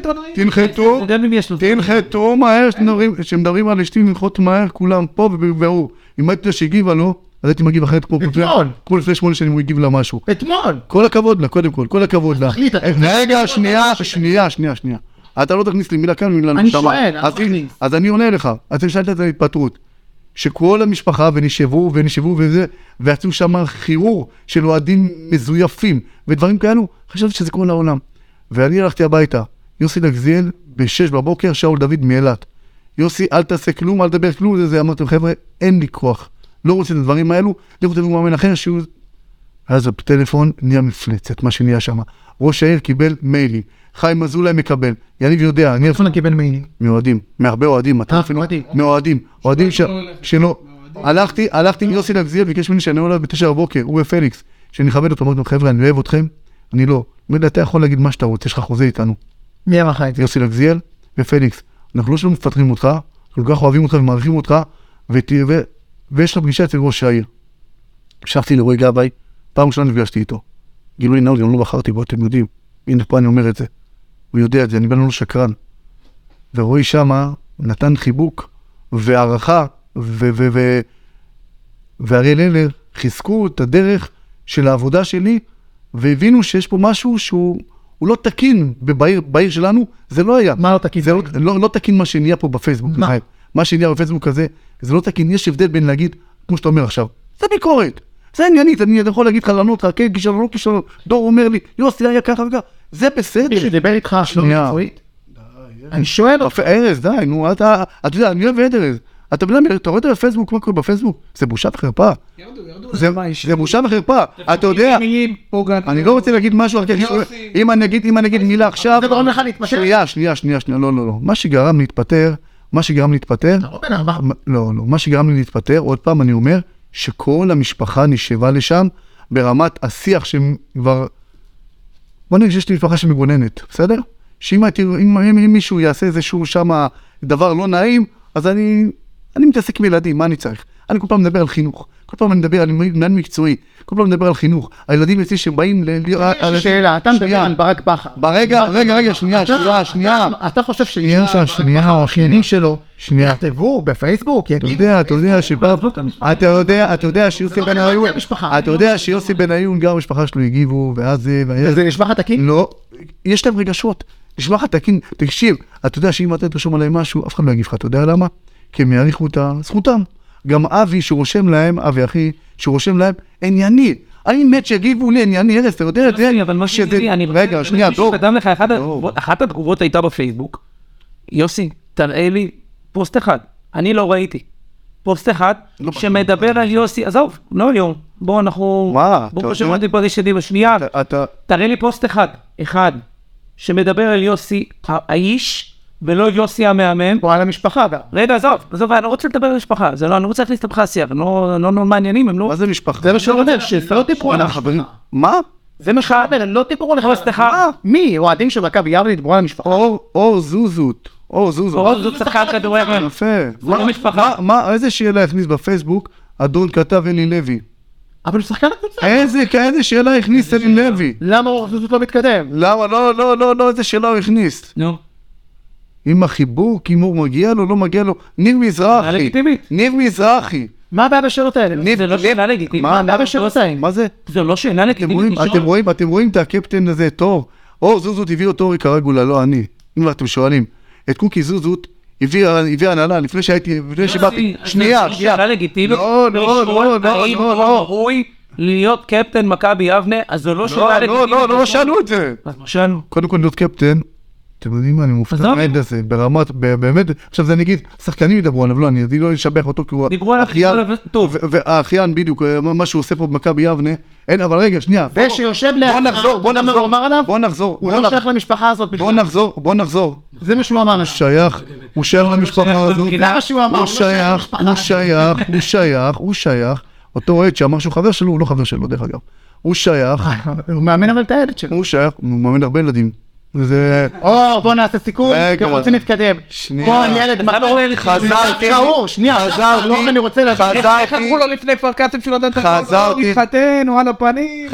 תנחתו מהר שמדברים על אשתי לנחות מהר כולם פה ובבירור. אם הייתי שהגיבה לו, אז הייתי מגיב אחרת כמו לפני 8 שנים הוא הגיב לה משהו. אתמול. כל הכבוד לה, קודם כל, כל הכבוד לה. רגע, שנייה. אתה לא תכניס לי מילה כאן ומילה אני שואל, אז אני עונה לך. אז שאלת את ההתפטרות. שכל המשפחה ונשבו וזה, ועשו שם חירור של אוהדים מזויפים ודברים כאלו, חשבתי שזה כל העולם. ואני הלכתי הביתה. יוסי לגזיאל ב-6 בבוקר, שאול דוד מאילת. יוסי, אל תעשה כלום, אל תדבר כלום, זה אמרתם, חבר'ה, אין לי כוח. לא רוצה את הדברים האלו, לא רוצה מאמן אחר שהוא... אז הפטלפון נהיה מפלצת, מה שנהיה שם. ראש העיר קיבל מיילים, חיים אזולאי מקבל, יניב יודע, אני... איפה קיבל מיילים? מאוהדים, מהרבה אוהדים, מאוהדים שלא... הלכתי עם יוסי לגזיאל, ביקש ממני שאני עולה ב9 בבוקר, הוא ופליקס, שנכבד אותו, אמרתי, חבר'ה, אני אוהב אתכם, אני לא. אתה יכול להגיד מה שאתה רוצה, יש לך חוזה איתנו. מי אמר לך את זה? יוסי לגזיאל ופליקס, אנחנו לא שלא מפתחים אותך, כל כך אוהבים אותך ומעריכים אותך, ויש לה פגישה אצל ראש העיר. המשכתי לרועי גבאי, פעם ראשונה נפגשתי איתו. גילוי נאות, גם לא בחרתי בו, אתם יודעים. הנה פה אני אומר את זה. הוא יודע את זה, אני בן לא שקרן. ורועי שמה נתן חיבוק והערכה, ואריאל אלר חיזקו את הדרך של העבודה שלי, והבינו שיש פה משהו שהוא לא תקין בעיר שלנו, זה לא היה. מה לא תקין? זה לא תקין מה שנהיה פה בפייסבוק. מה שנהיה בפייסבוק הזה, זה לא תקין, יש הבדל בין להגיד, כמו שאתה אומר עכשיו, זה ביקורת, זה עניינית, אני יכול להגיד לך לענות לך, כן, כישלון, לא כישלון, דור אומר לי, יוסי היה ככה וככה, זה בסדר. מישהו דיבר איתך שלא מקצועית? אני שואל אותך. ארז, די, נו, אתה יודע, אני אוהב ארז. אתה רואה את בפייסבוק, מה קורה בפייסבוק? זה בושה וחרפה. זה בושה וחרפה. אתה יודע, אני לא רוצה להגיד משהו, אם אני אגיד מילה עכשיו, שנייה, לא. מה שגרם להתפטר, עוד פעם אני אומר, שכל המשפחה נשאבה לשם, ברמת השיח שכבר, בוא נגיד שיש לי משפחה שמגוננת, בסדר? שאם מישהו יעשה איזשהו שם דבר לא נעים, אז אני מתעסק עם ילדים, מה אני צריך? אני כל פעם מדבר על חינוך, כל פעם אני מדבר על מנהל מקצועי, כל פעם אני מדבר על חינוך. הילדים אצלי שבאים שאלה, אתה מדבר על ברק בכר. רגע, שנייה. אתה חושב ששנייה או השיינים שלו יכתבו בפייסבוק, אתה יודע שיוסי בניון גם המשפחה שלו הגיבו, ואז... זה נשמע לך תקין? לא, יש להם רגשות. נשמע לך תקין, תקשיב, אתה יודע שאם אתה תרשום עליהם משהו, אף אחד לא יגיב לך, אתה יודע למה? כי הם יעריכו את זכותם. גם אבי שרושם להם, אבי אחי, שרושם להם, ענייני. אני מת שיגיבו לי ענייני, ארז, אתה יודע את זה? אבל מה שזה, רגע, שנייה, דור. כתב לך, אחת התגובות הייתה בפייסבוק, יוסי, תראה לי פוסט אחד, אני לא ראיתי. פוסט אחד שמדבר על יוסי, עזוב, לא היום, בוא אנחנו... מה? בוא שמעתי פה שלי בשנייה, תראה לי פוסט אחד, שמדבר על יוסי האיש, ולא יוסי המאמן. או על המשפחה גם. רגע, עזוב, אני לא רוצה לדבר על המשפחה, זה לא, אני רוצה להכניס את השיח, לא מעניינים, הם לא... מה זה משפחה? זה מה שהוא אומר, שלא דיברו על המשפחה. מה? זה מה שהוא אומר, לא דיברו על המשפחה. מי? אוהדים של מכבי יבנה דיברו על המשפחה. אור זוזות. שחקן כדורגל. יפה. זה לא משפחה. איזה שאלה הכניס בפייסבוק, אדון כתב אלי לוי. אבל הוא שחקן הקבוצה. איזה שאלה הכניס אלי לוי? למה אור זוזות לא מתקדם? למה? לא, איזה שאלה הוא הכניס. נו. עם החיבוק, אם הוא מגיע לו, לא מגיע לו. ניב מזרחי. מה הבעיה בשאלות האלה? זה לא שאלה לגיטימית. מה הבעיה בשאלות האלה? מה זה? זה לא שאלה לגיטימית. אתם רואים את הקפטן הזה, טוב. אור זוזות הביא אותו אורי קרגולה, לא אני. אם אתם שואלים. את קוקי זוזות הביא הנהלה, לפני שבאתי. שנייה. שאלה לגיטימית. לא. ראוי להיות קפטן מכבי יבנה, אז זה לא שאלה לגיטימית. לא שאלו את זה. אז מה שאלנו? קודם כל להיות קפטן, אתם יודעים מה, אני מופתע מהעד הזה, ברמת, באמת, עכשיו זה נגיד, שחקנים ידברו עליו, לא, אני לא אשבח אותו, כי הוא טוב. והאחיין בדיוק, מה שהוא עושה פה במכבי יבנה, אין, אבל רגע, שנייה, ושיושב בוא נחזור, הוא לא שייך למשפחה הזאת בכלל. בוא נחזור, זה מה שהוא אמר. הוא שייך למשפחה הזאת, הוא שייך, אותו אוהד שאמר שהוא חבר שלו, הוא לא חבר שלו, דרך אגב, הוא שייך, הוא מאמן אבל את הילד שלו. הוא שייך, הוא מאמן הרבה ילדים. זה... בוא נעשה סיכום, כי רוצים להתקדם. בוא, ילד, חזרתי, לא, אני רוצה לדעת. איך הלכו לו לפני כפר קאסם שלא נתן חזרתי. להתחתן, הוא על הפנים.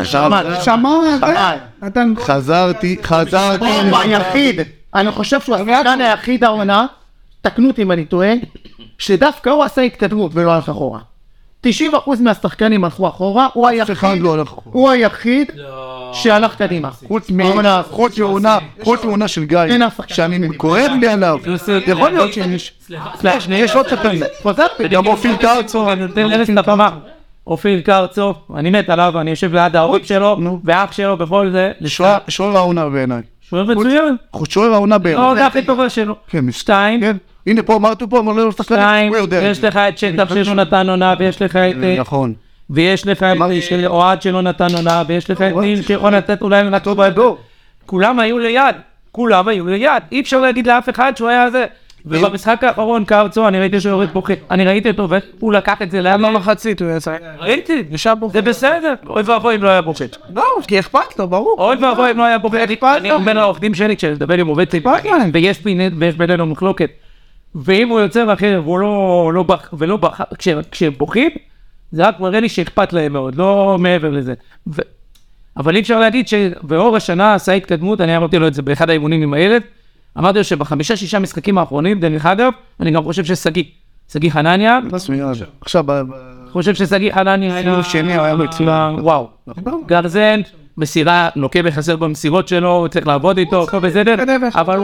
חזרתי. הוא היחיד, אני חושב שהוא השחקן היחיד העונה, תקנו אותי אם אני טועה, שדווקא הוא עשה התקדמות ולא הלך אחורה. 90% מהשחקנים הלכו אחורה, הוא היחיד שהלך קדימה. חוץ לעונה של גיא, שאני כואב לי עליו. יכול להיות שיש עוד שחקנים. גם אופיר קרצו. אופיר קרצו, אני מת עליו, אני יושב ליד ההורים שלו, ואח שלו בכל זה. שוער העונה בעיניי. שוער מצוין. שוער העונה בעיניי. לא, זה הכי טובה שלו. 2. הנה פה אמרתי פה, אמרנו לו שחקנים. יש לך את שטח שלא נתן עונה, ויש לך את... נכון. ויש לך את אוהד שלא נתן עונה, ויש לך את ניל שיכול לתת אולי לנתו בעדו. כולם היו ליד. אי אפשר להגיד לאף אחד שהוא היה זה. ובמשחק האחרון קרצו, אני ראיתי שהוא יורד בוכה. אני ראיתי אותו, והוא לקח את זה לאן לא מחצית, הוא יצא. ראיתי, זה בסדר. אוי ואבוי אם לא היה בוכה. לא, כי אכפת לו, ברור. אוי ואבוי אם לא היה בוכה. אני אומר לעובדים שלי, כשדבר עם עובד ציפק, ויש בינינו מחלוקת. ואם הוא יוצא אחר, ולא בח... כשהם בוכים, זה רק מראה לי שאכפת להם מאוד, לא מעבר לזה. אבל אי אפשר להגיד שבאור השנה עשה התקדמות, אני אמרתי לו את זה באחד האימונים עם הילד, אמרתי לו שב5-6 משחקים האחרונים, דרך אגב, אני גם חושב שסגי חנניה, עכשיו, חושב שסגי חנניה היה מצוין, וואו. גרזן, מסירה, לוקה בחסר במסירות שלו, הוא צריך לעבוד איתו, הכל בסדר, אבל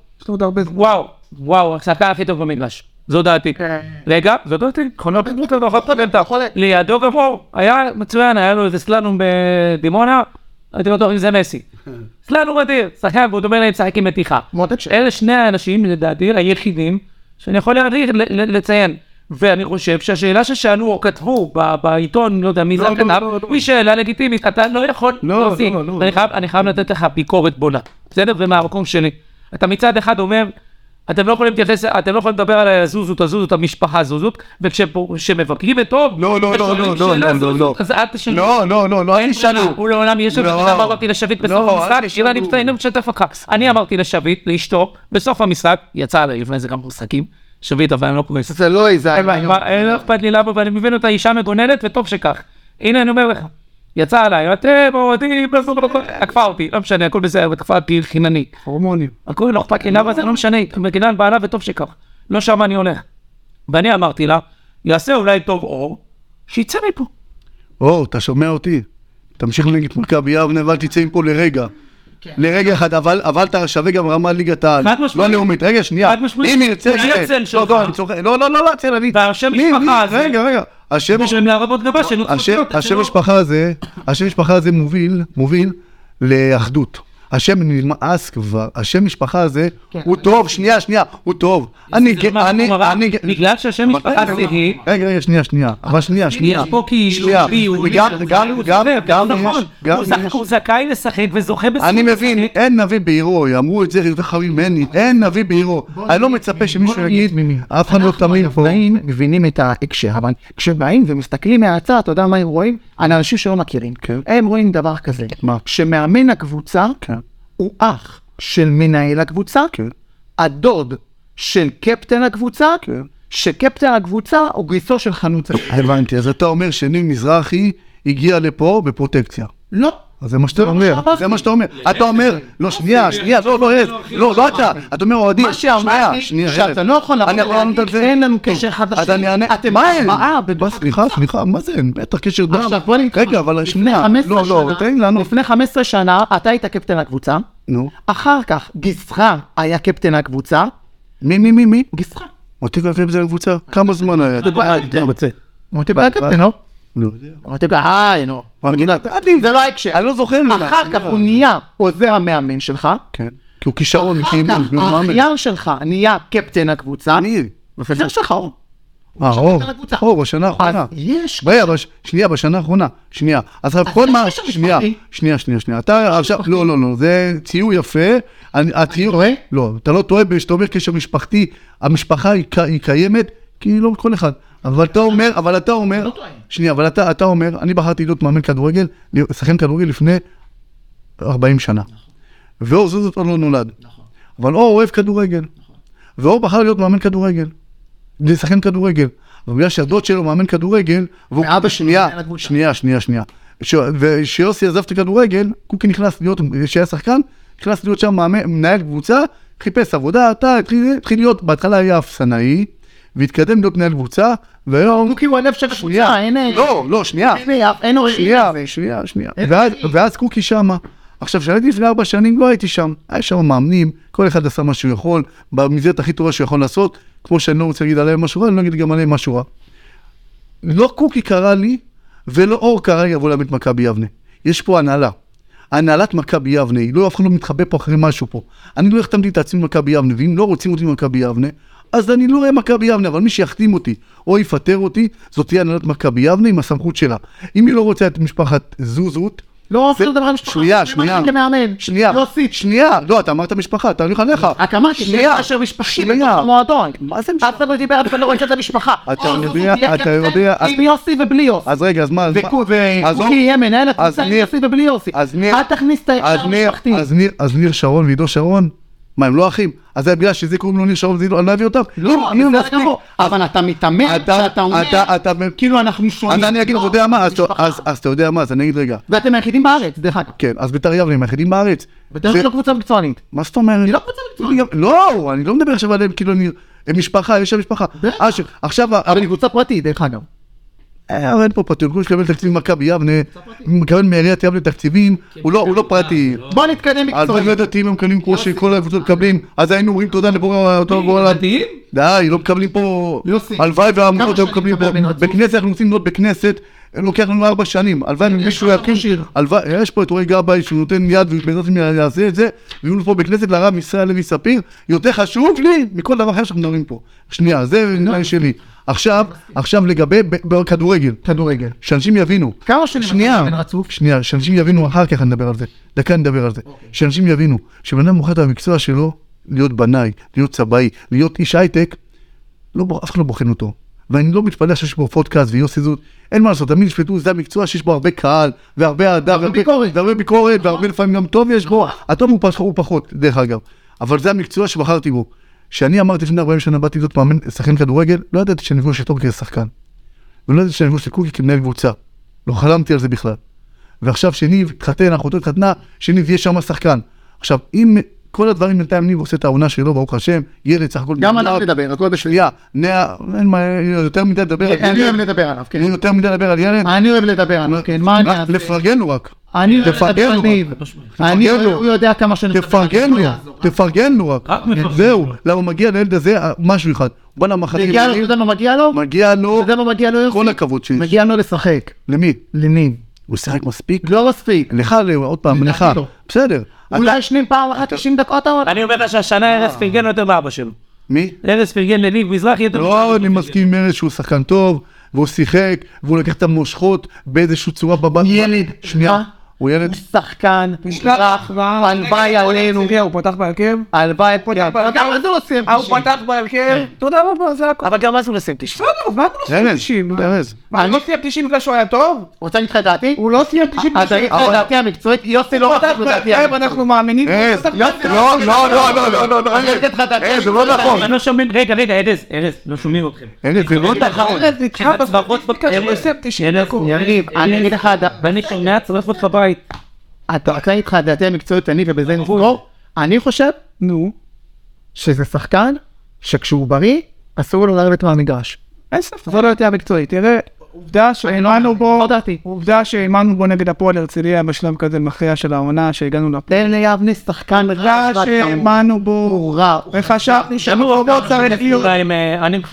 וואו, השחקן הכי טוב במגרש, זו דעתי. רגע, זו דעתי, לידו גבור, היה מצוין, היה לו איזה סללום בדימונה, הייתי בטוח אם זה מסי. סללום אדיר, שחקן, והוא דומה להם שחק עם מתיחה. אלה שני האנשים, לדעתי, היחידים, שאני יכול לציין. ואני חושב שהשאלה ששאלו או כתבו בעיתון, לא יודע מי זה כתב, היא שאלה לגיטימית, אתה לא יכול להוסיף. אני חייב לתת לך ביקורת בונה, בסדר? ומהמקום שלי. אתה מצד אחד אומר, אתם לא יכולים להתייחס, אתם לא יכולים לדבר על הזוזות, המשפחה זוזות, וכשמבקרים את טוב, לא, אין שלנו. הוא לעולם יש לו, אמרתי לשביט בסוף המשחק, שירה נמצאים לשתף אותך. אני אמרתי לשביט, לאשתו, בסוף המשחק, יצא עליי לפני זה גם משחקים, שביט, אבל אני לא קורא. זה לא איזה. אין לא אכפת לי למה, ואני מבין אותה אישה מגוננת, וטוב שכך. הנה אני אומר לך, יצא עליי, אתם אוהדים, עקפה אותי, לא משנה, הכל בסדר, ותקפה אותי חינני. הורמונים. הכל לא אכפת לי, למה זה לא משנה, מגינן בעלה וטוב שכך. לא שם אני הולך. ואני אמרתי לה, יעשה אולי טוב אור, שיצא מפה. אור, אתה שומע אותי? תמשיך לנגד מכבי יבנה, ואל תצא מפה לרגע. לרגע אחד, אבל אתה שווה גם רמה ליגת העל. לא לאומית, רגע, שנייה. אם ירצה, לא, צל, אני... והשם משפחה הזה... רגע. השם משפחה הזה מוביל לאחדות. השם נמאס כבר, השם משפחה הזה הוא טוב, שנייה, הוא טוב. בגלל שהשם משפחה הזה היא... רגע, שנייה. אבל שנייה. הוא זכאי לשחק וזוכה בשחק. אני מבין, אין נביא בעירו, אמרו את זה חכמים ממני, אין נביא בעירו. אני לא מצפה שמישהו יגיד, אף אחד לא תמיד פה. מבינים את ההקשר, אבל כשבאים ומסתכלים מהצד, אתה יודע מה הם רואים? אנשים שלא מכירים. הם רואים דבר כזה, שמאמן הקבוצה הוא אח של מנהל הקבוצה, הדוד של קפטן הקבוצה, שקפטן הקבוצה הוא גיסו של חנוצה. הבנתי, אז אתה אומר שניב מזרחי הגיע לפה בפרוטקציה. לא. אז זה מה שאתה אומר, אתה אומר, לא, שנייה, לא אתה, אתה אומר אוהדים, מה שאמרתי, שאתה לא יכול להגיד, אין לנו קשר חדש. אז אני אענה, מה אין? סליחה, מה זה אין? בטח קשר דם. רגע, אבל שנייה, לא, תן לנו. לפני 15 שנה, אתה היית קפטן הקבוצה, אחר כך גיסך היה קפטן הקבוצה. מי? גיסך. מוטי היה קפטן הקבוצה? כמה זמן היה? מוטי היה קפטן, לא? זה לא ההקשר. אני לא זוכר. אחר כך הוא נהיה עוזר המאמן שלך, כי הוא כישרון, האחיין שלך נהיה קפטן הקבוצה. אני. וחבר שלך אור. אור, בשנה האחרונה. יש. שנייה, בשנה האחרונה. שנייה. אז כל מה... שנייה. אתה עכשיו... לא, זה ציור יפה. הציור... לא, אתה לא טועה, שאתה אומר קשר משפחתי, המשפחה היא קיימת, כי לא כל אחד. אבל אתה אומר... שנייה, אבל אתה אומר, אני בחרתי להיות מאמן כדורגל, לשחקן כדורגל לפני 40 שנה. ואור זאת לא נולד. אבל אור אוהב כדורגל. ואור בחר להיות מאמן כדורגל. לשחקן כדורגל. אבל בגלל שהדוד שלו מאמן כדורגל, ואבא שנייה. ושיוסי עזב את הכדורגל, קוקי נכנס להיות, שהיה שחקן, נכנס להיות שם מנהל קבוצה, חיפש עבודה, התחיל להיות, בהתחלה היה אפסנאי, והתקדם להיות מנהל קבוצה, והיום... קוקי הוא הלב של הקבוצה, לא, שנייה. ואז קוקי שמה. עכשיו, כשהייתי לפני 4 שנים, לא הייתי שם. היה שם מאמנים, כל אחד עשה מה שהוא יכול, במסגרת הכי טובה שהוא יכול לעשות, כמו שאני לא רוצה להגיד עליהם משהו רע, אני לא אגיד גם עליהם משהו רע. לא קוקי קרא לי, ולא אור קרא לי לבוא לאמן את מכבי יבנה. יש פה הנהלה. הנהלת מכבי יבנה, אף אחד לא מתחבא פה אחרי משהו פה. אני לא החתמתי את עצמי מכבי יבנה, ואם לא רוצים אותי מכבי יבנה, אז אני לא רואה מכבי יבנה, אבל מי שיחתים אותי או יפטר אותי, זאת תהיה הנהלת מכבי יבנה עם הסמכות שלה. אם היא לא רוצה את משפחת זוזות, לא, אפילו דבר על משפחה. שנייה, לא, אתה אמרת משפחה, אתה הולך עליך. הקמת, שנייה, אשר משפחי, בתוך המועדון. מה זה משפחה? אף אחד לא דיבר, אתה לא רואה את המשפחה. אתה יודע, עם יוסי ובלי יוסי. אז רגע, אז מה? וקוקי יהיה מנהל הקבוצה עם יוסי ובלי יוסי. אל תכניס את ההקשר המשפחתי. אז ניר שרון ועידו שרון, מה, הם לא אחים? אז זה בגלל שזה קוראים לו ניר שרון ועידו, אני לא אביא אותם? לא, אני לא אביא. אבל אתה מתאמן, שאתה אומר, כאילו אנחנו שונים. אני אגיד, אתה יודע מה, אז אתה יודע מה, אז אני אגיד רגע. ואתם היחידים בארץ, דרך אגב. כן, אז בית"ר יבנה הם היחידים בארץ. בדרך כלל לא קבוצה מקצוענית. מה זאת אומרת? היא לא קבוצה מקצוענית. לא, אני לא מדבר עכשיו עליהם, כאילו הם משפחה, יש שם משפחה. עכשיו... אבל היא קבוצה פרטית, דרך אגב. אין פה פרטי, הוא מקבל תקציבים מכבי יבנה, הוא מקבל מעיריית יבנה תקציבים, הוא לא פרטי. בוא נתקדם מקצועית. אז באמת דתיים הם מקבלים כמו שכל הקבוצות מקבלים, אז היינו אומרים תודה לבורא... דתיים? די, לא מקבלים פה... הלוואי והעמותות הם מקבלים פה... בכנסת, אנחנו רוצים להיות בכנסת, לוקח לנו 4 שנים, הלוואי מישהו יקים... יש פה את רועי גבאי שהוא נותן יד ובעזרת מי יעשה את זה, ויהיו פה בכנסת לרב ישראל לוי ספיר, יותר חשוב לי מכל דבר אחר שאנחנו מדברים פה. שנייה, זה נראה שלי. עכשיו לגבי כדורגל, שאנשים יבינו. כמה שנים אתה רצוף? שנייה, שאנשים יבינו, אחר כך נדבר על זה. דקה נדבר על זה. שאנשים יבינו, שבן אדם מוכר את המקצוע שלו, להיות בנאי, להיות צבאי, להיות איש הייטק, אף אחד לא בוחן אותו. ואני לא מתפלא שיש בו פודקאסט ויוסי זאת, אין מה לעשות, תמיד ישפטו, זה המקצוע שיש בו הרבה קהל, והרבה אהדה, והרבה ביקורת, והרבה לפעמים גם טוב יש בו. הטוב הוא פחות, דרך אגב. אבל זה המקצוע שבחרתי בו. שאני אמרתי לפני 40 שנה, באתי להיות מאמן, שחקן כדורגל, לא ידעתי שאני אבוא שטוב כשחקן. ולא ידעתי שאני אבוא שקוקי כמנהל קבוצה. לא חלמתי על זה בכלל. ועכשיו שניב התחתן, אחותו התחתנה, שניב יהיה שם שחקן. עכשיו, אם כל הדברים בינתיים ניב עושה את העונה שלו, ברוך השם, ילד סך הכל... גם אנחנו נדבר, הכל בשבייה. אין מה, יותר מדי לדבר על ילד. אני אוהב לדבר עליו, כן. יותר מדי לדבר על ילד. אני אוהב לדבר עליו, כן. מה אני אעשה? לפרגן לו רק. אני הוא יודע כמה שאני... תפרגן לו רק. זהו, למה מגיע לילד הזה משהו אחד. בוא נמחרים. אתה יודע מה מגיע לו? מגיע לו. אתה יודע מה מגיע לו? כל הכבוד שיש. מגיע לו לשחק. למי? לניב. הוא שחק מספיק? לא מספיק. לך, עוד פעם, לך. בסדר. אולי שנים פעם אחת 90 דקות עוד. אני אומר לך שהשנה ארז פרגן יותר מאבא שלו. מי? ארז פרגן לניב מזרחי יותר. לא, אני מסכים עם ארז שהוא שחקן טוב, והוא שיחק, והוא לקח את המושכות באיזושהי צורה בבית. ילד. שנייה. הוא ילד. שחקן, מזרח, הלוואי עלינו. הוא פתח בהרכב? הלוואי פותח. גם אז הוא עושים. הוא פתח בהרכב? תודה רבה, זה הכל. אבל גם אז הוא עושים 90. ארז. אני לא סיים 90 בגלל שהוא היה טוב? רוצה להגיד לך את דעתי? הוא לא סיים 90. אז אני לך דעתי המקצועית, יוסי לא פתח בהרכב, אנחנו מאמינים. לא. אני אגיד לך דעתי. זה לא נכון. אני לא שומעים, רגע, ארז, לא שומעים אתכם. ארז, זה לא נכון. אני אגיד לך ואני שומע צורף אותך בית. אתה רוצה להגיד לך דעתי המקצועית אני ובזה נסגור? אני חושב, שזה שחקן שכשהוא בריא, אסור לו לרדת מהמגרש. אין ספק. זו לא יותר המקצועית. תראה, עובדה שהאמנו בו נגד הפועל הרצליה בשלב כזה מכריע של העונה שהגענו תן ליבנה שחקן רע שהאמנו בו וחשבתי שחובות צריך להיות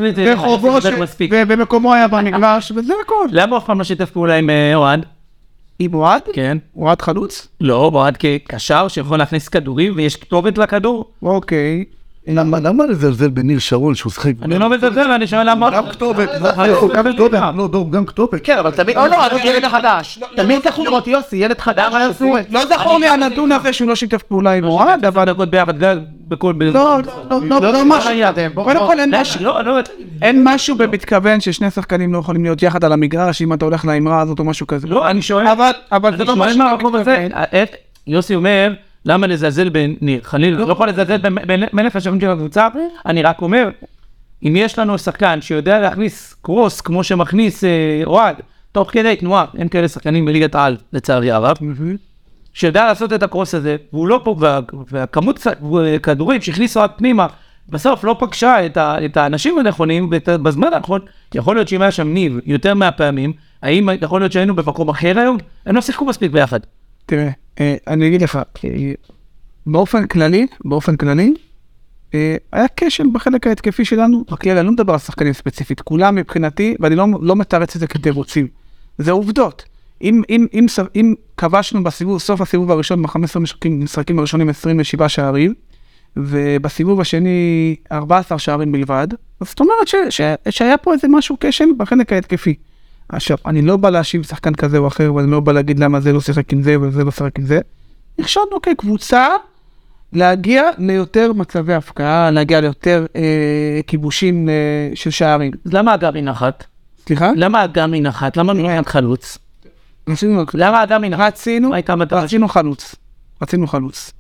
וחובות ומקומו היה במגרש וזה הכל. למה אף פעם לא שיתף פעולה עם אוהד? עם אוהד? כן. אוהד חלוץ? לא, אוהד כקשר שיכול להכניס כדורים ויש כתובת לכדור. אוקיי. למה לזלזל בניר שרון שהוא שחק? אני לא מזלזל, אני שואל למה... גם כתובת. לא, גם כתובת. כן, אבל תמיד, ילד חדש. תמיד צריך לראות יוסי, ילד חדש. לא זכור לי הנתון הזה שהוא לא שיתף פעולה עם אוהד, אבל... דקות ביחד בכל... לא משהו. קודם כל אין משהו במתכוון ששני שחקנים לא יכולים להיות יחד על המגרש, אם אתה הולך לאמרה הזאת או משהו כזה. לא, אני שואל... אבל זה לא משהו במתכוון. יוסי אומר... למה לזלזל בניר? חלילה, לא יכול לזלזל במלך השבים של הקבוצה, אני רק אומר, אם יש לנו שחקן שיודע להכניס קרוס כמו שמכניס אוהד, תוך כדי תנועה, אין כאלה שחקנים בליגת העל, לצערי הרב, שיודע לעשות את הקרוס הזה, והוא לא פה, והכמות כדורים שהכניס אוהד פנימה, בסוף לא פגשה את האנשים הנכונים, ובזמן האחרון, יכול להיות שאם היה שם ניב יותר מהפעמים, האם יכול להיות שהיינו במקום אחר היום? הם לא שיחקו מספיק ביחד. תראה, אני אגיד לך, באופן כללי, היה כשל בחלק ההתקפי שלנו, בכלל, אני לא מדבר על שחקנים ספציפית, כולם מבחינתי, ואני לא מתרץ את זה כתירוצים, זה עובדות. אם כבשנו בסיבוב, סוף הסיבוב הראשון, ב-15 משחקים הראשונים 27 שערים, ובסיבוב השני 14 שערים בלבד, אז זאת אומרת שהיה פה איזה משהו כשל בחלק ההתקפי. עכשיו, אני לא בא להשיב שחקן כזה או אחר, ואני לא בא להגיד למה זה לא שיחק עם זה וזה לא שיחק עם זה. נכשלנו כקבוצה להגיע ליותר מצבי הפקעה, להגיע ליותר כיבושים של שערים. אז למה אגמי נחת? סליחה? למה אגמי נחת? למה נראה חלוץ? למה אגמי נחת? רצינו חלוץ.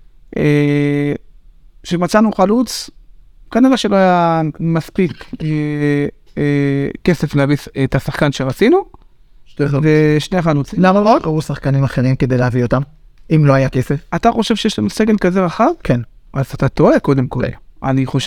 כשמצאנו חלוץ, כנראה שלא היה מספיק כסף להביא את השחקן שרצינו, ושני חלוצים. למה לא קראו שחקנים אחרים כדי להביא אותם, אם לא היה כסף? אתה חושב שיש לנו סגל כזה רחב? כן. אז אתה טועה קודם כל. אני חושב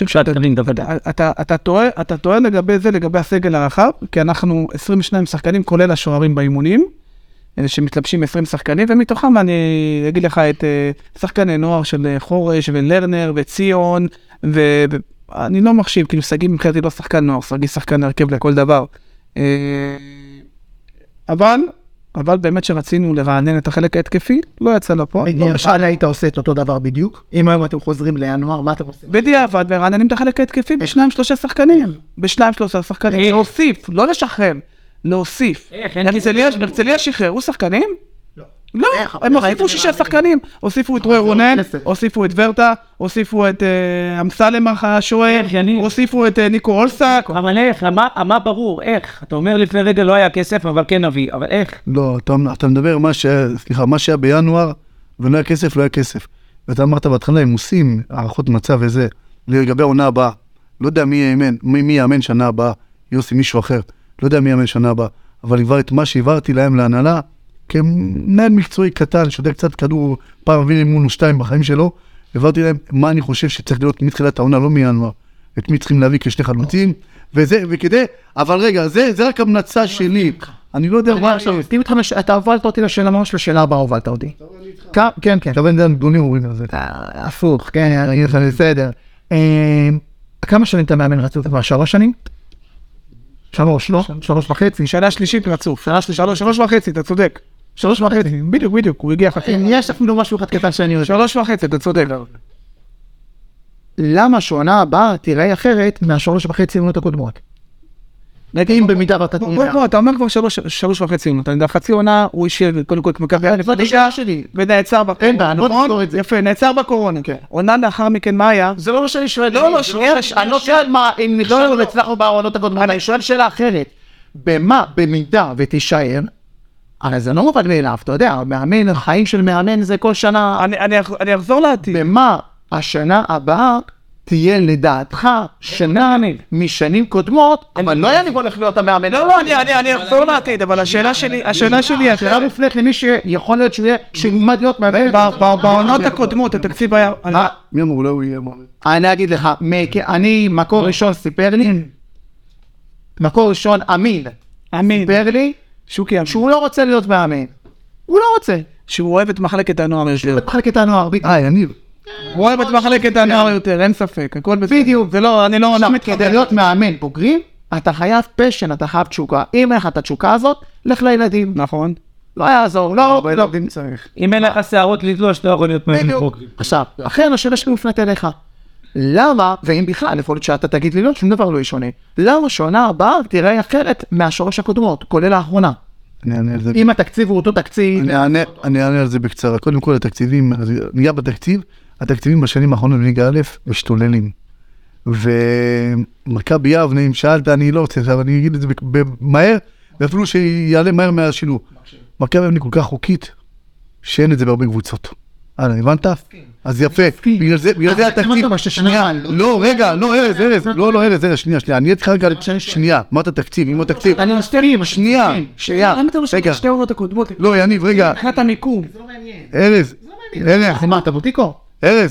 אתה טועה לגבי זה, לגבי הסגל הרחב, כי אנחנו 22 שחקנים, כולל השוערים באימונים, שמתלבשים 20 שחקנים, ומתוכם אני אגיד לך את שחקני נוער של חורש ולרנר וציון, אני לא מחשיב, כאילו סגי מבחינתי לא שחקן נוער, סגי שחקן הרכב לכל דבר. אבל באמת שרצינו לרענן את החלק ההתקפי, לא יצא לפה. למשל היית עושה את אותו דבר בדיוק? אם היום אתם חוזרים לינואר, מה אתם עושים? בדיעבד, ורעננים את החלק ההתקפי בשניים-שלושה שחקנים. בשניים-שלושה שחקנים. להוסיף, לא לשחרר, להוסיף. הרצליה שחררו שחקנים? לא, הם הוסיפו 6 שחקנים, הוסיפו את רועי רונן, הוסיפו את ורטה, הוסיפו את אמסלם השוער, הוסיפו את ניקו אולסק. אבל איך, מה ברור, איך? אתה אומר לפני רגע לא היה כסף, אבל כן נביא, אבל איך? לא, אתה מדבר מה שהיה בינואר, ולא היה כסף, לא היה כסף. ואתה אמרת בהתחלה, הם עושים הערכות מצב וזה, לגבי העונה הבאה. לא יודע מי יאמן שנה הבאה, יוסי מישהו אחר, לא יודע מי יאמן שנה הבאה, אבל כבר את מה שהעברתי להם להנהלה, כמנהל מקצועי קטן, שיודע קצת כדור, פעם הביא אימון 2 בחיים שלו, העברתי להם מה אני חושב שצריך להיות מתחילת העונה, לא מינואר, את מי צריכים להביא כשני חלוצים, וכדי, אבל רגע, זה רק המנצה שלי, אני לא יודע מה עכשיו, אתה הובלת אותי לשאלה ממש לשאלה הבאה, הובלת אותי. כן. עכשיו אין דן גדולים אומרים על זה. הפוך, כן, אני אגיד לך בסדר. כמה שנים אתה מאמן רצוף? 3 שנים? 3, לא? 3.5? שנה שלישית רצוף. 3.5, אתה צודק. 3.5, בדיוק, הוא הגיע חצי. יש אפילו משהו אחד קטן שאני יודע. 3.5, אתה צודק. למה שעונה הבאה תראה אחרת מה3.5 עונות הקודמות? נגיד במידה ואתה תומר. אתה אומר כבר 3.5 עונות, חצי עונה הוא אישי, קודם כל כמו ככה, ונעצר בקורונה. יפה, נעצר בקורונה. עונה לאחר מכן מה היה? זה לא מה שאני שואל. אני לא שואל מה, אם לא הצלחנו בעונות הקודמות, אני שואל שאלה אחרת. במה, במידה ותישאר, הרי זה לא מובן מאליו, אתה יודע, מאמן, החיים של מאמן זה כל שנה. אני אחזור לעתיד. במה השנה הבאה תהיה לדעתך שנה משנים קודמות, אבל לא היה לי בוא להיות המאמן. לא, אני אחזור לעתיד, אבל השאלה שלי, השאלה מופנית למי שיכול להיות שילמד להיות מאמן. בעונות הקודמות, התקציב היה... מי אמור, לא הוא יהיה מאמן. אני אגיד לך, מקור ראשון סיפר לי, מקור ראשון אמין, סיפר לי, שהוא לא רוצה להיות מאמן. הוא לא רוצה. שהוא אוהב את מחלקת הנוער יותר. מחלקת הנוער, יניב. הוא אוהב את מחלקת הנוער יותר, אין ספק. בדיוק, אני לא... כדי להיות מאמן בוגרים, אתה חייב פשן, אתה חייב תשוקה. אם איך את התשוקה הזאת, לך לילדים. נכון. לא יעזור, לא צריך. אם אין לך שערות לתלוש, אתה יכול להיות מרחוק. עכשיו, אחרי השאלה שלי מופנית אליך. למה, ואם בכלל, יכול להיות שאתה תגיד לי לא, שום דבר לא ישונה. למה שונה הבאה תראה אחרת מהשורש הקודמות, כולל האחרונה? אם התקציב הוא אותו תקציב... אני אענה על זה בקצרה. קודם כל, התקציבים, נהיה בתקציב, התקציבים בשנים האחרונות בליגה א' משתוללים. ומכבי יבנה, אם שאלת, אני לא רוצה, אבל אני אגיד את זה מהר, ואפילו שיעלה מהר מהשילוב. מכבי יבנה כל כך חוקית, שאין את זה בהרבה קבוצות. הבנת? אז יפה. בגלל זה התקציב... לא, רגע, לא, ארז, שנייה. אני אתך רגע, שנייה. מה אתה תקציב? אם התקציב... אני מסתרים. שנייה. למה אתה משאיר שתי עונות הקודמות? לא, יניב, רגע. אחת המיקום. ארז. מה, אתה בוטיקו? ארז.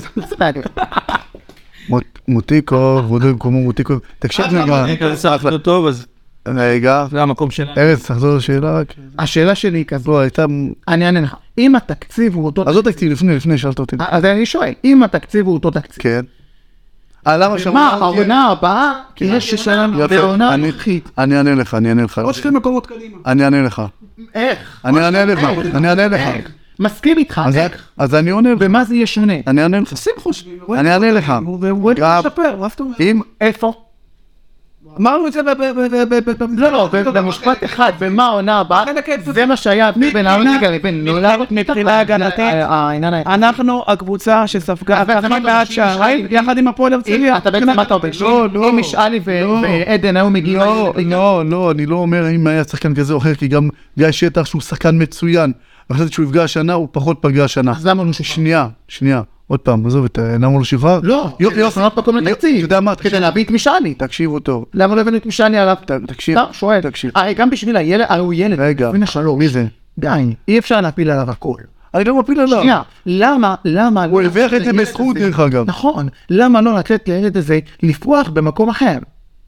מוטיקו, כמו מוטיקו. תקשיב רגע. זה טוב, אז... רגע. זה המקום שלנו. ארז, תחזור לשאלה רק. השאלה שלי היא כזו. לא, הייתה... אני אענה לך. אם התקציב הוא אותו... אז לא תקציב, לפני שאלת אותי. אז אני שואל, אם התקציב הוא אותו תקציב. כן. למה שם... מה, העונה הבאה, יש ששלם בעונה הנוכחית. אני אענה לך. עוד שתי מקומות קדימה. אני אענה לך. איך? אני אענה לך. מסכים איתך. אז אני עונה לך. ומה זה יהיה שונה? אני אענה לך. אני אענה לך. והוא ישפר, מה זאת אומרת? איפה? אמרנו את זה לא, במשפט אחד, במה העונה הבאה, זה מה שהיה בין העונה לבין נולד מבחינה הגנתית. אנחנו הקבוצה שספגה הכי מעט שערים יחד עם הפועל הרצליה. אתה בעצם מה אתה אומר? אם משאלי ועדן היו מגיעים... לא, אני לא אומר אם היה שחקן כזה או אחר, כי גם גיא שטח שהוא שחקן מצוין, ואחרי שהוא יפגע השנה, הוא פחות פגע השנה. אז למה הוא שחרר? שנייה. עוד פעם, עזוב את... למה הוא לא שחרר? לא, יופנות מקום לתקציב. אתה יודע מה? כדי להביא את משאלי. תקשיבו טוב. למה לא הבאנו את משאלי עליו? תקשיב. שואל. גם בשביל הילד, הוא ילד. רגע. מי זה? די, אי אפשר להפיל עליו הכל. אני לא מפיל עליו. שנייה, למה... הוא הרוויח את זה בזכות דרך אגב. נכון, למה לא לתת לילד הזה לפרוח במקום אחר?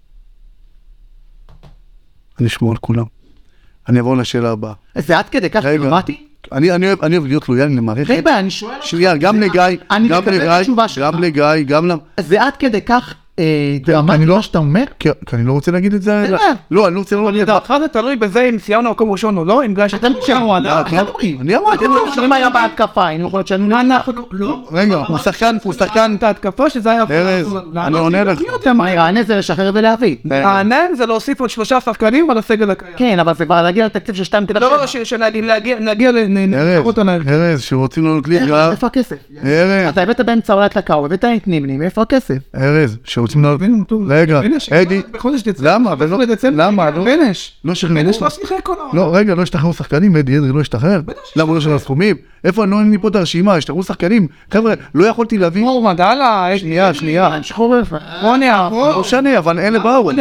אני אשמור על כולם. אני אעבור לשאלה הבאה. זה עד כדי כך דרמטי? אני אוהב להיות לויאלי למערכת. רגע, אני שואל אותך. שנייה, גם לגיא, גם למ... זה עד כדי כך דרמטי. אני לא שאתה אומר? כי אני לא רוצה להגיד את זה. לא, אני לא רוצה להגיד את זה. אחר זה תלוי בזה אם סיימנו מקום ראשון או לא, אם גיא שאתה נשארו עד... אני אמרתי, אם היה בהתקפה, היינו יכולים שאני... אנחנו לא... רגע, הוא שחקן... את ההתקפה שזה היה... ארז, אני עונה לך. הענה זה לשחרר ולהביא. הענה זה להוסיף עוד 3 שחקנים על הסגל הקיים. כן, אבל זה כבר להגיע לתקציב של 2.7. לא, שנגיע ארז, שרוצים לעלות ליגה... איפה הכסף? ארז. אתה הבאת באמצע עולת לקאו, הבאת את נימנים, איפה הכסף? ארז, שרוצים לעלות... רגע, אדי, למה? למה? לא שחררו. לא, רגע, לא השתחררו שחקנים, אדי לא השתחרר. למה לא של הסכומים? איפה אני לא נהיה פה את הרשימה, השתחררו שחקנים. חבר'ה, לא יכולתי להביא... מורמד, הלאה, שנייה. רוניה, לא שני, אבל אלה באו.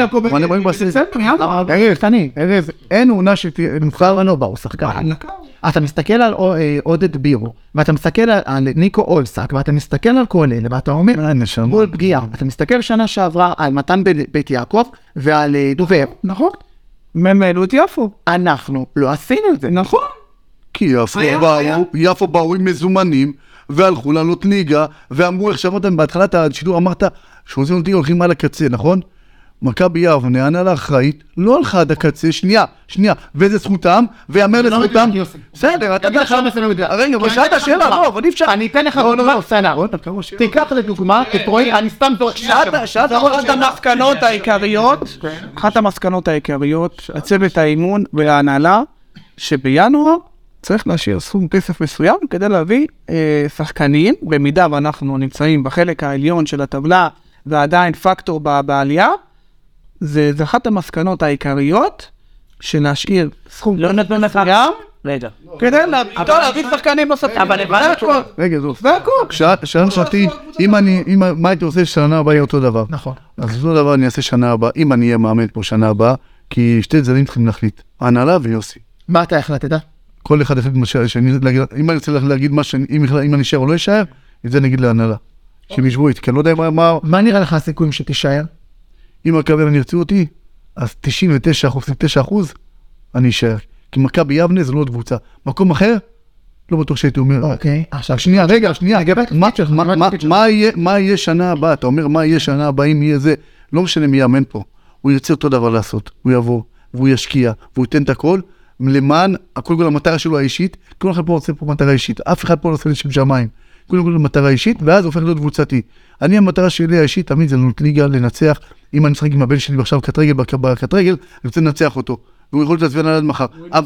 ארז, אין עונה נבחר לנו באו, שחקן. אתה מסתכל על עודד בירו, ואתה מסתכל על ניקו אולסק, ואתה מסתכל על כל אלה, ואתה אומר, כל פגיעה. אתה מסתכל שנה שעברה על מתן בית יעקב, ועל דובר. נכון. ממלו את יפו. אנחנו לא עשינו את זה. נכון. כי יפו באו עם מזומנים, והלכו לעלות ליגה, ואמרו, עכשיו אתם בהתחלת השידור אמרת, שעושים אותי הולכים על הקצה, נכון? מכבי יבנה, ענה לאחראית, לא הלכה עד הקצה, שנייה, וזה זכותם, ויאמר לזכותם, בסדר, אתה יודע עכשיו, רגע, אבל שאלת השאלה, לא, אבל אי אפשר, אני אתן לך דוגמה, סנא, תיקח לדוגמה, אני סתם זורק, שאלת אחת המסקנות העיקריות, הצוות האימון וההנהלה, שבינואר צריך להשאיר סכום כסף מסוים, כדי להביא שחקנים, במידה ואנחנו נמצאים בחלק העליון של הטבלה, ועדיין פקטור בעלייה, זה אחת המסקנות העיקריות, שנשאיר סכום לא נתנו לך מסוים, רגע. כדי להביא שחקנים נוספים. אבל רגע, זאת. שאלה שעתי, מה הייתי עושה שנה הבאה יהיה אותו דבר. נכון. אז אותו דבר אני אעשה שנה הבאה, אם אני אהיה מאמן פה שנה הבאה, כי שתי צדדים צריכים להחליט, ההנהלה ויוסי. מה אתה החלטת? כל אחד החליט מה אם אני רוצה להגיד אם אני אשאר או לא אשאר, את זה נגיד להנהלה. שהם ישבו איתי, כי אני לא יודע מה נראה לך הסיכויים שתישאר? אם מכבי יבנה ירצו אותי, אז 99% אני אשאר. כי מכבי יבנה זה לא עוד קבוצה. מקום אחר, לא בטוח שהייתי אומר. אוקיי. עכשיו, שנייה, מה יהיה שנה הבאה? אתה אומר, מה יהיה שנה הבאה, אם יהיה זה? לא משנה מי יאמן פה. הוא ירצה אותו דבר לעשות. הוא יבוא, והוא ישקיע, והוא ייתן את הכל, למען, קודם כל המטרה שלו האישית, כל אחד פה רוצה פה מטרה אישית, אף אחד פה לא עושה לשם שמיים, קודם כל מטרה אישית, ואז הופך להיות קבוצתי. אני המטרה שלי האישית, תמיד זה לעלות ליגה, לנצח, אם אני משחק עם הבן שלי עכשיו קטרגל, אני רוצה לנצח אותו, והוא יכול להצביע עליו מחר,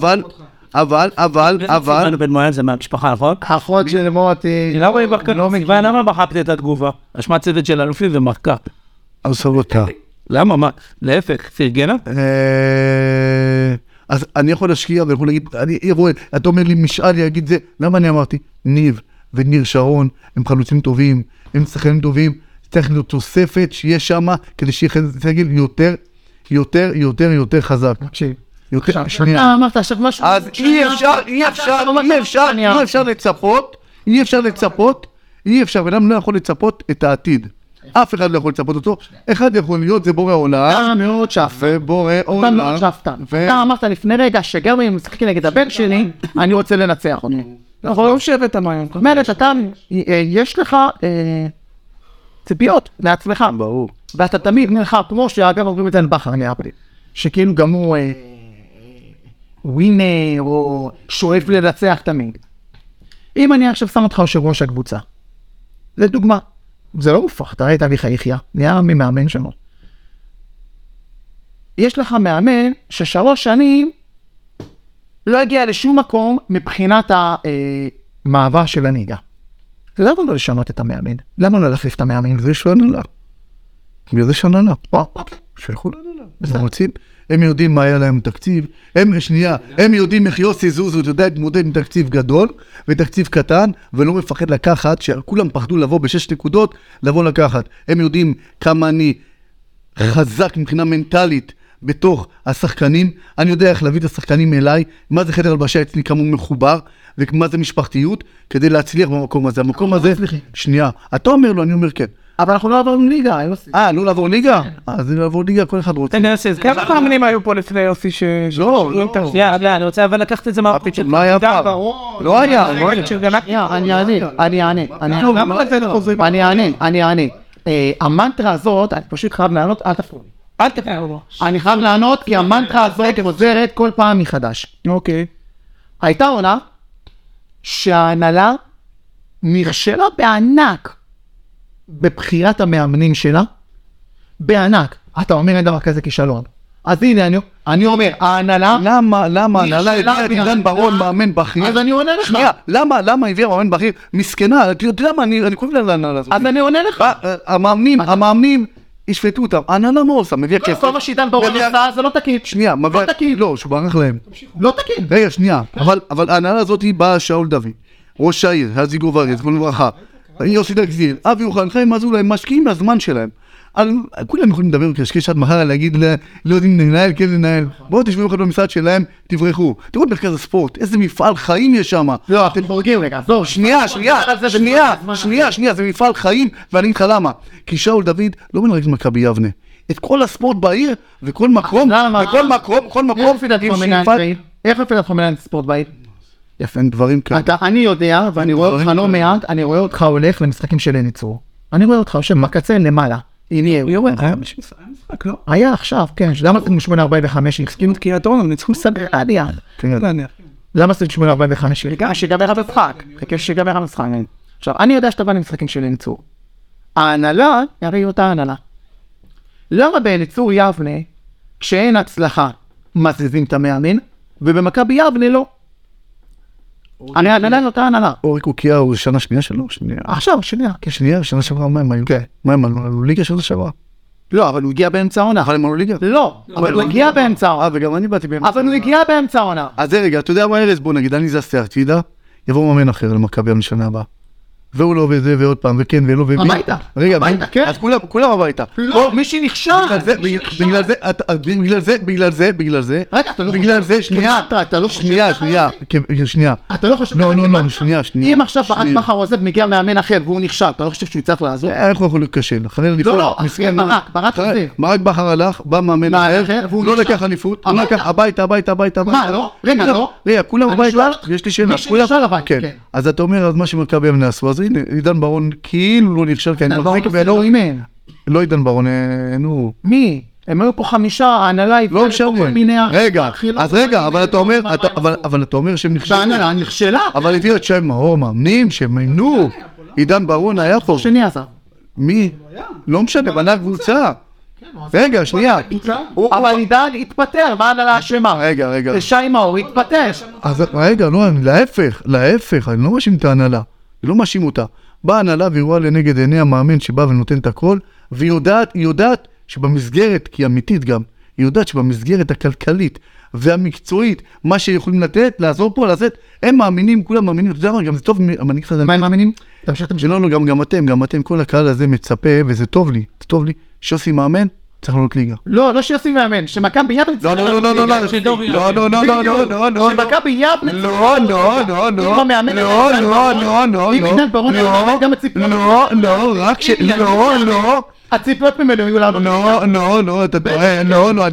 אבל... בן מועל זה מהמשפחה, נכון? האחות של מוטי... למה מחקת את התגובה? אשמת צוות של אלופים ומחקה. אז סבבה. למה? מה? להפך, פרגנה? אז אני יכול להשקיע ויכול להגיד, אני רואה, אתה אומר לי משאל, יגיד זה, למה אני אמרתי? ניב וניר שרון, הם חלוצים טובים, הם שחקנים טובים, צריך להיות תוספת שיהיה שם, כדי שיהיה סגל יותר חזק. שנייה. אמרת עכשיו משהו. אז אי אפשר, ולמה לא יכול לצפות את העתיד. אף אחד לא יכול לצפות אותו, אחד יכול להיות, זה בורא עולם. אתה מאוד שפת. ובורא עולם. אתה מאוד שפת. אתה אמרת לפני רגע שגם אם משחקים נגד הבן שלי, אני רוצה לנצח אותו. אנחנו לא שבט המעיון. זאת אומרת, יש לך ציפיות לעצמך. ברור. ואתה תמיד נלחם, כמו שאגב אומרים את זה לבחר, אני אהבתי. שכאילו גם הוא ווינר או שואף לנצח תמיד. אם אני עכשיו שם אותך יושב ראש הקבוצה, לדוגמה, זה לא הופך, אתה ראית אביחי יחיה, נהיה ממאמן שלו. יש לך מאמן ש3 שנים לא הגיע לשום מקום מבחינת המעבר של הליגה. למה לא לשנות את המאמן? למה לא להחליף את המאמן? זה שונה לה. זה שונה לה. שייכו לה. הם יודעים מה היה להם תקציב, הם יודעים איך יוסי זוזו יודע להתמודד עם תקציב גדול ותקציב קטן, ולא מפחד לקחת, שכולם פחדו לבוא ב6 נקודות, לבוא לקחת. הם יודעים כמה אני חזק מבחינה מנטלית בתוך השחקנים, אני יודע איך להביא את השחקנים אליי, מה זה חדר הלבשה אצלי, כמה הוא מחובר, ומה זה משפחתיות, כדי להצליח במקום הזה. המקום הזה, שנייה, אתה אומר לו, אני אומר כן. אבל אנחנו לא עברנו ליגה, יוסי. לא לעבור ליגה? אז לעבור ליגה, כל אחד רוצה. כמה פעמים היו פה לפני יוסי לא. אני רוצה אבל לקחת את זה מהפית שלך. לא היה פעם. לא היה. אני אענה. המנטרה הזאת, אני פשוט חייב לענות, אל תפריעו. אל תפריעו. אני חייב לענות, כי המנטרה הזאת חוזרת כל פעם מחדש. אוקיי. הייתה עונה שההנהלה נכשלה בענק בבחירת המאמנים שלה, בענק. אתה אומר אין דבר כזה כישלון. אז הנה, אני אומר, ההנהלה... למה ההנהלה הביאה את עידן ברון מאמן בכיר? אז אני עונה לך. שנייה, למה הביאה מאמן בכיר? מסכנה, אתה יודע מה, אני קורא להנהלה הזאת. אז אני עונה לך. המאמנים השפטו אותם. ההנהלה מה עושה? מביאה כסף. כל מה שעידן ברון עושה, זה לא תקין. שנייה, לא תקין. לא, שהוא ברח להם. לא תקין. רגע, שנייה, אבל ההנהלה הזאת היא באה שאול דוד, ראש העיר, הזיגור וארץ, כל ברכה. יוסי דגזיר, אבי אוחן, חיים עזו להם, משקיעים מהזמן שלהם. כולם יכולים לדבר קשקש עד מחר, להגיד, לא יודעים לנהל, כן לנהל. בואו תשבו אחד במשרד שלהם, תברחו. תראו את מרכז הספורט, איזה מפעל חיים יש שם. לא, אתם פורגים רגע. שנייה, זה מפעל חיים, ואני אגיד לך למה. כי שאול דוד לא מנהל את מכבי יבנה. את כל הספורט בעיר, וכל מקום, איך אפילו לך מנהל ספורט בעיר? יפה, דברים כאלה. אני יודע, ואני רואה אותך לא מעט, אני רואה אותך הולך למשחקים של אליצור. אני רואה אותך יושב מקצה למעלה. הנה, הוא יורד. היה משחק, לא? היה עכשיו, כן. למה עשיתם 8:45? הסכימו את קריית אונו, ניצחו סביר, עלייה. למה עשיתם 8:45? שיגמר המשחק. חכה שיגמר המשחק. עכשיו, אני יודע שאתה בא למשחקים של אליצור. ההנהלה, הרי אותה הנהלה. למה באליצור יבנה, כשאין הצלחה, מזיזים את המאמן, ובמכבי יבנה לא? אני הנהלה אותה הנהלה. אורי קוקיה הוא שנה שנייה שלו? עכשיו, שנייה. שנייה, שנה שעברה, מה הם היו? מה הם עלו ליגה שנה שעברה? לא, אבל הוא הגיע באמצע העונה. אבל הם עלו ליגה? לא, אבל הוא הגיע באמצע העונה. וגם אני באתי באמצע העונה. אבל הוא הגיע באמצע העונה. אז זה רגע, אתה יודע מה ארז? בוא נגיד, אני זה הסטרטידה, יבוא מאמן אחר למכבי לשנה הבאה. והוא לא וזה ועוד פעם, וכן ולא ובי. הביתה. רגע, כן. אז כולם הביתה. לא, מי שנכשל. בגלל זה, שנייה. אתה לא חושב... לא, שנייה. אם עכשיו ברק מחר עוזב מגיע מאמן אחר והוא נכשל, אתה לא חושב שהוא יצטרך לעזור? איך הוא יכול להיכשל? לא, ברק עוזב. ברק בכר הלך, בא מאמן אחר, לא לקח אליפות, הוא לקח הביתה. מה, לא? רגע, כולם הביתה, יש לי שאלה. מי שנכשל הביתה, כן. אז אתה אומר, אז מה שמכבי הם נעשו, אז הנה, עידן ברון כאילו לא נכשל, לא אימן. לא עידן ברון, נו. מי? הם היו פה 5, ההנהלה לא משנה. רגע, אז רגע, אבל אתה אומר שהם נכשלו. וההנהלה נכשלה. אבל הביאו את שי מאור, מאמנים שהם אימנו. עידן ברון היה פה. שני עזב. מי? לא משנה, בנה קבוצה. רגע, שנייה. אבל עידן התפטר, מה ההנהלה אשמה? רגע. שי מאור התפטר. אז רגע, לא, להפך, אני לא מאשים את ההנהלה. אני לא מאשים אותה. באה ההנהלה והיא רואה לנגד עיני המאמן שבא ונותן את הכל, והיא יודעת שבמסגרת, כי אמיתית גם, היא יודעת שבמסגרת הכלכלית והמקצועית, מה שיכולים לתת, לעזור פה, לעשות, הם מאמינים, כולם מאמינים, אתה יודע מה, גם זה טוב, המנהיג הזה. מה הם מאמינים? לא, גם אתם, כל הקהל הזה מצפה, וזה טוב לי, שיוסי מאמן, צריך לעלות ליגה. לא שיוסי מאמן, שמכבי יבנה צריך לעלות ליגה. לא, שמכבי יבנה צריך לעלות ליגה. לא, הציפיות ממנו יהיו לנו. לא, אתה טועה, לא,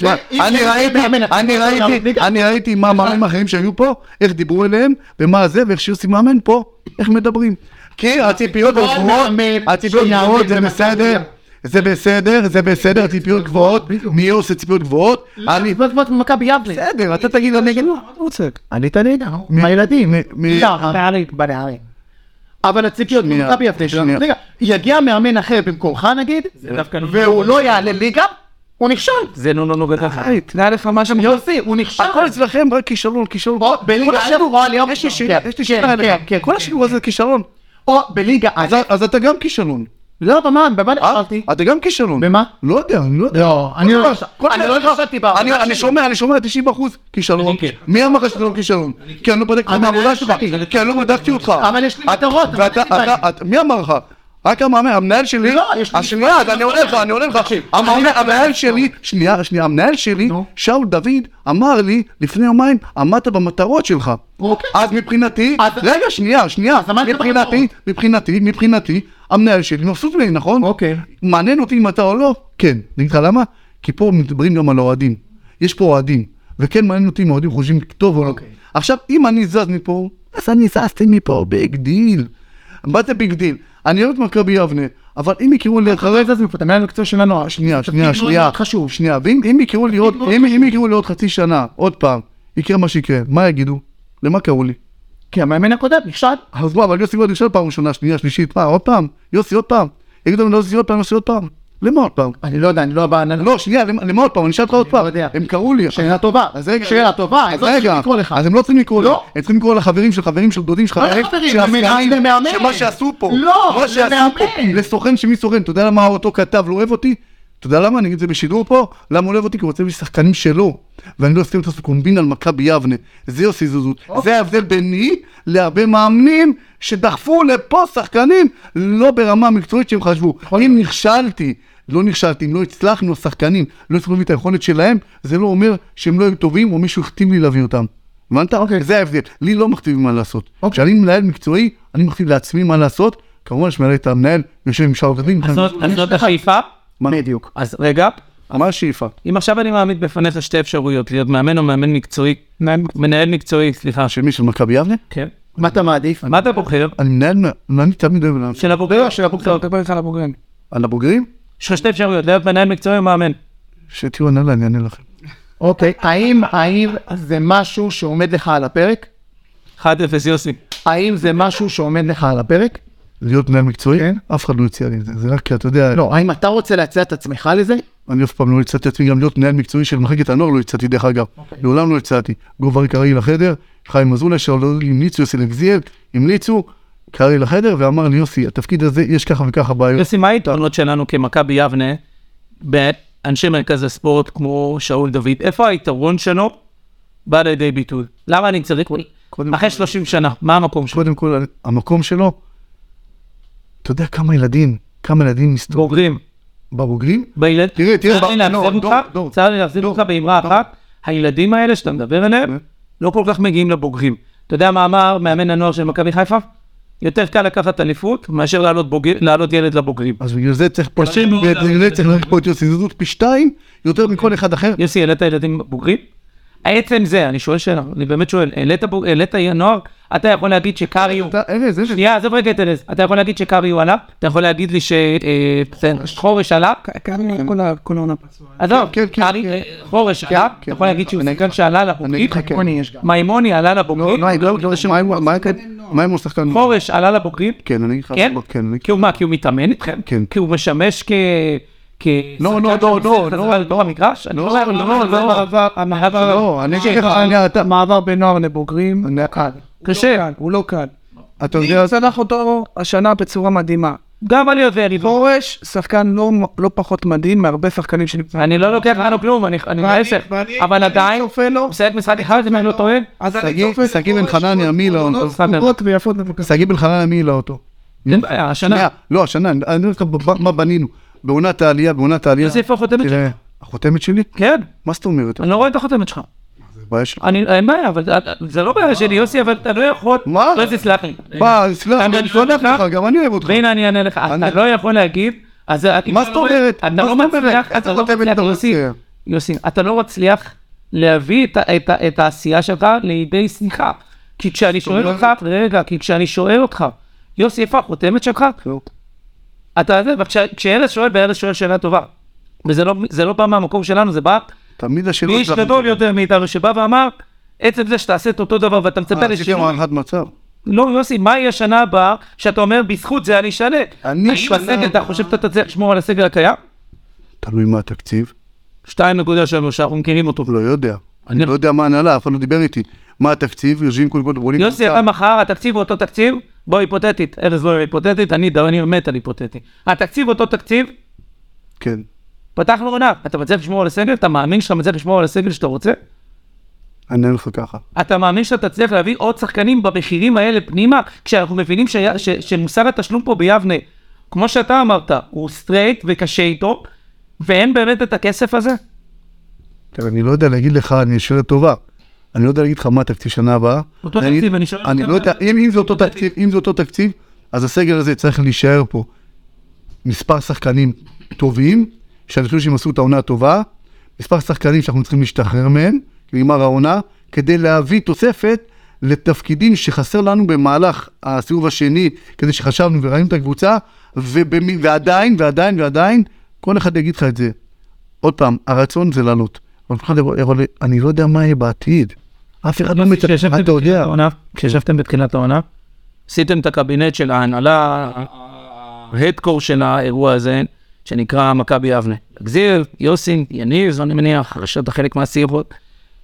אני ראיתי מה מאמנים אחרים שהיו פה, איך דיברו אליהם, ומה זה, ואיך שיוסי מאמן פה, איך מדברים. כי הציפיות גבוהות, זה בסדר, הציפיות גבוהות, מי עושה ציפיות גבוהות? אני מכבי יבנה. בסדר, אתה תגיד לנגד, מה אתה רוצה? אני תנגד, מהילדים. בנערים. אבל הציפיות מכבי יבנה, יגיע מאמן אחר במקומך נגיד, והוא לא יעלה ליגה, הוא נכשל. זה לא בטח. תנאה לך מה שם יוסי, הוא נכשל. הכל אצלכם רק כישרון. בליגה השבוע, יש לי שאלה עליך. כל השיעור הזה כישרון. או בליגה. אז אתה גם כישרון. לא, במה נכשלתי? אתה גם כישרון. במה? לא יודע. לא, אני לא נכשלתי בה. אני שומע 90% כישרון. מי אמר לך שאתה לא כישרון? כי אני לא בדקתי את העבודה שלך. כי אני לא בדקתי אותך. אבל יש לי מטרות. מי אמר לך? רק המנהל שלי, השנייה, אז אני עונה לך, המנהל שלי, שאול דוד, אמר לי, לפני יומיים, עמדת במטרות שלך. אז מבחינתי, רגע, שנייה, מבחינתי, המנהל שלי מבסוט לי, נכון? מעניין אותי אם אתה או לא? כן. נגיד לך למה? כי פה מדברים גם על אוהדים. יש פה אוהדים, וכן מעניין אותי אם אוהדים חושבים טוב או לא. עכשיו, אם אני זז מפה, אז אני זזתי מפה, ביג דיל. מה זה ביג דיל? אני אוהב את מכבי יבנה, אבל אם יקראו לי אחרי זה, אתה מנהל מקצוע שלנו, שנייה, ואם יקראו לי עוד חצי שנה, עוד פעם, יקרה מה שיקרה, מה יגידו? למה קראו לי? כי המאמן הקודם נכשל. אז מה, אבל יוסי כבר נכשל פעם ראשונה, שנייה, שלישית, מה, עוד פעם? יוסי עוד פעם. יגידו לי יוסי עוד פעם. למה עוד פעם? אני לא יודע, אני לא הבא. לא, שנייה, למה עוד פעם? אני אשאל אותך עוד פעם. הם קראו לי. שאלה טובה. אז הם לא צריכים לקרוא לי. הם צריכים לקרוא לחברים של דודים שלך. שמה שעשו פה. לא, לסוכן שמי סוכן. אתה יודע למה אותו כתב לא אוהב אותי? אתה יודע למה? אני אגיד את זה בשידור פה. למה הוא אוהב אותי? כי הוא רוצה בשחקנים שלו. ואני לא אסכים את הקומבינה על מכבי יבנה. זה יוסי זוזות. זה ההבדל ביני להרבה מאמנים שדחפו לפה שחקנים לא ברמה המקצועית שהם חשבו. אם נכשלתי, אם לא הצלחנו, השחקנים לא הצלחנו להביא את היכולת שלהם, זה לא אומר שהם לא היו טובים או מישהו הכתיב לי להביא אותם. הבנת? זה ההבדל. לי לא מכתיבים מה לעשות. כשאני מנהל מקצועי, אני מכתיב לעצמי מה לעשות. כמובן שמעלה את המנהל יושב עם שאר עובדים. אז זאת השאיפה? בדיוק. אז רגע. מה השאיפה? אם עכשיו אני מעמיד בפניך שתי אפשרויות, להיות מאמן או מאמן מקצועי, מנהל מקצועי, סליחה. של מי? של מכבי יבנה? כן. מה אתה מעדיף? מה אתה בוחר? אני תמיד אוהב לעשות. של הבוגרים או של הבוגרים? אתה בוחר על הבוגרים. על הבוגרים? יש לך שתי אפשרויות, להיות מנהל מקצועי או מאמן. שתהיו ענה, אני אענה לכם. אוקיי, האם זה משהו שעומד לך על הפרק? 1-0 יוסי. האם זה משהו שעומד לך על הפרק? להיות מנהל מקצועי? כן. אף אחד לא יציע לי את זה, זה רק כי אתה יודע... לא, האם אתה רוצה להציע את עצמך לזה? אני אף פעם לא הצעתי עצמי גם להיות מנהל מקצועי של מחלקת הנוער, לא הצעתי דרך אגב. לעולם לא הצעתי. גובר קראי לחדר, חיים אזולאי, המליצו, יוסי לגזיאל, המליצו, קראי לחדר ואמר לי, יוסי, התפקיד הזה יש ככה וככה בעיות. יוסי, מה היתרונות שלנו כמכבי יבנה, באנשי מרכז הספורט כמו שאול דוד, איפה היתרון שלו בא לידי ביטוי? למה אני צריך? אחרי 30 שנה, מה המקום שלו? קודם כל, המקום שלו, אתה יודע כמה ילדים בוגרים. בבוגרים? תראה, צר לי להחזיר אותך באמרה אחת, הילדים האלה שאתה מדבר עליהם, לא כל כך מגיעים לבוגרים. אתה יודע מה אמר מאמן הנוער של מכבי חיפה? יותר קל לקחת אליפות, מאשר לעלות ילד לבוגרים. אז בגלל זה צריך פה את יוסי זוזות פי 2, יותר מכל אחד אחר. יוסי, העלית ילדים בוגרים? העצם זה, אני שואל שאלה, אני באמת שואל, העלית הנוער, אתה יכול להגיד שקארי הוא... שנייה, עזוב רגע את ארז. אתה יכול להגיד שקארי הוא עלה? אתה יכול להגיד לי שחורש עלה? קארי כל העונה פצוע. עזוב, חורש עלה? אתה יכול להגיד שהוא שחקן שעלה לבוגרים? מימוני עלה לבוגרים? מה אם הוא שחקן? חורש עלה לבוגרים? כן, אני חושב. כן? כי הוא מה? כי הוא מתאמן איתכם? כן. כי הוא משמש לא, המגרש? מעבר בין נוער לבוגרים, קשה, הוא לא קל. אתה יודע, צלח אותו השנה בצורה מדהימה. גם אני יודע, חורש, שחקן לא פחות מדהים מהרבה שחקנים שנמצאים. אני לא לוקח לנו כלום, אני מעשר, אבל עדיין, הוא משחק משחק אחד, אם אני לא טועה. שגיא בן חנניה, מי לא אותו? שגיא בן חנניה, מי לא אותו? השנה. לא, השנה, אני יודע מה בנינו. בעונת העלייה. זה איפה החותמת שלך? החותמת שלי? כן. מה זאת אומרת? אני לא רואה את החותמת שלך. זה בעיה שלך. אין בעיה, אבל זה לא בעיה שלי, יוסי, אבל אתה לא יכול... מה? לא תסלח לי. מה? סלח, אני שונח לך, גם אני אוהב אותך. והנה אני אענה לך, אתה לא יכול להגיד... מה זאת אומרת? אתה לא מצליח, יוסי, אתה לא מצליח להביא את העשייה שלך לידי סליחה. כי כשאני שואל אותך, יוסי, איפה החותמת שלך? אתה זה, כשארז שואל, בארז שואל שאלה טובה. וזה לא בא מהמקום שלנו, זה בא תמיד השאלות מאיש גדול יותר מאיתנו, שבא ואמר, עצם זה שתעשה את אותו דבר ואתה מצפה לשינוי. עשיתם הערכת מצב. לא, יוסי, מה יהיה השנה הבאה שאתה אומר, בזכות זה אני אשנה? אני בסגל, אתה חושב שאתה תצליח לשמור על הסגל הקיים? תלוי מה התקציב. 2.3, אנחנו מכירים אותו. לא יודע. אני לא יודע מה הנהלה, אף אחד לא דיבר איתי. מה התקציב? יושבים כל בולים. יוסי, אתה מחר, התקציב הוא אותו תקציב? בוא היפותטית, ארז לא היפותטית, אני מת על היפותטי. התקציב אותו תקציב? כן. פתחנו עונה, אתה מצליח לשמור על הסגל? אתה מאמין שאתה מצליח לשמור על הסגל שאתה רוצה? אני אענה לך ככה. אתה מאמין שאתה תצליח להביא עוד שחקנים במחירים האלה פנימה, כשאנחנו מבינים שמוסר התשלום פה ביבנה, כמו שאתה אמרת, הוא סטרייט וקשה איתו, ואין באמת את הכסף הזה? תראה, אני לא יודע להגיד לך, אני שואל טובה. אני לא יודע להגיד לך מה התקציב שנה הבאה. אותו תקציב, אני שואל... אני לא יודע, אם זה אותו תקציב, אז הסגל הזה צריך להישאר פה. מספר שחקנים טובים, שאני חושב שהם עשו את העונה הטובה, מספר שחקנים שאנחנו צריכים להשתחרר מהם, כלומר העונה, כדי להביא תוספת לתפקידים שחסר לנו במהלך הסיבוב השני, כדי שחשבנו וראינו את הקבוצה, ועדיין, כל אחד יגיד לך את זה. עוד פעם, הרצון זה לעלות. אני לא יודע מה יהיה בעתיד. אף אחד לא מצטער, אתה יודע. כשישבתם בתחילת העונה, עשיתם את הקבינט של ההנהלה, ההדקור של האירוע הזה, שנקרא מכבי יבנה. גזיר, יוסי, יניב, אני מניח, רשת החלק מהסיבות.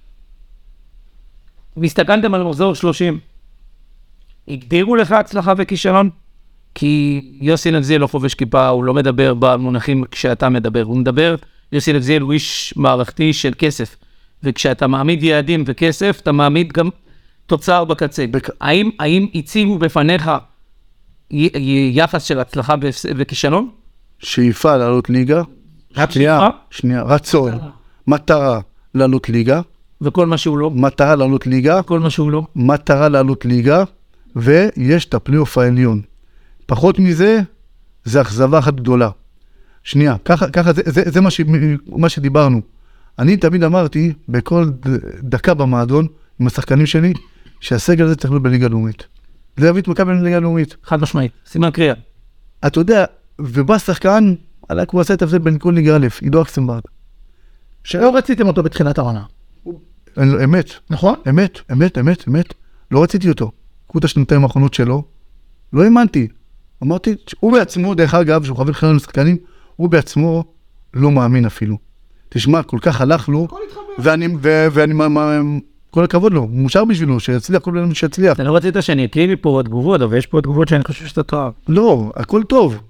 והסתכלתם על מחזור 30. הגדירו לך הצלחה וכישלון? כי יוסי נגזיאל לא חובש כיפה, הוא לא מדבר במונחים כשאתה מדבר, הוא מדבר, יוסי נגזיאל הוא איש מערכתי של כסף, וכשאתה מעמיד יעדים וכסף, אתה מעמיד גם תוצר בקצה. האם הציבו בפניך יחס של הצלחה וכישלון? שאיפה לעלות ליגה. שנייה, רצון, מטרה לעלות ליגה. וכל מה שהוא לא? מטרה לעלות ליגה. כל מה שהוא לא? מטרה לעלות ליגה, ויש את הפלייאוף העליון. פחות מזה, זה אכזבה אחת גדולה. שנייה, ככה זה מה שדיברנו. אני תמיד אמרתי, בכל דקה במועדון, עם השחקנים שלי, שהסגל הזה צריך להיות בליגה לאומית. זה יביא את מכבי בליגה לאומית. חד משמעית, סימן קריאה. אתה יודע, ובא שחקן, הוא עשה את זה בין כל ליגה א', עידו אקסנברג. שלא רציתם אותו בתחילת העונה. אמת. נכון? אמת. לא רציתי אותו. קחו את השנתיים האחרונות שלו, לא האמנתי. אמרתי, הוא בעצמו, דרך אגב, שהוא חבר חלון לשחקנים, הוא בעצמו לא מאמין אפילו. תשמע, כל כך הלך לו, ואני כל הכבוד לו, הוא מאושר בשבילו, שיצליח, כל בן שיצליח. אתה לא רצית שאני אקריא לי פה תגובות, אבל יש פה תגובות שאני חושב שאתה טוב. לא, הכל טוב.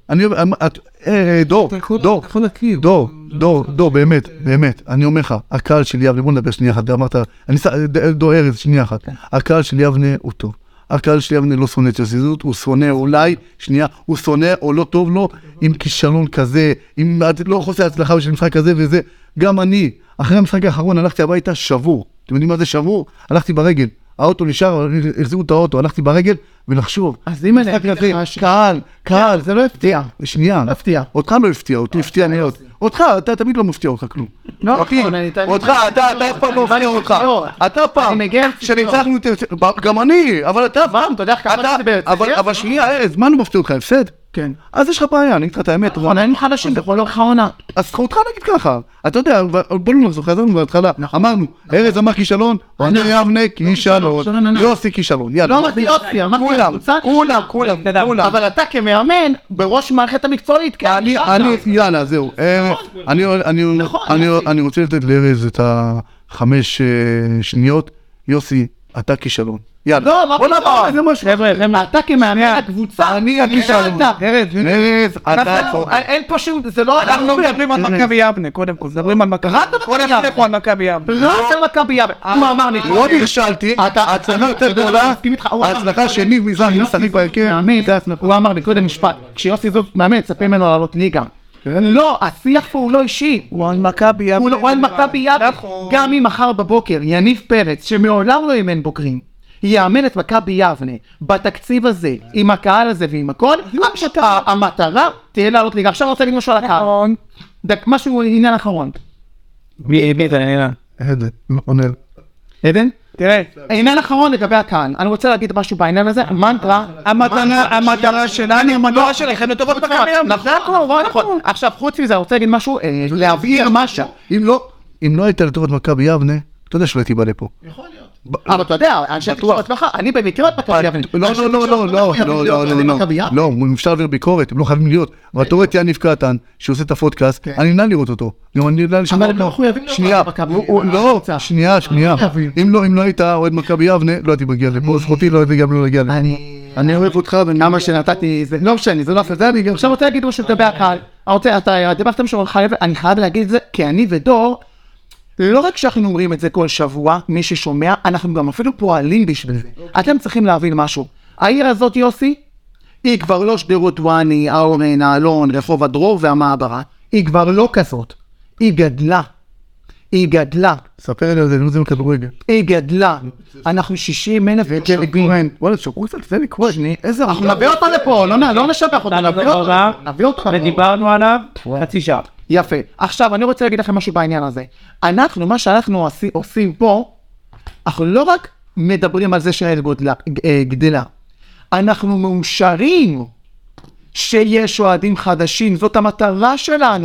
דור, באמת, אני אומר לך, הקהל של יבנה, בוא נדבר שנייה אחת, אמרת, דור ארז, שנייה אחת, הקהל של יבנה הוא טוב. הקהל של יבנה לא שונא את הזיזות, הוא שונא אולי, שנייה, הוא שונא או לא טוב לו, עם כישלון כזה, עם לא חוסר הצלחה בשביל משחק כזה וזה. גם אני, אחרי המשחק האחרון הלכתי הביתה שבור. אתם יודעים מה זה שבור? הלכתי ברגל. האוטו נשאר, החזירו את האוטו, הלכתי ברגל ולחשוב. אז אם אני קהל, זה לא הפתיע. שנייה, אותך לא הפתיע, אותי הפתיע נהיות. אותך, אתה תמיד לא מפתיע אותך כלום. לא, אותך, אתה אף פעם לא מפתיע אותך. אתה פעם, שניצחנו, גם אני, אבל אתה פעם, אתה יודע כמה זה בהרצליה? אבל שנייה, ארז, מה לא מפתיע אותך, הפסד? כן. אז יש לך בעיה, אני אגיד לך את האמת. אין חדשים בכל אורך העונה. אז זכותך נגיד ככה. אתה יודע, בוא נחזור, חזרנו בהתחלה. אמרנו, ארז אמר כישלון, אני יבנה כישלון, יוסי כישלון. לא אמרתי יוסי, אמרתי כולם. אבל אתה כמאמן, בראש מערכת המקצועית. יאללה, זהו. אני רוצה לתת לארז את 5 שניות. יוסי, אתה כישלון. יאללה. לא, בוא נבוא. זה משהו. חבר'ה, אתה כמאמן הקבוצה. אני הכישלון. ארז, אתה... אין פה שום, זה לא... אנחנו מדברים על מכבי יבנה, קודם כל. מדברים על מכבי יבנה. רק על מכבי יבנה. הוא אמר לי. לא נכשלתי. ההצלחה יותר גדולה. ההצלחה שניב מזרח משחק בהרכב. הוא אמר לי, קודם משפט. כשיוסי זוג מאמן, צפה ממנו לעלות ליגה. לא, השיח פה הוא לא אישי. הוא על מכבי יבנה. הוא על מכבי יבנה. גם אם מחר בבוקר יניב פרץ, שמעולם לא אימן בוגרים, יאמן את מכבי יבנה בתקציב הזה, עם הקהל הזה ועם הכל, המטרה תהיה לעלות ליגה. עכשיו אני רוצה להגיד משהו על הקהל. משהו עניין אחרון. עדן? תראה, עניין אחרון לגבי הקהל. אני רוצה להגיד משהו בעניין הזה. מנטרה, המטרה שלכם לטובת מכבי יבנה. נכון. עכשיו, חוץ מזה, אני רוצה להגיד משהו, להבהיר משהו. אם לא היית לטובת מכבי יבנה, אתה יודע שלא הייתי בא לפה. יכול להיות. אבל אתה יודע, אני במקרה את מכבי יבנה. לא, אם אפשר להעביר ביקורת, הם לא חייבים להיות. אבל אתה רואה את יניב קטן, שעושה את הפודקאסט, אני נמנע לראות אותו. אבל לא מחויבים לא, שנייה. אם לא היית אוהד מכבי יבנה, לא הייתי מגיע לפה, זכותי לא הייתי גם לא להגיע לפה. אני אוהב אותך, כמה שנתתי, זה לא משנה, זה לא עשה, זה אני עכשיו רוצה להגיד משהו לגבי הקהל. אתה דיברת משהו, אני חייב להגיד את זה, כי אני ודור, לא רק שאנחנו אומרים את זה כל שבוע, מי ששומע, אנחנו גם אפילו פועלים בשביל זה. אתם צריכים להבין משהו. העיר הזאת, יוסי, היא כבר לא שדרות וואני, אורן, אלון, רחוב הדרור והמעברה. היא כבר לא כזאת. היא גדלה. ספר לי על זה, אני לא יודע כדורגל. היא גדלה. אנחנו 60,000 וגלגלן. וואלה, שוקרו קצת, זה לקרוא, אנחנו נביא אותה לפה, לא נשבח אותה, נביא אותה. ודיברנו עליו חצי שעה. יפה. עכשיו, אני רוצה להגיד לכם משהו בעניין הזה. מה שאנחנו עושים פה, אנחנו לא רק מדברים על זה שהילד גדלה, אנחנו מאושרים שיש אוהדים חדשים, זאת המטרה שלנו.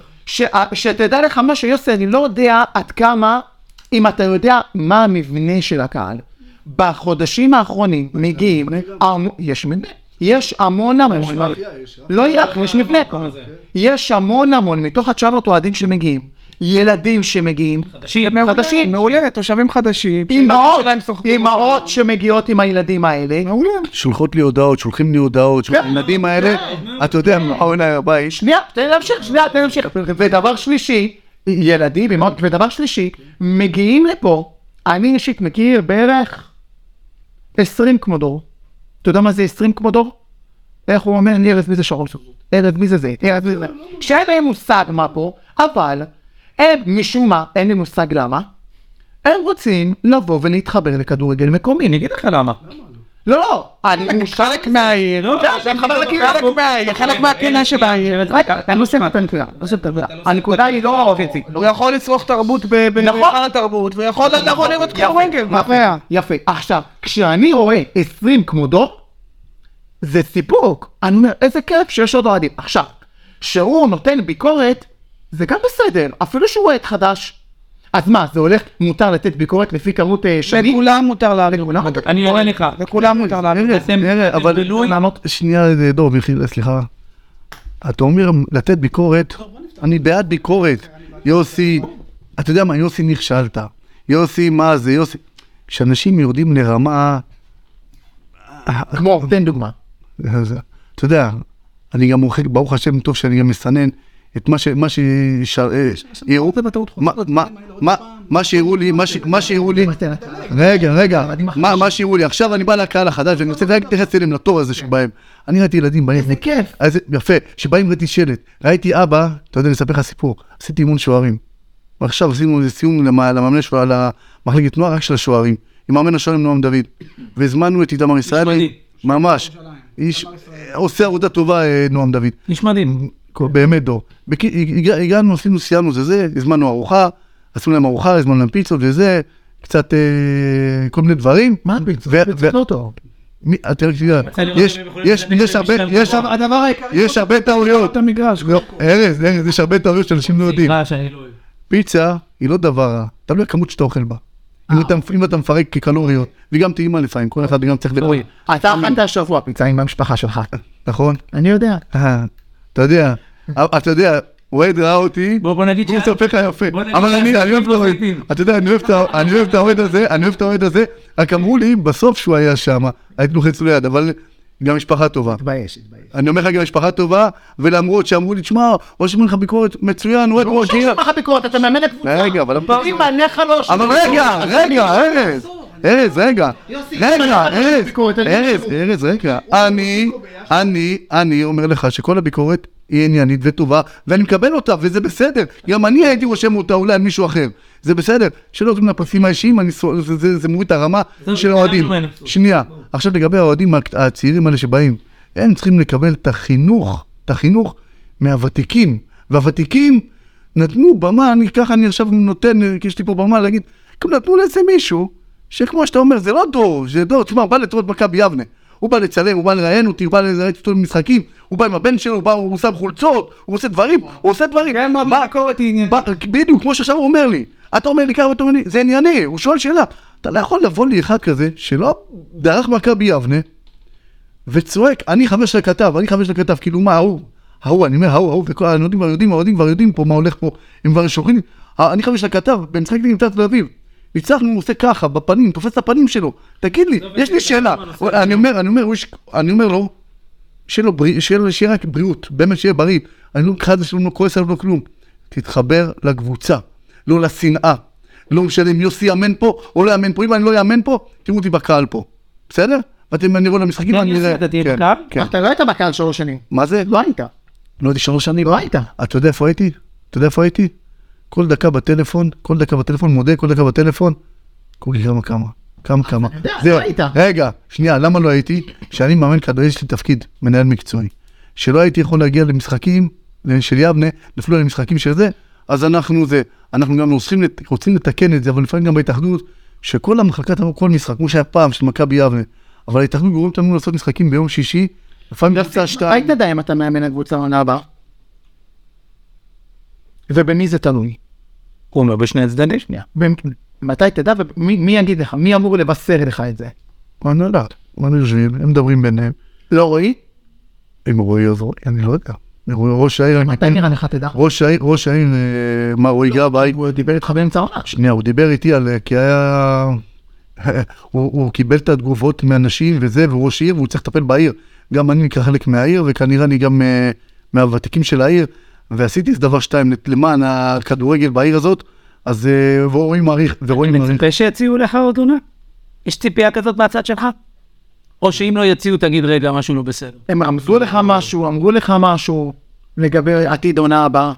שתדע לך מה שיוסי, אני לא יודע עד כמה, אם אתה יודע מה המבנה של הקהל. בחודשים האחרונים מגיעים, יש מבנה. יש המון, לא יש מבנה, יש המון מתוך 900 אוהדים שמגיעים, ילדים שמגיעים, חדשים, מעולה, תושבים חדשים, אמהות שמגיעות עם הילדים האלה, שולחים לי הודעות, הילדים האלה, אתה יודע, שנייה, תן להמשיך, ודבר שלישי, ילדים, אמהות, ודבר שלישי, מגיעים לפה, אני אישית מכיר בערך 20 כמו דור. אתה יודע מה זה 20 כמו דור? איך הוא אומר, אני ארז מי זה שרון שרון, ארז מי זה זה, שאין להם מושג מה פה, אבל הם משום מה, אין לי מושג למה, הם רוצים לבוא ולהתחבר לכדורגל מקומי, אני אגיד לך למה. לא, אני חלק מהעיר, חלק מהקהילה שבעיר, אני עושה את הנקודה היא לא רציתי. הוא יכול לצרוך תרבות במחר התרבות, ויכול לבוא לראות כדורגל. יפה, עכשיו, כשאני רואה 20 כמו דור, זה סיפוק, אני אומר, איזה כיף שיש עוד אוהדים. עכשיו, שהוא נותן ביקורת, זה גם בסדר, אפילו שהוא אוהד חדש. אז מה, זה הולך, מותר לתת ביקורת לפי כמות שני? לכולם מותר להגיד. אני אראה לך. לכולם מותר להגיד. אבל שנייה, דור, סליחה. אתה אומר לתת ביקורת, אני בעד ביקורת. יוסי, אתה יודע מה, יוסי נכשלת. יוסי, מה זה, יוסי? כשאנשים יורדים לרמה... כמו, תן דוגמה. אתה יודע, אני גם מוחק, ברוך השם, טוב שאני גם מסנן את מה שיראו לי, רגע, מה שיראו לי, עכשיו אני בא לקהל החדש, ואני רוצה להתייחס אליהם לתור הזה שבהם, אני ראיתי ילדים בהם, זה כיף, יפה, שבאים ראיתי שלט, ראיתי אבא, אתה יודע, אני אספר לך סיפור, עשיתי אימון שוערים, ועכשיו עשינו איזה סיום למאמן למחלקת תנועה רק של השוערים, עם מאמן השוערים נועם דוד, והזמנו את איתמר ישראלי, ממש, איש, עושה עבודה טובה נועם דוד. איש מדהים. באמת דור. הגענו, עשינו, סיימנו זה, הזמנו ארוחה, עשינו להם ארוחה, הזמנו להם פיצות וזה, קצת כל מיני דברים. מה פיצות? פיצות לא טוב. יש הרבה טעויות. ארז, יש הרבה טעויות שאנשים לא יודעים. פיצה היא לא דבר רע, תלוי הכמות שאתה אוכל בה. אם אתה מפרק כקלוריות, וגם טעימה לפעמים, כל אחד גם צריך לדעת. אתה אכלת השבוע פיצה עם המשפחה שלך. נכון? אני יודע. אתה יודע, וייד ראה אותי, בוא נגיד הוא סופך יפה, אבל אני אוהב את האוהד, אתה יודע, אני אוהב את האוהד הזה, רק אמרו לי, בסוף שהוא היה שם, הייתי לוחץ ליד, אבל גם משפחה טובה. תתבייש. אני אומר לך גם משפחה טובה, ולמרות שאמרו לי, תשמע, או שאומרים לך ביקורת מצוין, הוא לא שאומרים לך ביקורת, אתה מאמן את קבוצה. רגע, אבל רגע, אני אומר לך שכל הביקורת היא עניינית וטובה, ואני מקבל אותה, וזה בסדר. גם אני הייתי רושם אותה אולי על מישהו אחר. זה בסדר. שלא עושים לפרסים האישיים, זה מוריד את הרמה של האוהדים. שנייה, עכשיו לגבי האוהדים הצעירים האלה שבאים, הם צריכים לקבל את החינוך מהוותיקים, והוותיקים נתנו במה, ככה אני עכשיו נותן, כי יש לי פה במה להגיד, נתנו לאיזה מישהו, שכמו שאתה אומר, זה לא דור, זה דור, תשמע, הוא בא לטרות מכבי יבנה, הוא בא לצלם, הוא בא לראיין אותי, הוא בא לראיין אותו במשחקים, הוא בא עם הבן שלו, הוא שם חולצות, הוא עושה דברים, כן, מה קורה תעניין? בדיוק, כמו שעכשיו הוא אומר לי, אתה אומר לי ככה ואתה אומר לי, זה ענייני, הוא שואל שאלה, אתה לא יכול לבוא לי אחד כזה, שלא דרך מכבי יבנה, וצועק, אני חבר של הכתב, כאילו מה, ההוא, אני אומר, ההוא, האוהדים כבר יודעים פה מה הולך פה, הם כבר שוכרים, אני חבר של הכתב, במשחק נמצא תל אביב, ניצחנו, הוא עושה ככה, בפנים, תופס את הפנים שלו, תגיד לי, יש לי שאלה, אני אומר לו, שיהיה רק בריאות, באמת שיהיה בריא, אני לא אחד שלא לא כועס עליו לא כלום, תתחבר לקבוצה, לא לשנאה, לא משנה אם יוסי יאמן פה או לא יאמן פה, אם אני לא יאמן פה, תראו אותי בקהל פה, בסדר? ואתם אני רואה למשחקים, אני אראה. אתה לא היית בקהל 3 שנים. מה זה? לא היית. לא הייתי 3 שנים. לא היית. אתה יודע איפה הייתי? כל דקה בטלפון, מודה, כל דקה בטלפון, קוראים לי כמה. רגע, שנייה, למה לא הייתי? שאני מאמן כדורגל, יש לי תפקיד, מנהל מקצועי. שלא הייתי יכול להגיע למשחקים של יבנה, נפלו למשחקים של זה, אז אנחנו גם רוצים לתקן את זה, אבל לפעמים גם בהתאחדות, שכל המחלקה תבוא כל משחק, כמו שהיה פעם של מכבי יבנה, אבל ההתאחדות גורמת לנו לעשות משחקים ביום שישי, לפעמים קבוצה 2. היית יודע אם אתה מאמן הקבוצה העונה הבאה? ובמי זה תלוי? הוא אומר בשני הצדדים. מתי תדע ומי יגיד לך? מי אמור לבשר לך את זה? אני לא יודעת. אני יושבים, הם מדברים ביניהם. לא רואי? אם רואי אז רואי, אני לא יודע. ראש העיר... מתי נראה לך תדע? ראש העיר, מה רואי גבאי? הוא דיבר איתך באמצע העונה. שנייה, הוא דיבר איתי על... כי היה... הוא קיבל את התגובות מאנשים וזה, והוא ראש עיר, והוא צריך לטפל בעיר. גם אני נקרא חלק מהעיר, וכנראה אני גם מהוותיקים של העיר, ועשיתי דבר 2 למען הכדורגל בעיר הזאת, אז רואים מעריך, אני מצפה שיציעו לך עוד עונה? יש ציפייה כזאת מהצד שלך? או שאם לא יציעו תגיד רגע משהו לא בסדר? הם רמזו לך משהו, אמרו לך משהו לגבי עתיד עונה הבאה?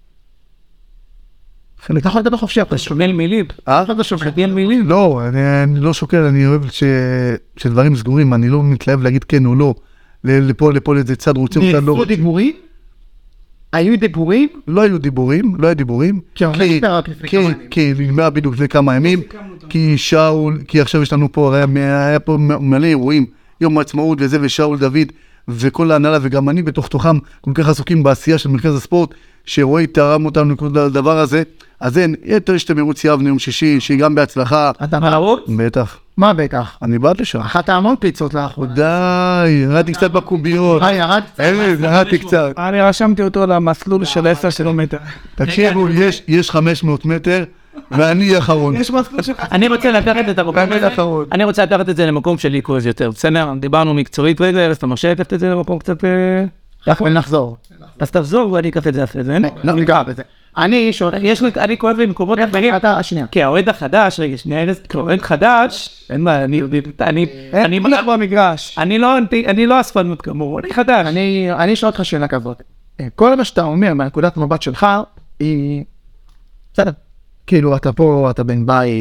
אתה יכול לדבר חופשי, אתה שוקל מילים. אתה שוקל מילים? לא, אני לא שוקל, אני אוהב שדברים סגורים, אני לא מתלהב להגיד כן או לא, לפה לאיזה צד רוצים, צד לא רוצים. דיבורים? היו דיבורים? לא היו דיבורים. כי נגמר בדיוק לפני כמה ימים, כי עכשיו יש לנו פה, היה פה מלא אירועים, יום העצמאות וזה, ושאול דוד, וכל ההנהלה, וגם אני בתוך תוכם, כל כך עסוקים בעשייה של מרכז הספורט, שרואי תרם אותנו לכל הדבר הזה, אז אין, יותר שאתם מרוץ יבנה יום שישי, שהיא גם בהצלחה. אתה מרוץ? בטח. מה בטח? אני בעד לשם. אחת המון פיצות לאחרונה. די, ירדתי קצת בקוביות. ירדתי קצת. אני רשמתי אותו למסלול של 10 קילומטר. תקשיבו, יש 500 מטר, ואני אחרון. יש מסלול שלך. אני רוצה לקחת את המקום הזה. אני רוצה לקחת את זה למקום שלי כוז יותר. בסדר, דיברנו מקצועית רגע, אז אתה מרשה לקחת את זה למקום קצת... נחזור. אז תחזור ואני אקח את זה אחרי זה. לא ניגע בזה. אני כואב לי מקומות אחרים. כי האוהד החדש, רגע, שנייה, כאוהד חדש, אין מה, אני הולך במגרש. אני לא אספנות כמוהו, אני חדש. אני אשאל אותך שאלה כזאת. כל מה שאתה אומר מהנקודת מבט שלך, היא... בסדר. כאילו, אתה פה, אתה בן בית,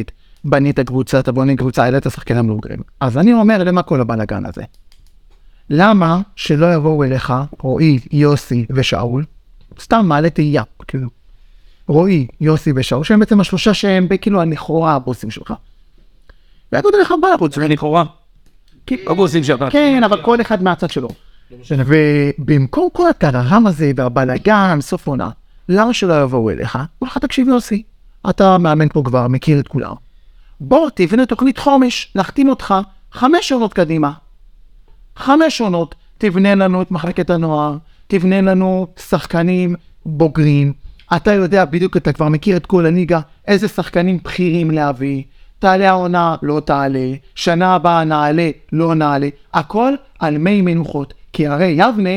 בנית קבוצה, אתה בונה קבוצה, העלית שחקנים מבוגרים. אז אני אומר, למה כל הבלגן הזה? למה שלא יבואו אליך רועי, יוסי ושאול, סתם מעלה תהייה, כאילו. רועי, יוסי ושאול, שהם בעצם השלושה שהם כאילו הנכורה הבוסים שלך. ויגידו לך, בא לחוץ, זה לכאורה. הבוסים שלך. כן, אבל כל אחד מהצד שלו. ובמקום כל הטררם הזה והבלגן, סוף עונה, למה שלא יבואו אליך? הוא לך תקשיב יוסי, אתה מאמן פה כבר, מכיר את כולם. בוא תבנה תוכנית חומש, להחתים אותך 5 עונות קדימה. 5 עונות, תבנה לנו את מחלקת הנוער, תבנה לנו שחקנים בוגרים, אתה יודע בדיוק, אתה כבר מכיר את כל הליגה, איזה שחקנים בכירים להביא, תעלה העונה, לא תעלה, שנה הבאה נעלה, לא נעלה, הכל על מי מנוחות, כי הרי יבנה,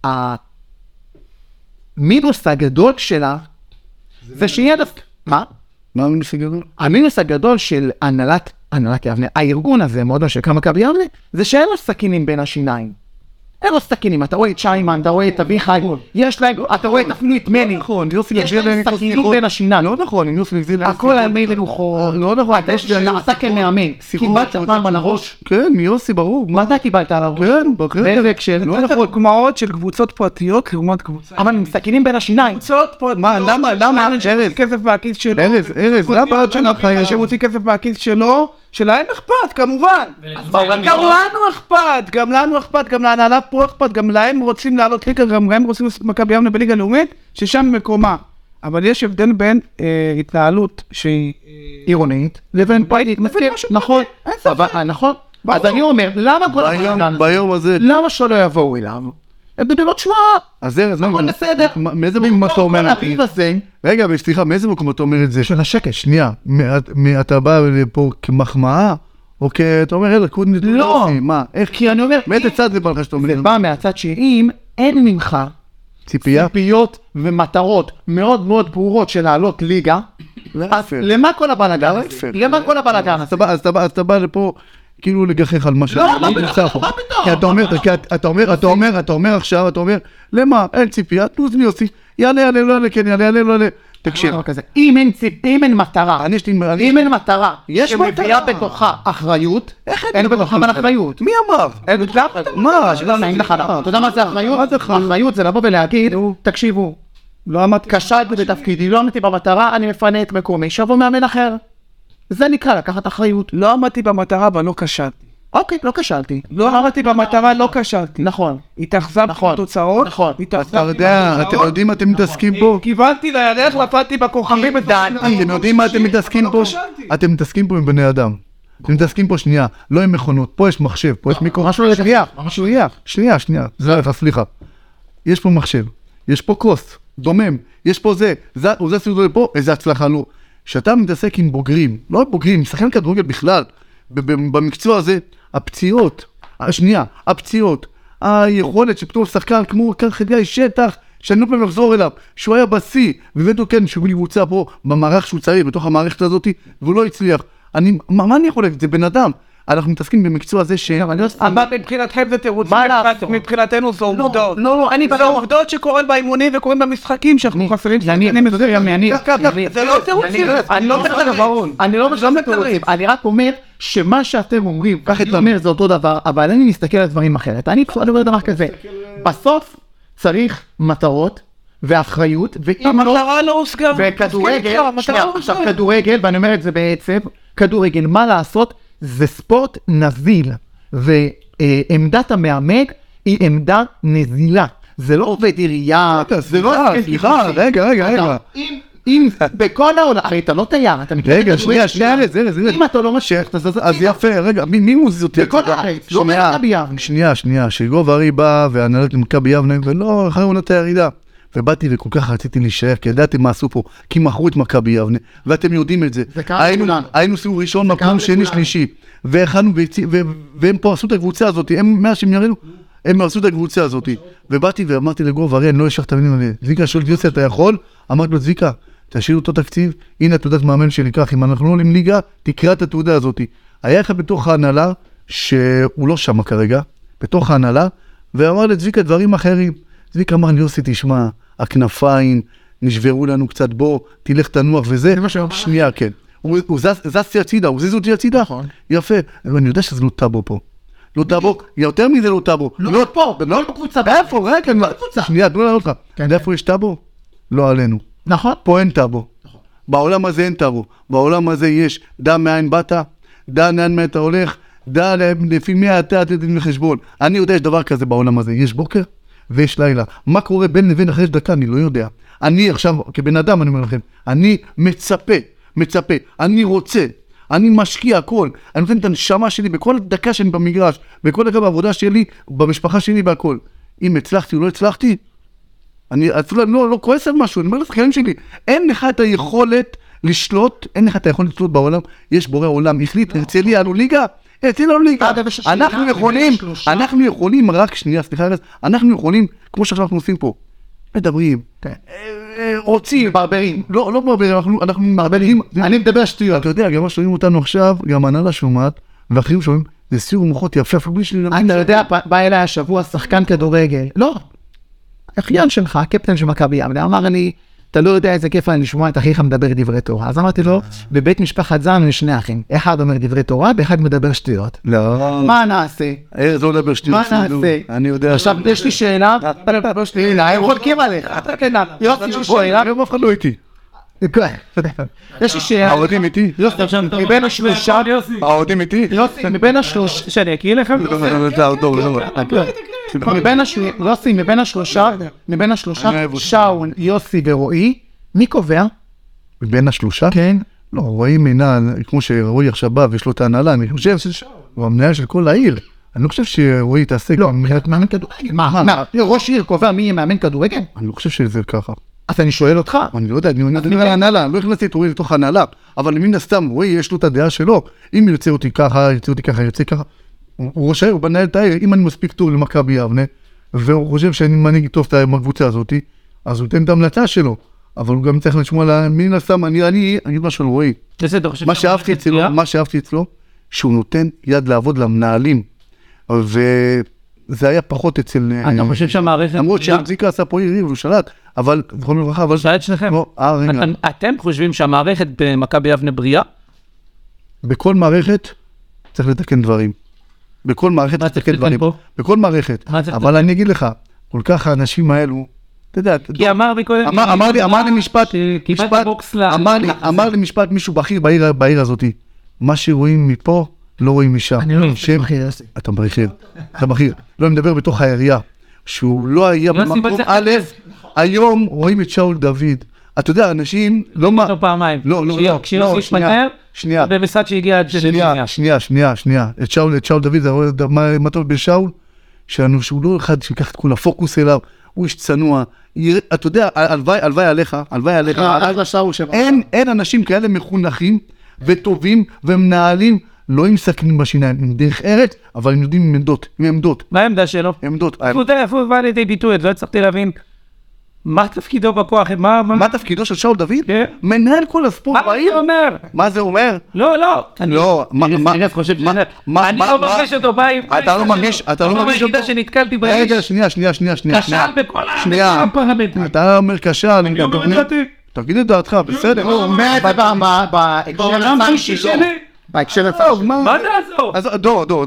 המינוס הגדול שלה, זה שיהיה דווקא, מה? מה המינוס הגדול? המינוס הגדול של הנהלת יבנה, הארגון הזה, מאוד של כמה מכבי יבנה, זה שאין לו סכינים בין השיניים. אין לו סכינים, אתה רואה את שיימן, אתה רואה את אביחי, יש להם, אתה רואה אפילו את מני, יש להם סכינים בין השיניים. לא נכון, אם יוסי נגזיל... הכל על מי מנוחות, לא נכון, אתה כמאמן, קיבלת פעם על הראש. כן, מיוסי, ברור. מה אתה קיבלת על הראש? כן, בקרב. באיזה הקשר? לא נכון, דוגמאות של קבוצות פרטיות לעומת קבוצה. אבל עם סכינים בין השיניים. קבוצות פרטיות. מה, למה? ארז, כסף מהכיס שלו. ארז, למה? שמוציא כסף מהכיס שלו, שלהם אכפת, כמובן. גם לנו אכפת, גם להנהלה פה אכפת, גם להם רוצים לעלות ליגה, גם להם רוצים לעשות מכבי יבנה בליגה לאומית, ששם מקומה. אבל יש הבדל בין התנהלות שהיא עירונית לבין פרטית, נכון, נכון. אז אני אומר, למה כל הזמן, ביום הזה... למה שלא יבואו אליו? הם בדיוק לא תשמע, אז ארז, הכל בסדר. מאיזה מקום אתה אומר את זה? רגע, סליחה, מאיזה מקום אתה אומר את זה? של השקט. שנייה, אתה בא לפה כמחמאה, או אתה אומר, אלא, לא, מה, איך? כי אני אומר, מאיזה צד זה בא לך שאתה אומר? זה בא מהצד שאם אין ממך ציפיות ומטרות מאוד מאוד ברורות של לעלות ליגה, אז למה כל הבלגן? למה כל הבלגן? אז אתה בא לפה כאילו לגחך על מה ש... לא, מה פתאום? כי אתה אומר עכשיו, אתה אומר, למה? אין ציפייה, תנוז מי עושים, יעלה, לא יעלה, כן, יעלה, לא יעלה. תקשיב, אם אין מטרה, אם אין מטרה, שמביאה בתוכה אחריות, אין בתוכה מן אחריות. מי אמר? מה? אתה יודע מה זה אחריות? אחריות זה לבוא ולהגיד, תקשיבו, כשלתי בתפקידי, לא עמדתי במטרה, אני מפנה את מקומי, שבוא מאמן אחר. זה נקרא לקחת אחריות. לא עמדתי במטרה, אבל לא כשלתי. אוקיי, לא כשלתי. לא עמדתי במטרה, לא כשלתי. נכון. התאכזבתי בתוצאות. נכון. אתה יודע, אתם יודעים מה אתם מתעסקים פה? כיוונתי לירח, לפתי בכוכבים בדעת. אתם יודעים מה אתם מתעסקים פה? אתם מתעסקים פה עם בני אדם. אתם מתעסקים פה שנייה, לא עם מכונות. פה יש מחשב, פה יש מיקרו. שנייה. סליחה. יש פה מחשב. יש פה כוס. דומם. יש פה זה. זה סרטון לפה, איזה הצלחה לא. שאתה מתעסק עם בוגרים, לא בוגרים, משחקן כדורגל בכלל, במקצוע הזה, הפציעות, היכולת שפתאום שחקן כמו חגי שטח, שאני לא פעם לחזור אליו, שהוא היה בשיא, ובאמת כן, שהוא נבוצע פה במערך שהוא צריך, בתוך המערכת הזאת, והוא לא הצליח. מה אני יכול להגיד? זה בן אדם. אנחנו מתעסקים במקצוע הזה אבל מבחינתכם זה תירוץ, מבחינתנו זה עובדות. זה עובדות שקורים באימונים וקורים במשחקים שאנחנו חסרים. זה לא תירוצים. אני לא מתירוצים. אני רק אומר שמה שאתם אומרים, כך אתה אומר זה אותו דבר, אבל אני מסתכל על דברים אחרת. אני אומר דבר כזה, בסוף צריך מטרות ואחריות, המטרה לא הושגה. וכדורגל, ואני אומר את זה בעצם, כדורגל, מה לעשות? זה ספורט נזיל, ועמדת המאמן היא עמדה נזילה. זה לא עובד עירייה, זה לא... סליחה, רגע. אם בכל העולם, הרי אתה לא תייר, אתה מכיר... רגע, שנייה, אם אתה לא משך, אז יפה, רגע, מי הוא זאת? בכל הארץ, לא מכבי יבנה. שנייה, שגוב הרי בא והנהלת מכבי יבנה, ולא, אחרי עונת הירידה. ובאתי וכל כך רציתי להישאר, כי ידעתי מה עשו פה, כי מכרו את מכבי יבנה, ואתם יודעים את זה. היינו סיבוב ראשון, מקום שני, שלישי, והם פה עשו את הקבוצה הזאת, הם עשו את הקבוצה הזאת, ובאתי ואמרתי לגוב, הרי אני לא אשך תמידים עליה, זיקה שואלת יוסי, אתה יכול? אמרתי לו, זיקה, תשאיר אותו תקציב, הנה תעודת מאמן שלי, כך, אם אנחנו לא עולים ליגה, תקרא את התעודה הזאת. היה אחד בתוך ההנהלה, שהוא לא שם כרגע, בתוך ההנהלה, ואמר לזיקה דברים אחרים. זביק אמר לי, יוסי, תשמע, הכנפיים, נשברו לנו קצת בו, תלך תנוח וזה. שנייה, כן. הוא זזתי הצידה, הוא זיז אותי הצידה. יפה. אני יודע שזה לא טאבו פה. לא טאבו, יותר מזה לא טאבו. לא פה, לא בקבוצה. איפה? רגע, שנייה, תנו לענות לך. איפה יש טאבו? לא עלינו. נכון. פה אין טאבו. בעולם הזה אין טאבו. בעולם הזה יש דע מאין באת, דע לאן אתה הולך, דע לפי מי אתה תדין לחשבון. אני יודע, יש דבר כזה בעולם הזה. יש בוקר ויש לילה. מה קורה בין לבין אחרי דקה? אני לא יודע. אני עכשיו, כבן אדם, אני אומר לכם, אני מצפה, אני רוצה, אני משקיע הכל, אני נותן את הנשמה שלי בכל דקה שאני במגרש, בכל דקה בעבודה שלי, במשפחה שלי, בהכל. אם הצלחתי או לא הצלחתי, אני אפילו לא כועס על משהו, אני אומר לשחקנים שלי, אין לך את היכולת לשלוט, אין לך את היכולת לשלוט בעולם, יש בורא עולם, החליט, הרצליה עלו ליגה, אנחנו יכולים, רק שנייה, סליחה, אנחנו יכולים, כמו שעכשיו אנחנו עושים פה, מדברים, רוצים, ברברים, לא ברברים, אנחנו מרברים, אני מדבר שטויות. אתה יודע, גם מה שומעים אותנו עכשיו, גם הנהלה שומעת, ואחרים שומעים, זה סיור מוחות יפה, אתה יודע, בא אליי השבוע שחקן כדורגל, לא, אחיין שלך, הקפטן של מכבי, אמר אני, אתה לא יודע איזה כיף אני לשמוע את אחיך מדבר דברי תורה, אז אמרתי לו, בבית משפחת זן יש שני אחים, אחד אומר דברי תורה, ואחד מדבר שטויות. לא. מה נעשה? זה לא מדבר שטויות. מה נעשה? אני יודע. עכשיו, יש לי שאלה, הם חולקים עליך. גם אף אחד לא איתי. יש לי שאלה. העודים איתי? מבין השלושה, העודים איתי? מבין השלושה, שאני אקריא לכם? מבין השלושה, שאול, יוסי ורועי, מי קובע? מבין השלושה? כן. לא, רועי מנהל, כמו שרועי עכשיו בא ויש לו את ההנהלה, אני חושב שהוא המנהל של כל העיר. אני לא חושב שרועי תעשה... לא, מאמן כדורגל. מה? ראש עיר קובע מי יהיה מאמן כדורגל? אני לא חושב שזה ככה. אז אני שואל אותך. אני לא יודע, אני מדבר על ההנהלה, אני לא הכנסתי את רועי לתוך ההנהלה, אבל מן הסתם, רועי יש לו את הדעה שלו, אם ירצה אותי ככה, ירצה ככה, הוא ראש העיר, הוא בנהל את העיר, אם אני מספיק טוב למכבי יבנה, והוא חושב שאני מנהיג טוב את הקבוצה הזאת, אז הוא ייתן את ההמלצה שלו, אבל הוא גם צריך לשמוע לה, מן הסתם, אני אגיד משהו על רועי. מה שאהבתי אצלו, שהוא נותן יד לעבוד למנהלים, וזה היה פחות אצל... אתה חושב שהמערכת... למרות שהמזיקה עשה פה עיר והוא שלט, אבל... שאלת שניכם. אתם חושבים שהמערכת במכבי יבנה בריאה? בכל מערכת צריך לתקן דברים. בכל מערכת צריך לתקן דברים. בכל מערכת. אבל אני אגיד לך, כל כך האנשים האלו, אתה יודע... כי אמר לי משפט מישהו בכיר בעיר הזאת, מה שרואים מפה, לא רואים משם. אני לא בכיר. אתה בכיר. לא, אני מדבר בתוך העירייה. שהוא לא היה במקום א', היום רואים את שאול דוד. אתה יודע, אנשים לא מה... לא פעמיים. לא, שנייה. במסד שהגיע עד... שנייה. את שאול דוד, מה טוב בשאול? שהוא לא אחד שיקח את כל הפוקוס אליו, הוא איש צנוע. אתה יודע, הלוואי עליך. אין אנשים כאלה מחונכים וטובים ומנהלים, לא עם סכנים בשיניים, עם דרך ארץ, אבל הם יודעים עם עמדות. מה העמדה שלו? עמדות. איפה הוא בא לידי ביטוי? לא הצלחתי להבין. מה תפקידו בכוח? מה תפקידו של שאול דוד? מנהל כל הספורט בעיר. מה זה אומר? מה זה אומר? לא. אני לא מרגיש אותו בא עם... אתה לא מרגיש אותו? שנתקלתי באיש. רגע, שנייה. כשל בכל הפרמטרים. אתה אומר כשל. תגיד את דעתך, בסדר. הוא מת בהקשר הצעה. מה זה הזו?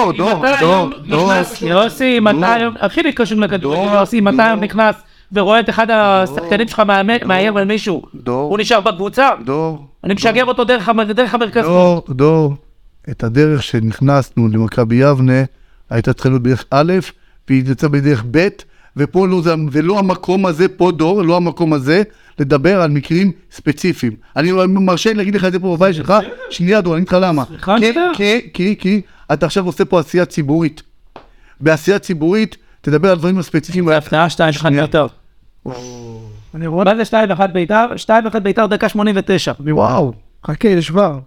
יוסי, מתי הכי קשור לכדור, יוסי, מתי הוא נכנס ורואה את אחד השחקנים שלך מאיים על מישהו, הוא נשאר בקבוצה, אני משגר אותו דרך המרכז. דור, את הדרך שנכנסנו למכבי יבנה, הייתה צריכה להיות בדרך א', והיא יצאה בדרך ב', ופה לא המקום הזה, פה דור, לא המקום הזה, לדבר על מקרים ספציפיים. אני מרשה להגיד לך את זה פה בבית שלך, שנייה דור, אני אגיד לך למה. כי אתה עכשיו עושה פה עשייה ציבורית. בעשייה ציבורית, תדבר על דברים הספציפיים. בהפתעה 2-1 בית"ר. מה זה 2-1 בית"ר? 2-1 בית"ר דקה 89. וואו, חכה, יש כבר.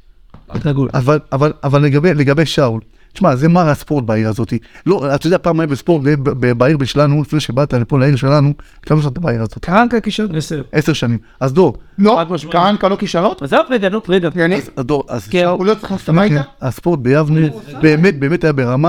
אבל לגבי שאול, תשמע, זה מר הספורט בעיר הזאת. לא, אתה יודע, פעם היה בספורט בעיר בשלנו, לפני שבאת לפה לעיר שלנו, כמה שאת בעיר הזאת? קרנקה כישרות? 10 שנים. אז דור. לא, קרנקה לא כישרות? אז זה פרידה. אז דור, הוא לא צריך להסתמה איתה? הספורט ביבנה באמת היה ברמה.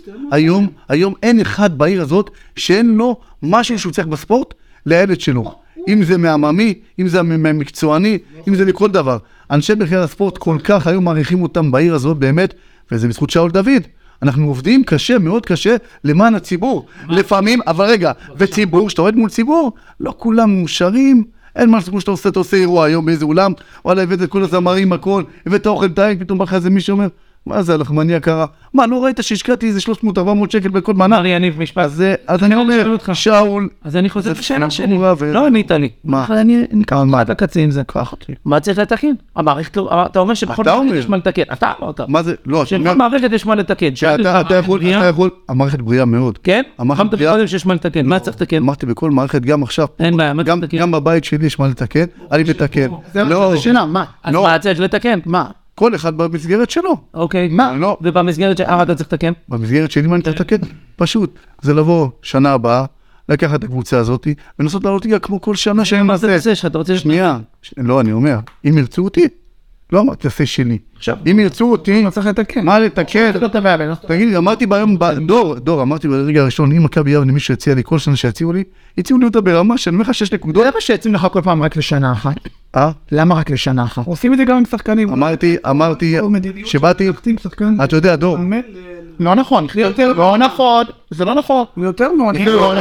היום אין אחד בעיר הזאת שאין לו משהו שהוא צריך בספורט לילד שלו. אם זה מהעממי, אם זה מהמקצועני, אם זה מכל דבר. אנשי מרכז הספורט כל כך היו מעריכים אותם בעיר הזאת באמת, וזה בזכות שאול דוד. אנחנו עובדים קשה, מאוד קשה, למען הציבור. לפעמים, אבל רגע, וציבור, שאתה עובד מול ציבור, לא כולם מאושרים, אין משהו כמו שאתה עושה אירוע היום באיזה אולם, וואלה, הבאת את כל הזמרים, הכל, הבאת אוכל טעים, פתאום בא לך איזה מישהו אומר, מה זה הלחמניה קרה? מה, לא ראית שהשקעתי איזה 300-400 שקל בכל מנה? אמר יניב משפט. אז אני אומר, שאול... אז אני חוזר לשאלה שלי. לא ענית לי. מה? אבל אני קצת לקצין זה. מה צריך לתקן? המערכת, אתה אומר שבכל מערכת יש מה לתקן. אתה אמרת. מה זה? לא, שבכל מערכת יש מה לתקן. אתה יכול, המערכת בריאה מאוד. כן? אמרת קודם שיש מה לתקן. מה צריך לתקן? אמרתי בכל מערכת, גם עכשיו. אין בעיה, מה צריך לתקן? גם בבית שלי יש מה לתקן. אני מתקן. זה שאלה, מה? אז מה צריך לתקן? מה? כל אחד במסגרת שלו. אוקיי, מה? לא. ובמסגרת אתה צריך לתקן? במסגרת שלי מה אני צריך לתקן? פשוט, זה לבוא שנה הבאה, לקחת את הקבוצה הזאת, ולנסות לעלות ליגה כמו כל שנה שאני מה זה מנסה. תעשה? אתה רוצה... שנייה, לא, אני אומר, אם ירצו אותי, לא אמרתי תעשה שלי. אם ירצו אותי, צריך לתקן. מה לתקן? תגיד, אמרתי ביום, דור, אמרתי ברגע הראשון, אם מכבי יבנה מישהו הציע לי, כל שנה שהציעו לי אותה ברמה שאני אומר לך 6 נקודות. למה שהציעו לך כל פעם רק לשנה אחת? אה? למה רק לשנה אחת? עושים את זה גם עם שחקנים. אמרתי, שבאתי, אתה יודע, דור. לא נכון, לא נכון, זה לא נכון. יותר מאוד.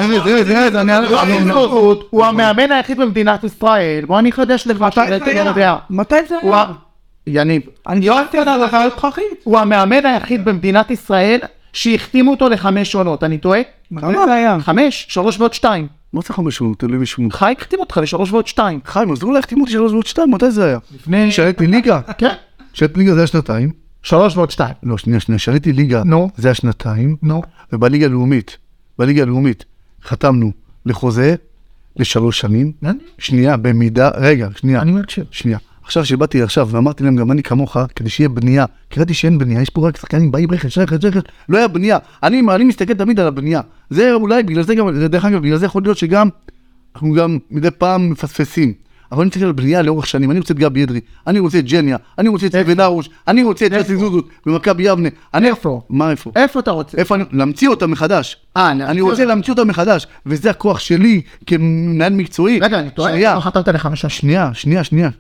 הוא המאמן היחיד במדינת ישראל, בוא אני אחדש לך. מתי זה היה? יניב, אני אוהבתי את ההלכה פרחים. הוא המאמן היחיד במדינת ישראל שהחתימו אותו ל5 עונות, אני טועה? מתי זה היה? 5, 3 ועוד 2. מה צריך 5 עונות? תלוי משום. חי החתים אותך ל3 ועוד 2. חיים, אז לא להחתים אותי 3 ועוד 2, מתי זה היה? לפני... שעליתי ליגה? כן. שעליתי ליגה זה היה 2 3 ועוד 2. לא, שנייה, שעליתי ליגה זה היה 2 ובליגה הלאומית חתמנו לחוזה ל3 שנים. שנייה, במידה, רגע, שנייה. אני מקשיב. שנייה. עכשיו שבאתי עכשיו ואמרתי להם גם אני כמוך, כדי שיהיה בנייה, קראתי שאין בנייה, יש פה רק שחקנים באים רכש, לא היה בנייה. אני מסתכל תמיד על הבנייה. זה אולי, בגלל זה גם, דרך אגב, בגלל זה יכול להיות שגם, אנחנו גם מדי פעם מפספסים. אבל אני מסתכל על בנייה לאורך שנים, אני רוצה את גבי אדרי, אני רוצה את ג'ניה, אני רוצה את סטיבן ארוש, אני רוצה את יוסי זוזות במכבי יבנה. איפה? מה איפה? איפה אתה רוצה? איפה להמציא אותה מחדש. אני רוצה להמציא אותה מחדש, וזה הכוח שלי כמנהל מקצועי. רגע, אני טועה, לא חתמת ל5 שנייה.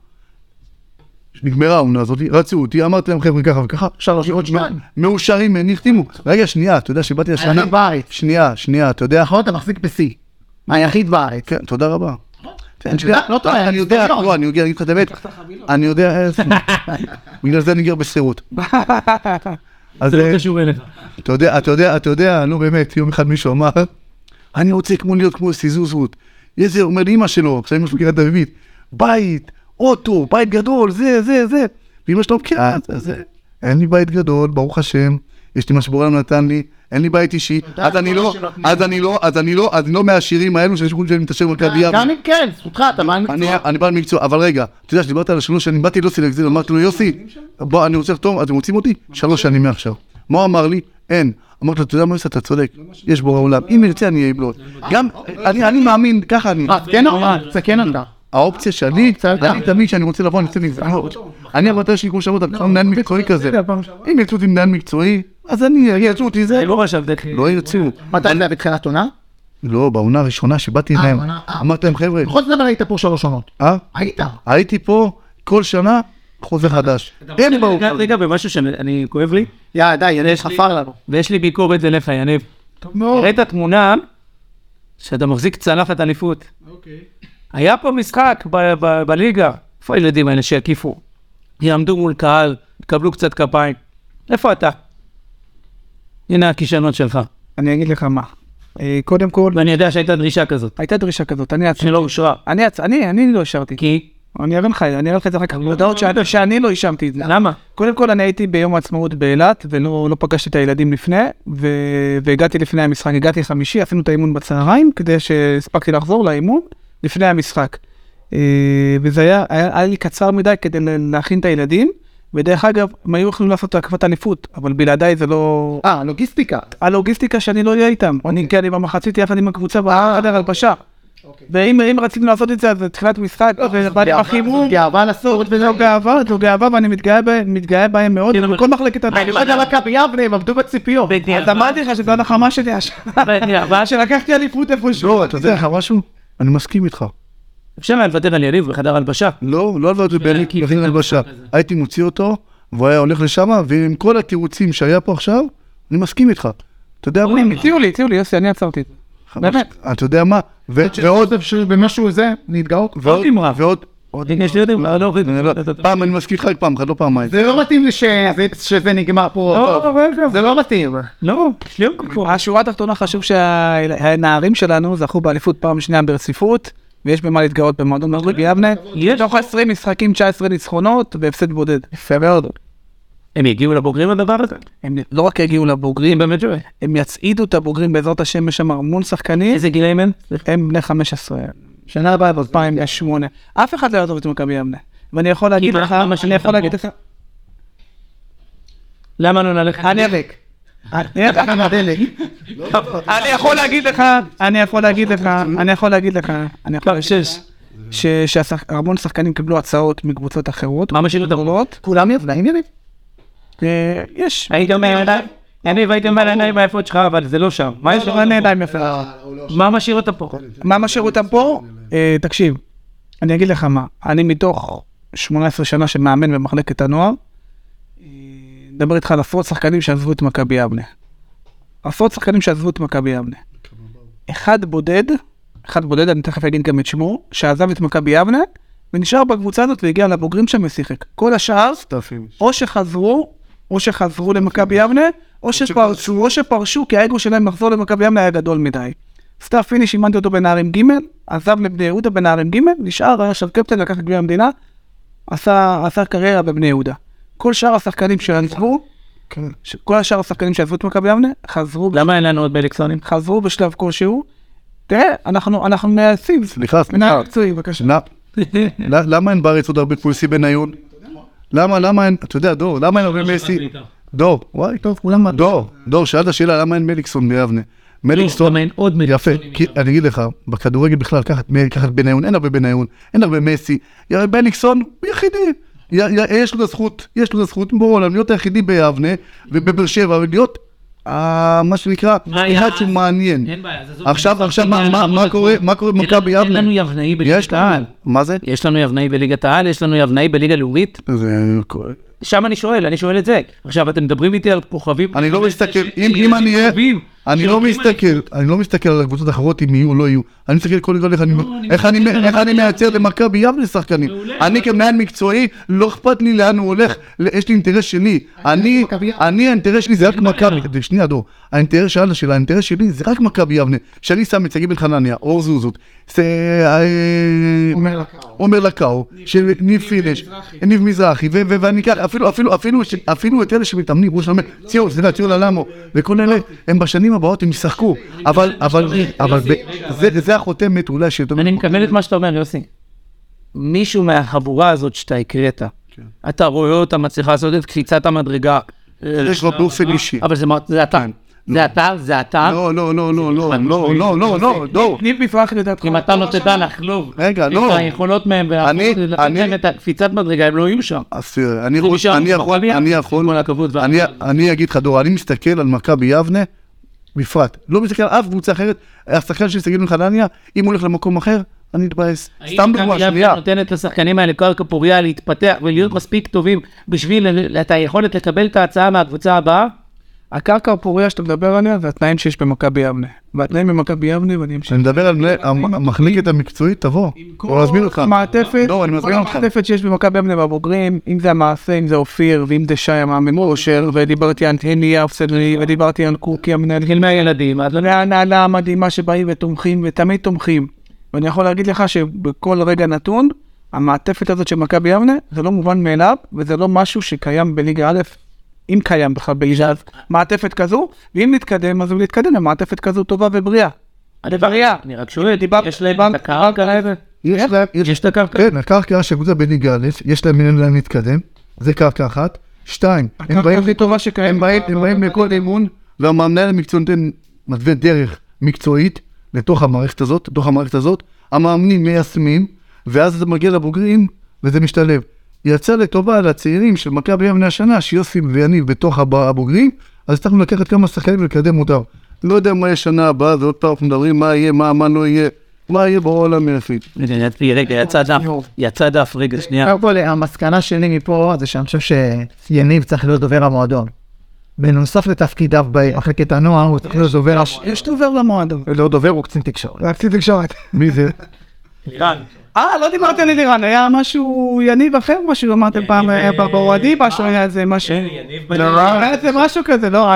נגמרה העונה הזאת, רצו אותי, אמרתי להם חבר'ה ככה וככה, 3 ועוד 2. מאושרים, נחתימו. רגע, שנייה, אתה יודע שבאתי לשנה... היחיד בארץ. שנייה, אתה יודע... נכון, אתה מחזיק ב-C. היחיד בארץ. כן, תודה רבה. לא טועה, אני יודע, לא, אני אגיד לך את האמת, אני יודע, בגלל זה אני גר בסירות. זה לא קשור אליך. אתה יודע, נו באמת, יום אחד מישהו אמר, אני רוצה להיות כמו סיזוזות. איזה, אומר לי אמא שלו, עכשיו אמא שלו מכירה את דוד, בית, אוטו, בית גדול, זה. ואמא שלו מכירה, אין לי בית גדול, ברוך השם, יש לי מה שבורא נתן לי, אין לי בית אישי, אז אני לא מהשירים האלו שאני מתאשר מכבי יבנה. גם אם כן, זכותך, אתה מה מקצוע? אני בעל מקצוע, אבל רגע, אתה יודע שדיברת על 3 שנים, באתי יוסי להגזיר, אמרתי לו יוסי, בוא, אני רוצה לחתום, אתם רוצים אותי? 3 שנים מעכשיו. מה אמר לי? אין. אמרתי לו, אתה יודע מה יוסי, אתה צודק, יש בורא עולם, אם ירצה אני אהיה בלוט. גם, אני מאמין, ככה אני. זה כן אתה. האופציה שלי, אני תמיד שאני רוצה לבוא, אני רוצה לגזרות. אני הבטר שלי כמו שאמרת, אני מנהל מקצועי כזה. אם ירצו אותי מנהל מקצועי, אז ירצו אותי זה. לא ירצו. מתי זה בתחילת עונה? לא, בעונה הראשונה שבאתי להם, אמרתי להם חבר'ה. בכל זאת היית פה 3 עונות. היית. הייתי פה כל שנה חוזה חדש. רגע, במשהו שאני כואב לי. די, יש חפר לנו. ויש לי ביקורת אליך, יניב. ראית תמונה שאתה מחזיק צלחת אליפות. היה פה משחק בליגה. איפה הילדים האלה שיקיפו? יעמדו מול קהל, יקבלו קצת כפיים. איפה אתה? הנה הכישנות שלך. אני אגיד לך מה. קודם כל... ואני יודע שהייתה דרישה כזאת. הייתה דרישה כזאת, שלא אושרה. אני לא אשרתי. כי? אני אראה לך את זה רק הודעות שאני לא השמתי את זה. למה? קודם כל אני הייתי ביום העצמאות באילת, ולא פגשתי את הילדים לפני, והגעתי לפני המשחק, הגעתי 5, עשינו את האימון בצהריים, כדי שהספקתי לחזור לאימון לפני המשחק. וזה היה לי קצר מדי כדי להכין את הילדים, ודרך אגב, הם היו יכולים לעשות הקפת אליפות, אבל בלעדיי זה לא... לוגיסטיקה. הלוגיסטיקה שאני לא אהיה איתם. אני במחצית יחד עם הקבוצה בחדר הלבשה. ואם רצינו לעשות את זה, אז תחילת משחק, זה גאווה לעשות, זו גאווה, ואני מתגאה בהם מאוד, בכל מחלקת הדבר. אני לא יודע מכבי יבנה, הם עבדו בציפיות. אז אמרתי לך שזו הנחמה שלי, שלקחתי אליפות איפשהו. לא, אתה יודע לך משהו? אני מסכים איתך. אפשר היה לוותר על יריב בחדר הלבשה. לא לוותר בחדר הלבשה. הייתי מוציא אותו, והוא היה הולך לשם, ועם כל התירוצים שהיה פה עכשיו, אני מסכים איתך. אתה יודע מה? הציעו לי, יוסי, אני עצרתי את זה. באמת. אתה יודע מה? ועוד במשהו זה, להתגאות. ועוד, יש לי יודעים, פעם אני מזכיר לך פעם אחת, לא פעמיים. זה לא מתאים לי שזה נגמר פה. זה לא מתאים. לא, שליום. השורה התחתונה חשוב שהנערים שלנו זכו באליפות פעם שנייה ברציפות, ויש במה להתגאות במועדון מכבי יבנה. תוך 20 משחקים, 19 ניצחונות והפסד בודד. יפה מאוד. הם יגיעו לבוגרים לדבר הזה? הם לא רק יגיעו לבוגרים, באמת שווה. הם יצעידו את הבוגרים בעזרת השם, יש שם המון שחקנים. איזה גילאים הם? הם בני 15. שנה הבאה ב-2008. אף אחד לא יעזוב את מכבי יבנה. ואני יכול להגיד לך, למה לא נלך? אני יכול להגיד לך, שהמון שחקנים קיבלו הצעות מקבוצות אחרות. מה משאיר את הרוב? כולם יבנאים יריב? יש. הייתי אומר עיניים מהיפות שלך, אבל זה לא שם. מה יש לך עיניים יפה? מה משאיר אותם פה? מה משאיר אותם פה? תקשיב, אני אגיד לך מה. אני מתוך 18 שנה שמאמן במחלקת הנוער, נדבר איתך על עשרות שחקנים שעזבו את מכבי יבנה. אחד בודד, אני תכף אגיד גם את שמו, שעזב את מכבי יבנה, ונשאר בקבוצה הזאת והגיע לבוגרים שם ושיחק. כל השאר, או שחזרו למכבי יבנה, או שפרשו, כי האגו שלהם לחזור למכבי יבנה היה גדול מדי. סטאר פיניש, אימנתי אותו בנערים ג', עזב לבני יהודה בנערים ג', נשאר, היה עכשיו קפטן, לקח את גביע המדינה, עשה קריירה בבני יהודה. כל שאר השחקנים שעזבו, שעזבו את מכבי יבנה, חזרו... למה אין לנו עוד בליקסונים? חזרו בשלב כלשהו. תראה, אנחנו נעשים. סליחה. בבקשה. למה אין בארץ עוד הרבה פולסי בניון? למה אין, אתה יודע, דור, למה אין הרבה מסי? דור, וואי, טוב, כולם מה? דור, שאלת השאלה, למה אין מליקסון ביבנה? מליקסון, אין עוד מליקסון. יפה, כי אני אגיד לך, בכדורגל בכלל, לקחת בניון, אין הרבה בניון, אין הרבה מסי. מליקסון הוא יחידי. יש לו זכות, בואו, להיות היחידי ביבנה ובבאר שבע, ולהיות מה שנקרא, אחד שהוא מעניין. עכשיו, מה קורה במכבי יבנה? אין לנו יבנאי בליגת העל. מה זה? יש לנו יבנאי בליגת העל, יש לנו יבנאי בליגה לאומית. שם אני שואל את זה. עכשיו, אתם מדברים איתי על כוכבים. אני לא מסתכל, אם אני אהיה, אני לא מסתכל על הקבוצות האחרות אם יהיו או לא יהיו. אני מסתכל כל כך איך אני מייצר למכבי יבנה שחקנים. אני כמנהל מקצועי, לא אכפת לי לאן הוא הולך, יש לי אינטרס שלי. האינטרס שלי זה רק מכבי. שנייה דור, האינטרס שלי זה רק מכבי יבנה. שאני שם את שגיא בן חנניה, אור זוזות, עומר לקאו, ניב פינש, ניב מזרחי, ואני אקח, אפילו את אלה שמתאמנים, ראש אומר, ציור ללמו, וכל אלה, הם בשנים הבאות, הם ישחקו, אבל זה החותמת אולי שאתה... אני מקבל את מה שאתה אומר, יוסי. מישהו מהחבורה הזאת שאתה הקראת, אתה רואה אותה מצליחה לעשות את קפיצת המדרגה. יש לו באופן אישי. אבל זה אתה. זה אתה? לא, דור. ניב מפרח לדעתך. אם אתה נותנת לחלוב את היכולות מהם ולתת את הקפיצת מדרגה, הם לא יהיו שם. אני אגיד לך דור, אני מסתכל על מכבי יבנה, בפרט. לא מסתכל על אף קבוצה אחרת, השחקן של שגיא בן חנניה, אם הוא הולך למקום אחר, אני אתבאס. סתם דוגמה שנייה. נותנת לשחקנים האלה קרקע פוריה להתפתח ולהיות מספיק טובים בשביל את היכולת לקבל את ההצעה מהקבוצה הבאה? הקרקע הפוריה שאתה מדבר עליה, זה התנאים שיש במכבי יבנה. והתנאים במכבי יבנה, ואני אמשיך. אני מדבר על המחלקת המקצועית, תבוא. או להזמין אותך. המעטפת שיש במכבי יבנה בבוגרים, אם זה המעשה, אם זה אופיר, ואם זה שי המאמן אושר, ודיברתי על הני אפסדלי, ודיברתי על קוקי המנהל חילמי הילדים, אז הנהלה המדהימה שבאים ותומכים, ותמיד תומכים. ואני יכול להגיד לך שבכל רגע נתון, המעטפת הזאת של מכבי יבנה, זה לא מובן מאליו, וזה לא משהו שקיים בליגה א', אם קיים בכלל באיז'אז, מעטפת כזו, ואם נתקדם, אז הוא נתקדם למעטפת כזו טובה ובריאה. אני רק שואל, יש להם את הקרקע? יש את הקרקע? כן, הקרקע שקבוצה בליגה א', יש להם להתקדם, זה קרקע אחת. 2, הם באים לכל אימון, והמנהל המקצועי נותן מתווה דרך מקצועית לתוך המערכת הזאת, המאמנים מיישמים, ואז זה מגיע לבוגרים, וזה משתלב. יצא לטובה לצעירים של מכבי יבנה השנה, שיוסים ויניב בתוך הבוגרים, אז הצלחנו לקחת כמה שחקנים ולקדם אותם. לא יודע מה יהיה שנה הבאה, ועוד פעם אנחנו מדברים מה יהיה, מה לא יהיה. מה יהיה בעולם יפית? רגע, יצא דף, רגע, שנייה. קודם כל, המסקנה שלי מפה זה שאני חושב שיניב צריך להיות דובר המועדון. בנוסף לתפקידיו במחלקת הנוער, הוא צריך להיות דובר... יש דובר למועדון. לא דובר, הוא קצין תקשורת. קצין תקשורת. מי זה? לירן. לא דיברתי על לירן, היה משהו יניב אחר, משהו אמרתם פעם, באוהדי, משהו היה איזה משהו. זה משהו כזה, לא,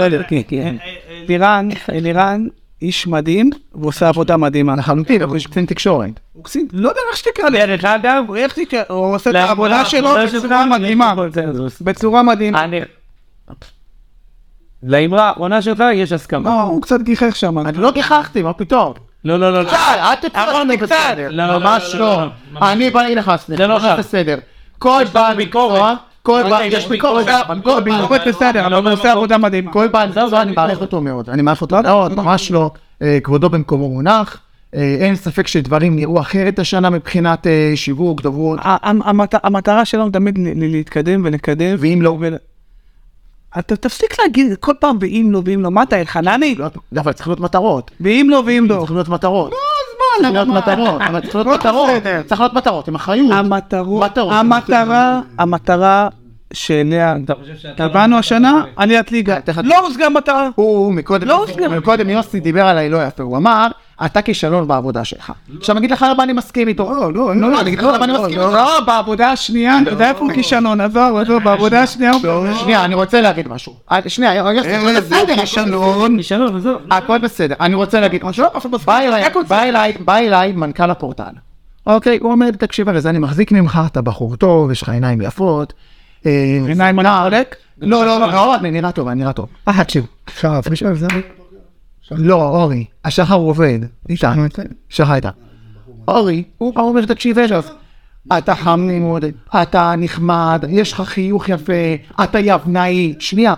לירן, איש מדהים, והוא עושה עבודה מדהימה. לחלוטין, הוא קצין תקשורת. הוא קצין, לא יודע איך שתקרא לי, הוא עושה את העבודה שלו בצורה מדהימה. בצורה מדהימה. לאמרה האחרונה שלך יש הסכמה. הוא קצת גיחך שם. אני לא גיחכתי, מה פתאום? לא. אל תצטרך בסדר. ממש לא. אני בא להגיד לך, זה לא בסדר. כל בעל מקצוע, יש ביקורת, ביקורת בסדר, אבל הוא עושה עבודה מדהים. כל בעל מקצוע, אני מעריך אותו מאוד. אני מעריך אותו מאוד, ממש לא. כבודו במקומו מונח. אין ספק שדברים נראו אחרת השנה מבחינת שיווק, דוברות. המטרה שלנו תמיד להתקדם ולקדם. ואם לא... אתה תפסיק להגיד כל פעם ואם לא, מה אתה אלחנני? אבל צריך להיות מטרות. ואם לא. צריך להיות מטרות. צריך להיות מטרות, עם אחריות. המטרה שאליה קבענו השנה, עליית ליגה. לא הושגה מטרה. מקודם יוסי דיבר עליי לא יפה, הוא אמר, אתה כישלון בעבודה שלך. עכשיו אגיד לך למה אני מסכים איתו. לא, אני אגיד לך למה אני מסכים איתו. לא, בעבודה השנייה, אתה יודע איפה הוא כישלון, עזוב, בעבודה השנייה. שנייה, אני רוצה להגיד משהו. שנייה, כישלון, עזוב. הכל בסדר, אני רוצה להגיד משהו. בא אליי מנכ"ל הפורטל. אוקיי, הוא אומר, תקשיב הרי זה אני מחזיק ממך, אתה בחור טוב, יש לך עיניים יפות. עיניים נעלק? לא, אני נראה טוב. תקשיב. לא, אורי, השחר הוא עובד. שחר איתה. אורי, הוא אומר, תקשיב אליו. אתה חמני מאוד, אתה נחמד, יש לך חיוך יפה, אתה יבנאי,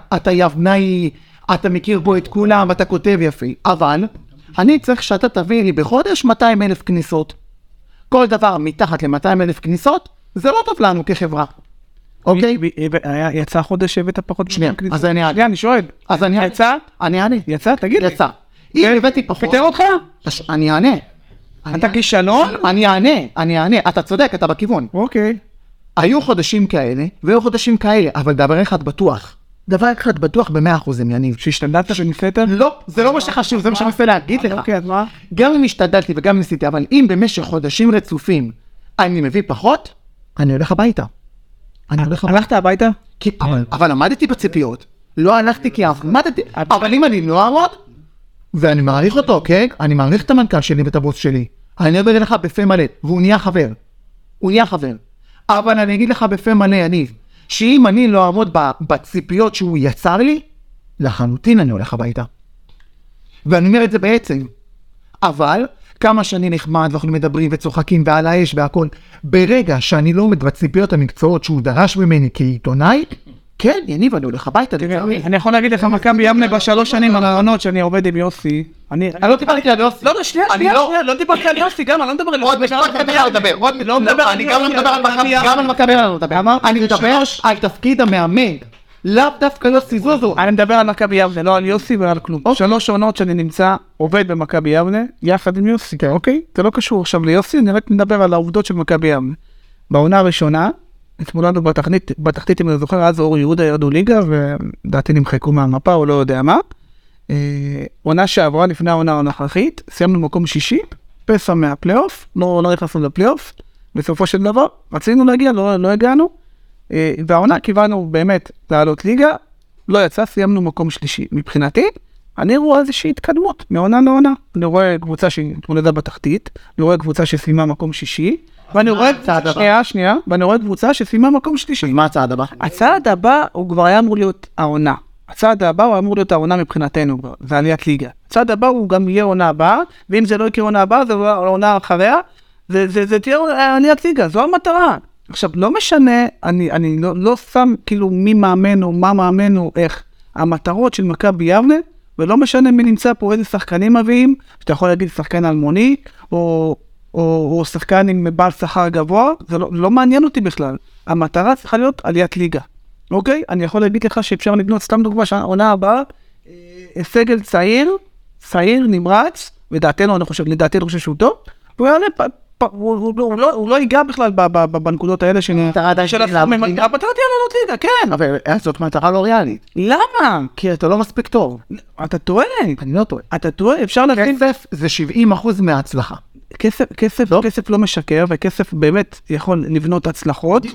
אתה מכיר בו את כולם, אתה כותב יפה. אבל, אני צריך שאתה תביא לי בחודש 200,000 כניסות. כל דבר מתחת ל-200,000 כניסות, זה לא טוב לנו כחברה. אוקיי? יצא חודש הבאת פחות... שנייה, אז אני אענה. אני שואל. אז אני אענה. יצא? אני אענה. יצא? תגיד לי. יצא. אם הבאתי פחות... פיתר אותך? אני אענה. אתה כישלון? אני אענה. אתה צודק, אתה בכיוון. אוקיי. היו חודשים כאלה, והיו חודשים כאלה, אבל דבר אחד בטוח. ב-100% יניב. שהשתדלת וניסית? לא, זה לא מה שחשוב, זה מה שאני מנסה להגיד לך. אוקיי, אז מה? גם אם השתדלתי וגם ניסיתי, אבל אם במשך חודשים רצופים אני מביא פחות, אני הולך הביתה. הלכת הביתה? אבל עמדתי בציפיות. לא הלכתי כי עמדתי. אבל אם אני לא אעמוד, ואני מעריך אותו, כן? אני מעריך את המנכ"ל שלי ואת הבוס שלי. אני אומר לך בפה מלא, והוא נהיה חבר. אבל אני אגיד לך בפה מלא, יניב, שאם אני לא אעמוד בציפיות שהוא יצר לי, לחלוטין אני הולך הביתה. ואני אומר את זה בעצם. אבל, כמה שאני נחמד ואנחנו מדברים וצוחקים ועל האש והכל, ברגע שאני לא עומד בציפיות המקצועות שהוא דרש ממני כעיתונאי, כן, יניב, אני הולך הביתה. אני יכול להגיד לך מכבי יבנה ב3 שנים הרעיונות שאני עובד עם יוסי. אני לא דיברתי על יוסי. לא, שנייה, לא דיברתי על יוסי, גם, אני לא מדבר על יוסי. אני גם לא מדבר על אני מדבר על תפקיד המאמן. לאו דווקא יוסי זוזו. אני מדבר על מכבי יבנה, לא על יוסי ועל כלום. 3 עונות שאני נמצא, עובד במכבי יבנה, יחד עם יוסי, אוקיי? זה לא קשור עכשיו ליוסי, אני רק מדבר על העובדות של מכבי יבנה. בעונה הראשונה, התמודדנו בתחתית, אם אני זוכר, אז אור יהודה ירדו ליגה, ודעתי נמחקו מהמפה, או לא יודע מה. עונה שעברה לפני העונה הנוכחית, סיימנו מקום 6, פסע מהפלייאוף, לא נכנסנו לפלייאוף, בסופו של דבר, רצינו להגיע, לא הגענו, והעונה קיבלנו באמת לעלות ליגה, לא יצא, סיימנו מקום 3. מבחינתי, אני רואה איזושהי התקדמות, מעונה לעונה. אני רואה קבוצה שהתמודדה בתחתית, אני רואה קבוצה שסיימה מקום 6, ואני רואה ואני רואה קבוצה שסיימה מקום 3. מה הצעד הבא? הצעד הבא הוא כבר היה אמור להיות העונה. הצעד הבא הוא אמור להיות העונה מבחינתנו, זה עליית ליגה. הצעד הבא הוא גם יהיה עונה הבאה, ואם זה לא יקרה עונה הבאה, זה עונה אחריה, זה תהיה עליית ליגה, זו המטרה. עכשיו, לא משנה, אני לא שם כאילו מי מאמן או מה מאמן או איך. המטרות של מכבי יבנה, ולא משנה מי נמצא פה, איזה שחקנים מביאים, שאתה יכול להגיד שחקן אלמוני, או שחקן עם בעל שכר גבוה, זה לא מעניין אותי בכלל. המטרה צריכה להיות עליית ליגה. אוקיי? אני יכול להגיד לך שאפשר לבנות, סתם דוגמה, העונה הבאה, סגל צעיר, נמרץ, לדעתי אני חושב שהוא טוב, הוא יעלה, הוא לא ייגע בכלל בנקודות האלה של הסכומים. המטרה תהיה לעלות ליגה, כן. אבל זאת מטרה לא ריאלית. למה? כי אתה לא מספיק טוב. אתה טועה. אני לא טועה. אתה טועה, אפשר להבין. כסף זה 70% מההצלחה. כסף לא משקר, וכסף באמת יכול לבנות הצלחות.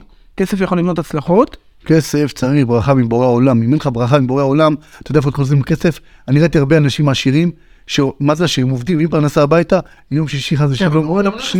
כסף צריך ברכה מבורא העולם. אם אין לך ברכה מבורא העולם, אתה יודע איפה חוזרים כסף? אני ראיתי הרבה אנשים עשירים, מה זה שהם עובדים, אם פרנסה הביתה, יום שישי חס ושלום.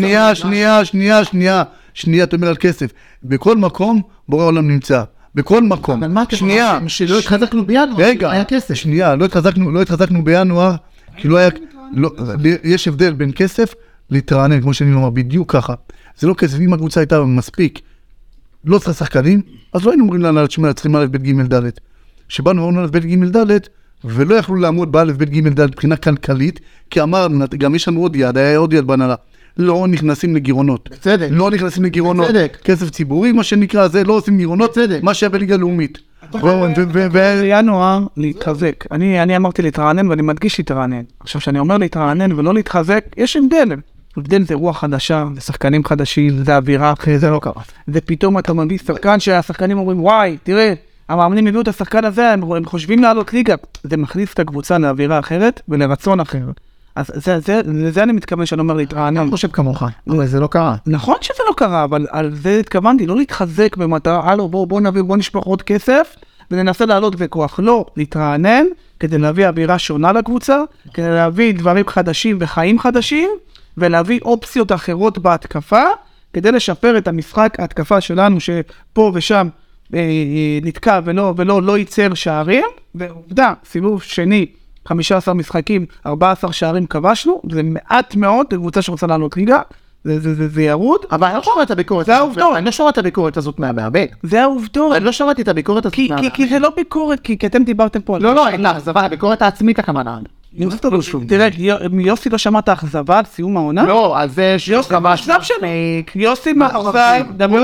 שנייה, אתה אומר על כסף. בכל מקום, בורא העולם נמצא. בכל מקום. אבל מה אתם חושבים? שלא התחזקנו בינואר, רגע, היה כסף. שנייה, לא התחזקנו בינואר, כי לא היה, יש הבדל בין כסף להתרענן, כמו שאני אומר, בדיוק ככה. זה לא כסף, אם הקבוצה הייתה מספיק, לא צריך שחקנים, אז לא היינו אומרים לנו, תשמע, צריכים א' ב' ג' ד'. שבאנו ואומרים א' ב' ג' ד', ולא יכלו לעמוד בא' ב' ג' ד' מבחינה כלכלית, כי אמרנו, גם יש לנו עוד יד, היה עוד יד בנהלה. לא נכנסים לגירעונות. בצדק. לא נכנסים לגירעונות. בצדק. כסף ציבורי, מה שנקרא, זה לא עושים גירעונות. בצדק. מה שהיה בליגה לאומית. בינואר להתחזק. אני אמרתי להתרענן ואני מדגיש להתרענן. עכשיו, שאני אומר להתרענן ולא להתחזק, יש הבדל. הבדל זה רוח חדשה, זה שחקנים חדשים, זה אווירה, זה לא קרה. זה פתאום אתה מביא שחקן שהשחקנים אומרים, וואי, תראה, המאמנים הביאו את השחקן הזה, הם חושבים לעלות ליגה. זה מכניס את הקבוצה לאווירה אחרת ולרצון אחר. אז לזה אני מתכוון שאני אומר להתרענן. אני חושב כמוך, אבל זה לא קרה. נכון שזה לא קרה, אבל על זה התכוונתי, לא להתחזק במטרה, בוא נשפוך עוד כסף, וננסה לעלות בכוח. לא, להתרענן, כדי להביא אווירה שונה לקבוצה, כדי להביא דברים חדשים וחיים חדשים, ולהביא אופציות אחרות בהתקפה, כדי לשפר את המשחק ההתקפה שלנו, שפה ושם נתקע ולא ייצר שערים, ועובדה, סיבוב שני, 15 משחקים, 14 שערים כבשנו, זה מעט מאוד, קבוצה שרוצה לעלות ליגה, זה ירוד. אבל אני לא שמעתי את הביקורת. זה העובדות. אני לא שמעתי את הביקורת הזאת מהמעבד. זה העובדות. אני לא שמעתי את הביקורת הזאת מהמעבד. כי זה לא ביקורת, כי אתם דיברתם פה על... לא, אין לה אכזבה, הביקורת העצמית הכוונה. תראה, יוסי לא שמעת אכזבה על סיום העונה? לא, אז זה יוסי מאכזב,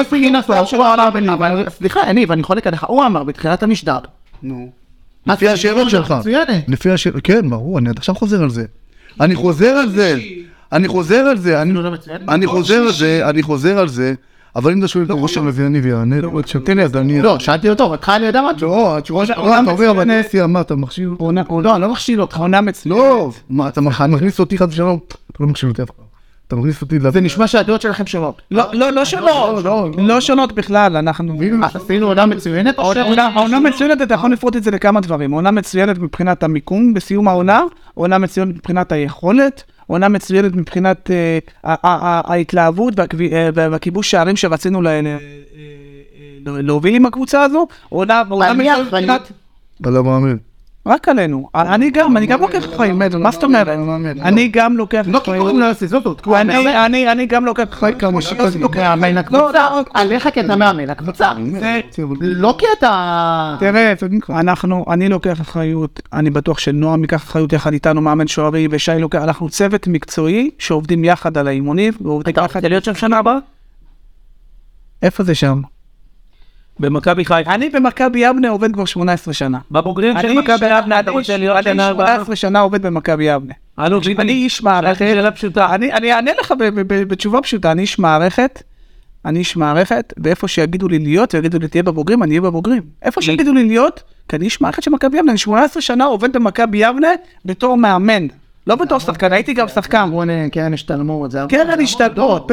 סליחה, ואני חולק עליך, הוא אמר בתחילת המשדר. נו. לפי השאלות שלך. לפי השאלות, כן, ברור, אני עכשיו חוזר על זה. אני חוזר על זה, אבל אם אתה שואל את הראש המביאני ויענה, תן לי אז אני... לא, שאלתי אותו, רק חייל ידע מה? לא, התשובה שאתה אומר, אבל נסי, מה, אתה מכשיל? לא, אני לא מכשיל אותך. עונה מצוינת. לא, מה, אתה מכניס אותי חד ושלום? אתה לא מכשיל אותי אף פעם. אתה מכניס אותי... זה נשמע שהדעות שלכם שונות. לא שונות. לא שונות בכלל, אנחנו... עשינו עונה מצוינת? העונה מצוינת, אתה יכול לפרוט את זה לכמה דברים. עונה מצוינת מבחינת המיקום בסיום העונה, עונה מצוינת מבחינת היכולת, עונה מצוינת מבחינת ההתלהבות והכיבוש שערים שרצינו להוביל עם הקבוצה הזו, עונה מצוינת מבחינת... אתה לא מאמין. רק עלינו. אני גם לוקח חיים, מה זאת אומרת? אני גם לוקח חיים. אני גם לוקח חיים כמו מאמן הקבוצה. עליך כי אתה מאמן הקבוצה. לא כי אתה... תראה, אני לוקח אחריות, אני בטוח שנועם ייקח אחריות יחד איתנו, מאמן שוערי ושי לוקח, אנחנו צוות מקצועי שעובדים יחד על האימונים. אתה רוצה להיות שם שנה הבאה? איפה זה שם? במכבי חיפה. אני במכבי יבנה עובד כבר 18 שנה. בבוגרים של מכבי יבנה אתה רוצה להיות שנה הבאה? 18 שנה עובד במכבי יבנה. אני איש מערכת. שאלה פשוטה. אני אענה לך בתשובה פשוטה. אני איש מערכת, ואיפה שיגידו לי להיות, ויגידו לי תהיה בבוגרים, אני אהיה בבוגרים. איפה שיגידו לי להיות, כי אני איש מערכת של מכבי יבנה. אני 18 שנה עובד במכבי יבנה בתור מאמן. לא בתור שחקן, הייתי גם שחקן. קרן השתלמות. קרן השתלמות.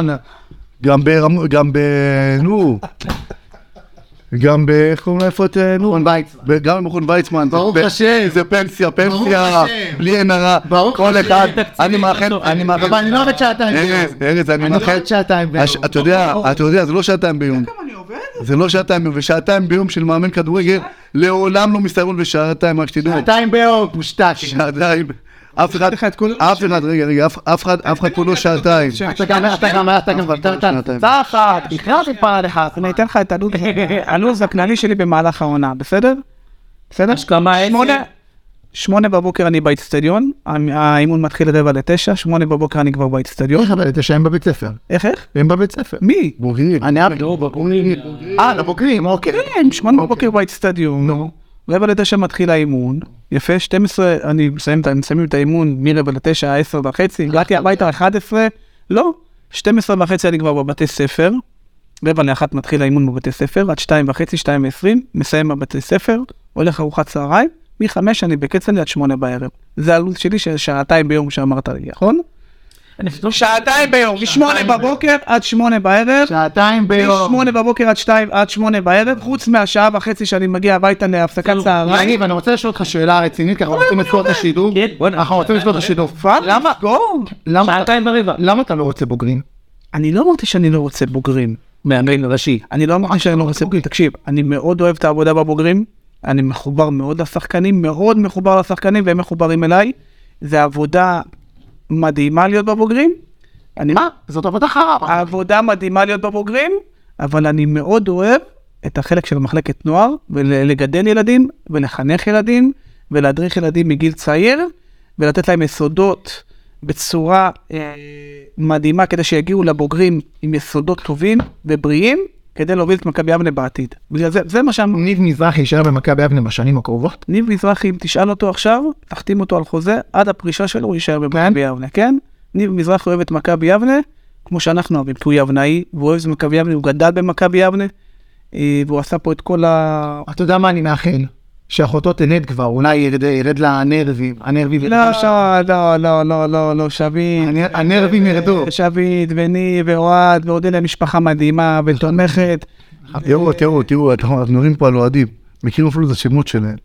גם איך קוראים איפה את... מכון ויצמן. גם במכון ויצמן. ברוך השם. זה פנסיה, בלי עין הרע. כל אחד, אני מאחל... אבל אני לא עובד שעתיים ביום. ארז, אני מאחל... אני לא עובד שעתיים ביום. אתה יודע, זה לא שעתיים ביום. זה לא שעתיים ביום, ושעתיים ביום של מאמן כדורגל, לעולם לא מסתיימות בשעתיים, רק שתדעו. שעתיים ביום, מושתק. שעתיים. אף אחד, רגע, אף אחד פה לא שעתיים. אתה גם צחת, הכרתי פעם עליך. אני אתן לך את הלו"ז הכללי שלי במהלך העונה, בסדר? בסדר? 8 בבוקר אני באצטדיון, האימון מתחיל 8:45, 8 בבוקר אני כבר באצטדיון. איך 9 הם בבית ספר? איך? הם בבית ספר. מי? בוגרים. לבוגרים, אוקיי. כן, 8 בבוקר באצטדיון. 8:45 מתחיל האימון, יפה, 12, אני מסיימים את האימון מרבע ל9, 10:30, הגעתי הביתה 11, לא, 12:30 אני כבר בבתי ספר, רבע ל1 מתחיל האימון בבתי ספר, עד 2:30, 2:20, מסיים בבתי ספר, הולך ארוחת צהריים, מ-5 אני בקצב עד 8 בערב. זה הלו"ז שלי של שעתיים ביום שאמרת לי, נכון? שעתיים ביום, מ-8 בבוקר עד 8 בערב. שעתיים ביום. מ-8 בבוקר עד 8 בערב, חוץ מהשעה וחצי שאני מגיע הביתה להפסקת צהריים. יניב, אני רוצה לשאול אותך שאלה רצינית, כי אנחנו רוצים לסגור את השידור. אנחנו רוצים לסגור את השידור. למה אתה לא רוצה בוגרים? אני לא אמרתי שאני לא רוצה בוגרים. מאמן ראשי. אני לא אמרתי שאני לא רוצה בוגרים. תקשיב, אני מאוד אוהב את העבודה בבוגרים. אני מחובר מאוד לשחקנים, מאוד מחובר לשחקנים, והם מחוברים אליי. זה עבודה מדהימה להיות בבוגרים. מה? זאת עבודה חרא. העבודה מדהימה להיות בבוגרים, אבל אני מאוד אוהב את החלק של מחלקת נוער, ולגדל ילדים, ולחנך ילדים, ולהדריך ילדים מגיל צעיר, ולתת להם יסודות בצורה מדהימה, כדי שיגיעו לבוגרים עם יסודות טובים ובריאים, כדי להוביל את מכבי יבנה בעתיד. זה מה שאמר. ניב מזרחי יישאר במכבי יבנה בשנים הקרובות? ניב מזרחי, אם תשאל אותו עכשיו, תחתים אותו על חוזה, עד הפרישה שלו הוא יישאר במכבי יבנה, כן? ניב מזרחי אוהב את מכבי יבנה, כמו שאנחנו אוהבים, כי הוא יבנאי, והוא אוהב את מכבי יבנה, הוא גדל במכבי יבנה, והוא עשה פה את כל אתה יודע מה אני מאחל? שאחותו תלד כבר, אולי ירד לנרבים, לא, שביט. הנרבים ירדו. שביט וניב ואוהד, ועוד אלה משפחה מדהימה ותומכת. תראו, אנחנו נראים פה על אוהדים, מכירים אפילו את השמות שלהם.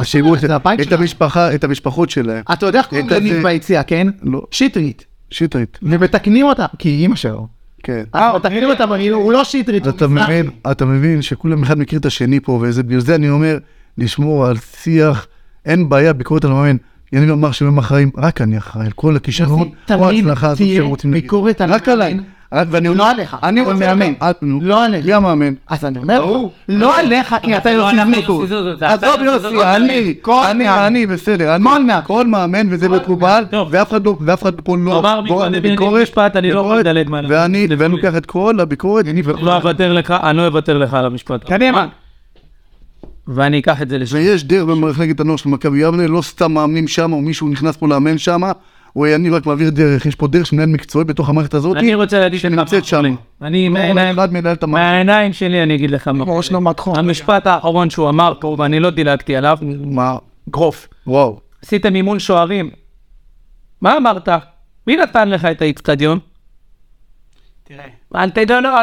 את המשפחות שלהם. אתה יודע איך קוראים לניב ביציאה, כן? לא. שטרית. ומתקנים אותה, כי היא אמא שלו. כן. מתקנים אותה, אבל הוא לא שטרית. אתה מבין שכולם אחד מכיר את השני פה, ובגלל זה אני אומר, לשמור על שיח, אין בעיה, ביקורת על המאמן. יניב אמר שהם אחראים, רק אני אחראי, על כל הכישרון, או ההצלחה הזאת שרוצים להגיד. ביקורת על המאמן. ואני לא עליך, הוא מאמן. לא עליך. גם מאמן. אז אני אומר, לא עליך, כי אתה יוצא נמות. עזוב יוסי, אני בסדר, כל מאמן וזה מקובל, ואף אחד פה לא בוא על ביקורת, ואני לוקח את כל הביקורת. אני לא אוותר לך על המשפט. קדימה. ואני אקח את זה לשם. ויש דרך במחלקת הנוער של מכבי יבנה, לא סתם מאמנים שם, או מישהו נכנס פה לאמן שם, או אני רק מעביר דרך, יש פה דרך שמנהל מקצועי בתוך המערכת הזאת, אני רוצה להגיד שנמצאת שם. מהעיניים שלי אני אגיד לך המשפט האחרון שהוא אמר פה, ואני לא דילגתי עליו, גרוף. וואו. עשיתם אימון שוערים. מה אמרת? מי נתן לך את האצטדיון? תראה. אל תדע, לא.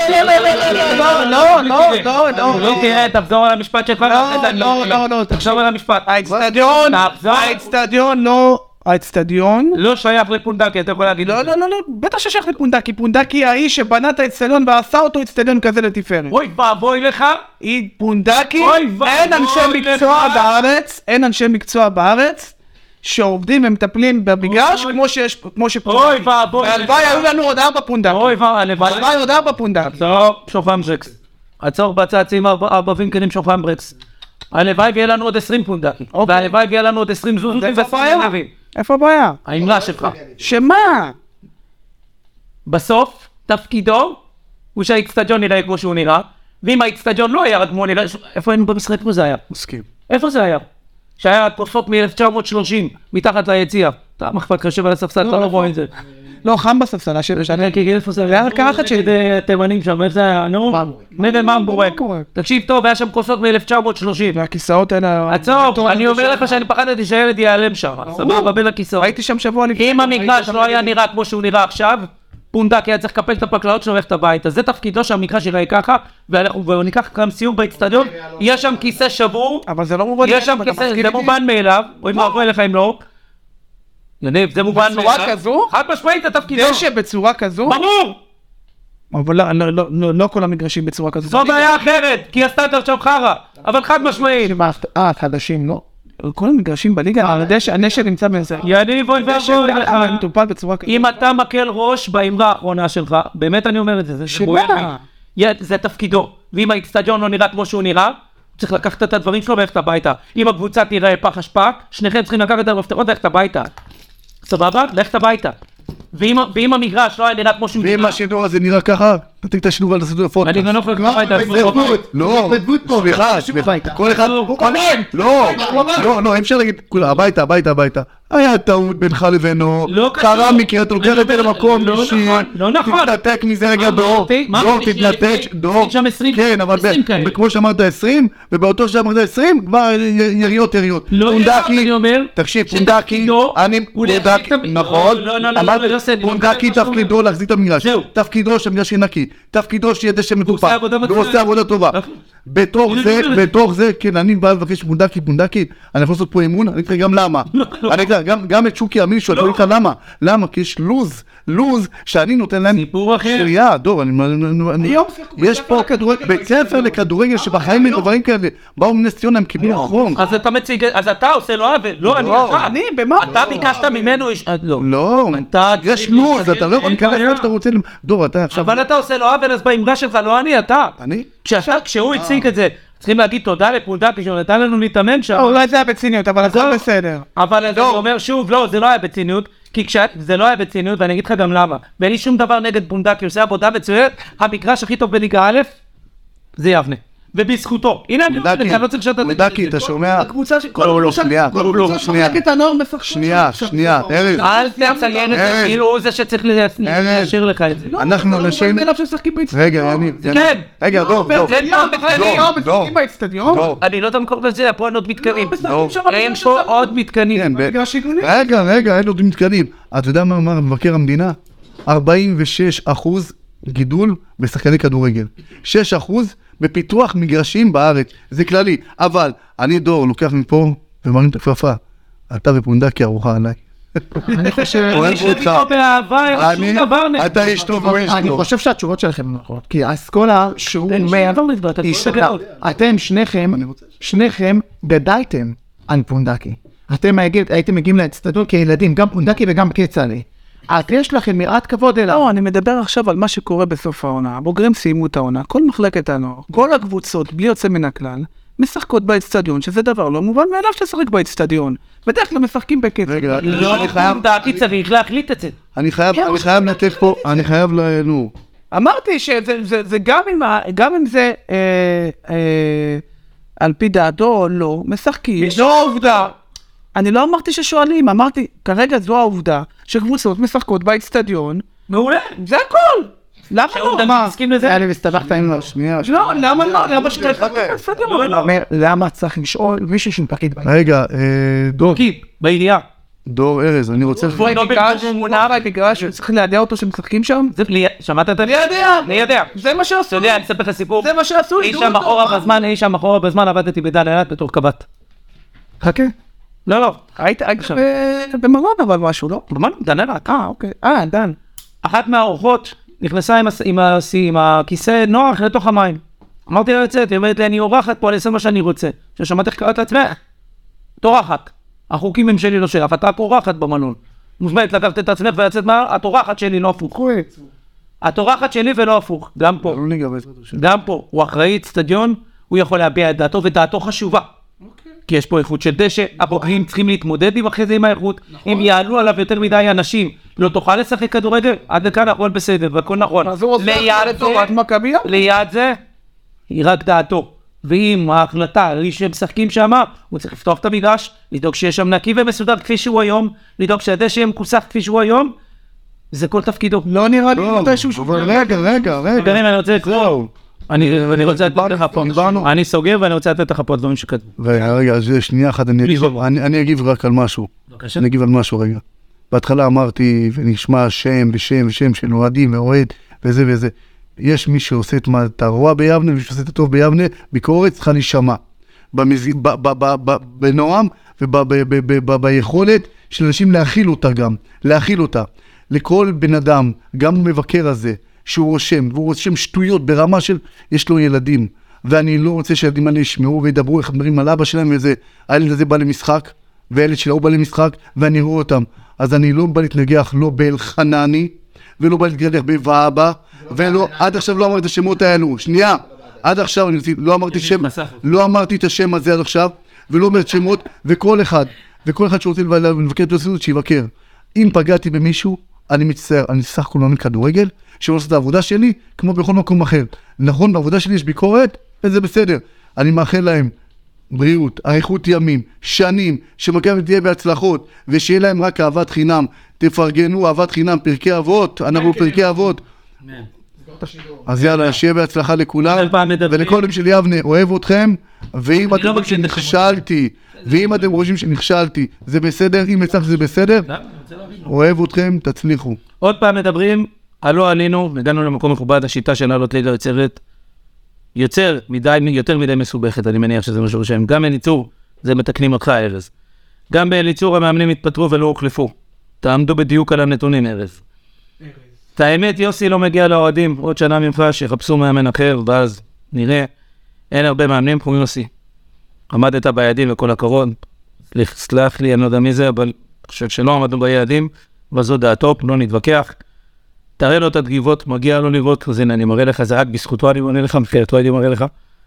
לא, תראה, תחזור על המשפט שלך. לא. תחזור על המשפט. האצטדיון לא שייך לפונדקי, אתה יכול להגיד. לא, בטח ששייך לפונדקי. פונדקי האיש שבנה את האצטדיון ועשה אותו אצטדיון כזה לתפארת. אוי, בואי לך. פונדקי, אין אנשי מקצוע בארץ שעובדים ומטפלים במגרש כמו שפונדקי. אוי, בואי. והלוואי היו לנו עוד 4 פונדקי. הלוואי עוד 4 פונדקי. עצור, שופם ברקס. עצור בצעצים 4 וינקלים שופם ברקס. הלוואי ויהיה לנו עוד 20 פונדקי. והלוואי ויהיה לנו עוד 20 זוזים וספרים. איפה הבעיה? האמרה שלך. שמה? בסוף, תפקידו הוא שהאצטדיון נראה כמו שהוא נראה, ואם האצטדיון לא היה כמו נראה, איפה היינו במשחק פה זה היה? מסכים. איפה זה היה? שהיה פרסות מ-1930, מתחת ליציאה. אתה מחפת חשב על הספסל, אתה לא רואה את זה. לא, חם בספסל, שאני כאילו איפה זה, היה קרחת של תימנים שם, איפה זה היה, נו? נגד ממבורק. תקשיב טוב, היה שם פרסות מ-1930. והכיסאות האלה... עצור, אני אומר לך שאני פחדתי שהילד ייעלם שם, סבבה בין הכיסאות. הייתי שם שבוע לפני. אם המגרש לא היה נראה כמו שהוא נראה עכשיו, פונדקי היה צריך לקפל את הפקלאות שלו ללכת הביתה. זה תפקידו שהמגרש ייראה ככה, וניקח גם סיור באצטדיון, יש שם כיסא שבור, אבל זה לא מובן. יש שם כיסא, זה מובן מאליו, או אם עברו אליך אם לא. יניב, זה מובן מאליו. בצורה כזו? חד משמעית התפקידו. דשא בצורה כזו? ברור! אבל לא כל המגרשים בצורה כזו. זו בעיה אחרת, כי הסטנדרט שם חרא, אבל חד משמעית. חדשים, לא. כל המגרשים בליגה, הנשא נמצא בזה. יניב, אוי ואבוי לך. מטופל בצורה כזו. אם אתה מקל ראש באמרה האחרונה שלך, באמת אני אומר את זה, זה תפקידו. ואם האצטדיון לא נראה כמו שהוא נראה, צריך לקחת את הדברים שלו ולכת הביתה. אם הקבוצה תראה פח אשפה, שניכם צריכים לקחת את המפתחות ולכת הביתה. סבבה? לכת הביתה. ואם המגרש לא היה נראה כמו שהוא ואם השידור הזה נראה ככה, תתיק את השידור ועל לעשות לפות. אני גם לא יכול לקרוא את לא, סליחה, כל אחד, לא, אי אפשר להגיד, כולה, הביתה. היה טעות בינך לבינו, קרה מקרה, אתה לוקח את זה למקום, לא נכון. תתנתק מזה רגע, דור, תתנתק, דור, כן, אבל כמו שאמרת 20, ובאותו שאמרת 20, כבר יריות. פונדקי, תקשיב, פונדקי, נכון, פונדקי תפקידו להחזיק את המגרש, תפקידו שהמגרש יהיה נקי, תפקידו שיהיה דשא מטופח, והוא עושה עבודה טובה. בתוך זה, כן, אני בא לבקש פונדקי, אני יכול לעשות פה אימון, אני אגיד גם למה. גם את שוקי אמין שואל לך למה? כי יש לוז שאני נותן להם סיפור אחר. שרייה, דור, יש פה בית ספר לכדורגל שבחיים אין דברים כאלה, באו מנס ציונה, הם קיבלו אחרון. אז אתה מציג, אז אתה עושה לו עוול, לא, אני, במה? אתה ביקשת ממנו, לא, יש לוז, אתה לא יכול להיכנס שאתה רוצה, דור, אתה עכשיו... אבל אתה עושה לו עוול, אז באמרה שלך, לא אני. כשהוא הציג את זה, צריכים להגיד תודה לפונדקי שהוא נתן לנו להתאמן שם. אולי זה היה בציניות, אבל זה בסדר. אבל אני אומר שוב, לא, זה לא היה בציניות, כי זה לא היה בציניות, ואני אגיד לך גם למה. ואין לי שום דבר נגד פונדקי, עושה עבודה מצוינת, המגרש הכי טוב בליגה א', זה יבנה. ובזכותו. הנה אני לא צריך שאתה... פונדקי, אתה שומע? הקבוצה של... שנייה, ארז. אל תציין את זה, כאילו הוא זה שצריך להשאיר לך את זה. אנחנו אנשים... רגע, דור. אני לא תמכור בזה, פה אין עוד מתקנים. אין פה עוד מתקנים. רגע, אין עוד מתקנים. אתה יודע מה אמר מבקר המדינה? 46% גידול בשחקני כדורגל. 6% בפיתוח מגרשים בארץ. זה כללי. אבל אני דור, לוקח מפה ומרים את הכפפה. אתה ופונדקי ארוחה עליי. אני חושב... אתה איש טוב או איש טוב. אני חושב שהתשובות שלכם נכונות. כי האסכולה שהוא אומר, אתם שניכם גדלתם על פונדקי. אתם הייתם מגיעים לאצטדיון כילדים, גם פונדקי וגם קצרי. אז יש לכם מעט כבוד אליו. לא, אני מדבר עכשיו על מה שקורה בסוף העונה. הבוגרים סיימו את העונה, כל מחלקת הנוער, כל הקבוצות, בלי יוצא מן הכלל, משחקות באצטדיון, שזה דבר לא מובן מאליו ששחק באצטדיון. בדרך כלל משחקים בקצב. רגע, לא, פונדקי צריך להחליט את זה. אני חייב לתת פה, אמרתי שזה גם אם זה על פי דעתו לא משחקים. זו עובדה. אני לא אמרתי ששואלים, אמרתי, כרגע זו העובדה שקבוצות משחקות באצטדיון. מעולה. זה הכל. למה לא? מה? מסכים לזה? אני מסתבכת עם השנייה. לא, למה לא? למה שתלך? למה צריך לשאול מישהו שהוא פקיד בעירייה? רגע, דור. פקיד, בעירייה. דור ארז, אני רוצה... צריך לידע אותו שמשחקים שם? שמעת את זה? לידע. זה מה שעשו. אתה יודע, אני אספר לך סיפור. זה מה שעשו. אי שם אחורה בזמן עבדתי בדן אילת בתור קב"ט. חכה. לא. היית במלון אבל משהו, לא? במלון, דן אילת. אוקיי. דן. אחת מהאורחות נכנסה עם הכיסא נוח לתוך המים. אמרתי לה לצאת, היא אומרת לי, אני אורחת פה, אני אעשה מה שאני רוצה. ששמעת איך קראת לעצמך? תורחת. החוקים הם שלי לא שלך, אתה אורחת במלון. מוזמנת לקחת את עצמך ולצאת מה? את אורחת שלי, לא הפוך. את אורחת שלי ולא הפוך. גם פה. הוא אחראי אצטדיון, הוא יכול להביע את דעתו, ודעתו חשובה. כי יש פה איכות של דשא, הבוגרים צריכים להתמודד אחרי זה עם האיכות, הם יעלו עליו יותר מדי אנשים, לא תוכל לשחק כדורגל, עד לכאן הכל בסדר, והכל נכון. ליד זה, היא רק דעתו, ואם ההחלטה היא שהם משחקים שם, הוא צריך לפתוח את המגרש, לדאוג שיש שם נקי ומסודר כפי שהוא היום, לדאוג שהדשא יהיה מכוסח כפי שהוא היום, זה כל תפקידו. לא נראה לי מתישהו שהוא... רגע. אני רוצה לקרוא. אני רוצה לתת לך פה, אני סוגר ואני רוצה לתת לך פה דברים שכתבו. רגע, שנייה אחת, אני אגיב רק על משהו. אני אגיב על משהו רגע. בהתחלה אמרתי, ונשמע שם ושם של אוהדים ואוהד וזה. יש מי שעושה את הרוע ביבנה, ומי שעושה את הטוב ביבנה, ביקורת צריכה להישמע. בנועם וביכולת של אנשים להכיל אותה. לכל בן אדם, גם מבקר הזה, שהוא רושם שטויות ברמה של, יש לו ילדים, ואני לא רוצה שהילדים האלה ישמעו וידברו איך דברים על אבא שלהם וזה, הילד הזה בא למשחק, והילד שלו בא למשחק, ואני רואה אותם. אז אני לא בא להתנגח לא באלחנני, ולא בא להתנגח בוואבא, עד עכשיו לא אמרתי את השמות האלו, שנייה, עד עכשיו לא אמרתי את השם הזה עד עכשיו, ולא אומר את שמות, וכל אחד שרוצה לבקר את הסודות שיבקר. אם פגעתי במישהו, אני מצטער, אני סך הכל מאמן כדורגל, שלא עושה את העבודה שלי, כמו בכל מקום אחר. נכון, בעבודה שלי יש ביקורת, וזה בסדר. אני מאחל להם בריאות, אריכות ימים, שנים, שמכבי תהיה בהצלחות, ושיהיה להם רק אהבת חינם. תפרגנו, אהבת חינם, פרקי אבות, אנחנו פרקי אבות. אז יאללה, שיהיה בהצלחה לכולם, ולכל עם של יבנה, אוהב אתכם, ואם אתם נכשלתי, ואם אתם חושבים שנכשלתי, זה בסדר, אם יצטרך זה בסדר, אוהב אתכם, תצליחו. עוד פעם מדברים, לא עלינו, הגענו למקום מכובד, השיטה של לעלות ליגה יותר מדי מסובכת, אני מניח שזה משהו שהם, גם בליצור, זה מתקנים אותך ארז. גם בליצור המאמנים התפטרו ולא הוחלפו. תעמדו בדיוק על הנתונים ארז. את האמת, יוסי לא מגיע לאוהדים, עוד שנה ממך שיחפשו מאמן אחר, ואז נראה, אין הרבה מאמנים כמו יוסי. עמדת ביעדים וכל הכבוד, סלח לי, אני לא יודע מי זה, אבל אני חושב שלא עמדנו ביעדים, אבל זו דעתו, לא נתווכח. תראה לו את התגיבות, מגיע לו לראות, אז הנה, אני מראה לך, זה רק בזכותו אני מראה לך, מבחינתו אני מראה לך.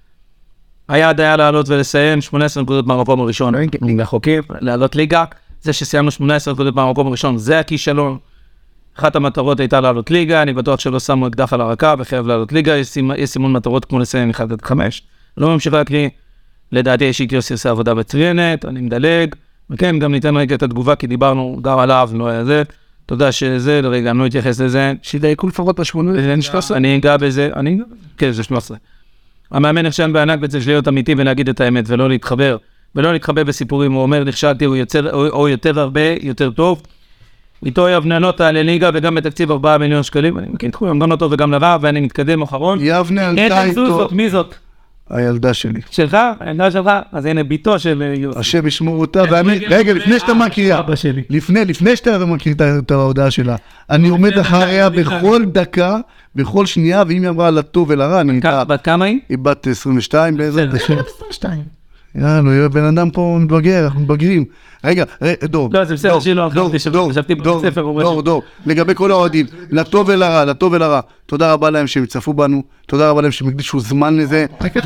היעד היה לעלות ולסיים 18 נקודות מהמקום הראשון, לחוקים, לעלות ליגה, זה שסיימנו 18 נקודות מהמקום הראשון, זה הכישלון. אחת המטרות הייתה לעלות ליגה, אני בטוח שלא שמו אקדח על הרקה, וחייב לעלות ליגה, יש סימון מטרות כמו לסיים 1-5. לא ממשיך להקריא, לדעתי אישית יוסי עושה עבודה מצוינת, אני מדלג, וכן, גם ניתן רגע את התגובה, כי דיברנו גם עליו, לא היה זה, תודה שזה, לרגע, אני לא אתייחס לזה, שידייקו לפחות ב-13, אני אגע בזה, כן, זה 13. המאמן נכשל בענק וצריך להיות אמיתי ונגיד את האמת, ולא להתחבר בסיפורים, הוא אומר, נכשלתי, הוא יותר הרבה, יותר טוב, איתו יבנה לא תעלה ליגה וגם בתקציב 4 מיליון שקלים, אני מכיר גם אותו וגם לבא, ואני מתקדם אחרון. יבנה עלתה איתו. מי זאת? הילדה שלי. שלך? הילדה שלך? אז הנה ביתו של יוסי. השם ישמור אותה, רגע, לפני שאתה מכיר, לפני שאתה מכיר את ההודעה שלה, אני עומד אחריה בכל דקה, בכל שנייה, ואם היא אמרה על הטוב ולרע, אני איתה. בת כמה היא? היא בת 22 בעזרת השם. 22. יאללה, בן אדם פה מתבגר, אנחנו מתבגרים. רגע, דור. לא, זה בסדר, שלא, חשבתי בבית ספר. דור, לגבי כל האוהדים, לטוב ולרע, תודה רבה להם שהם צפו בנו, תודה רבה להם שהם הקדישו זמן לזה,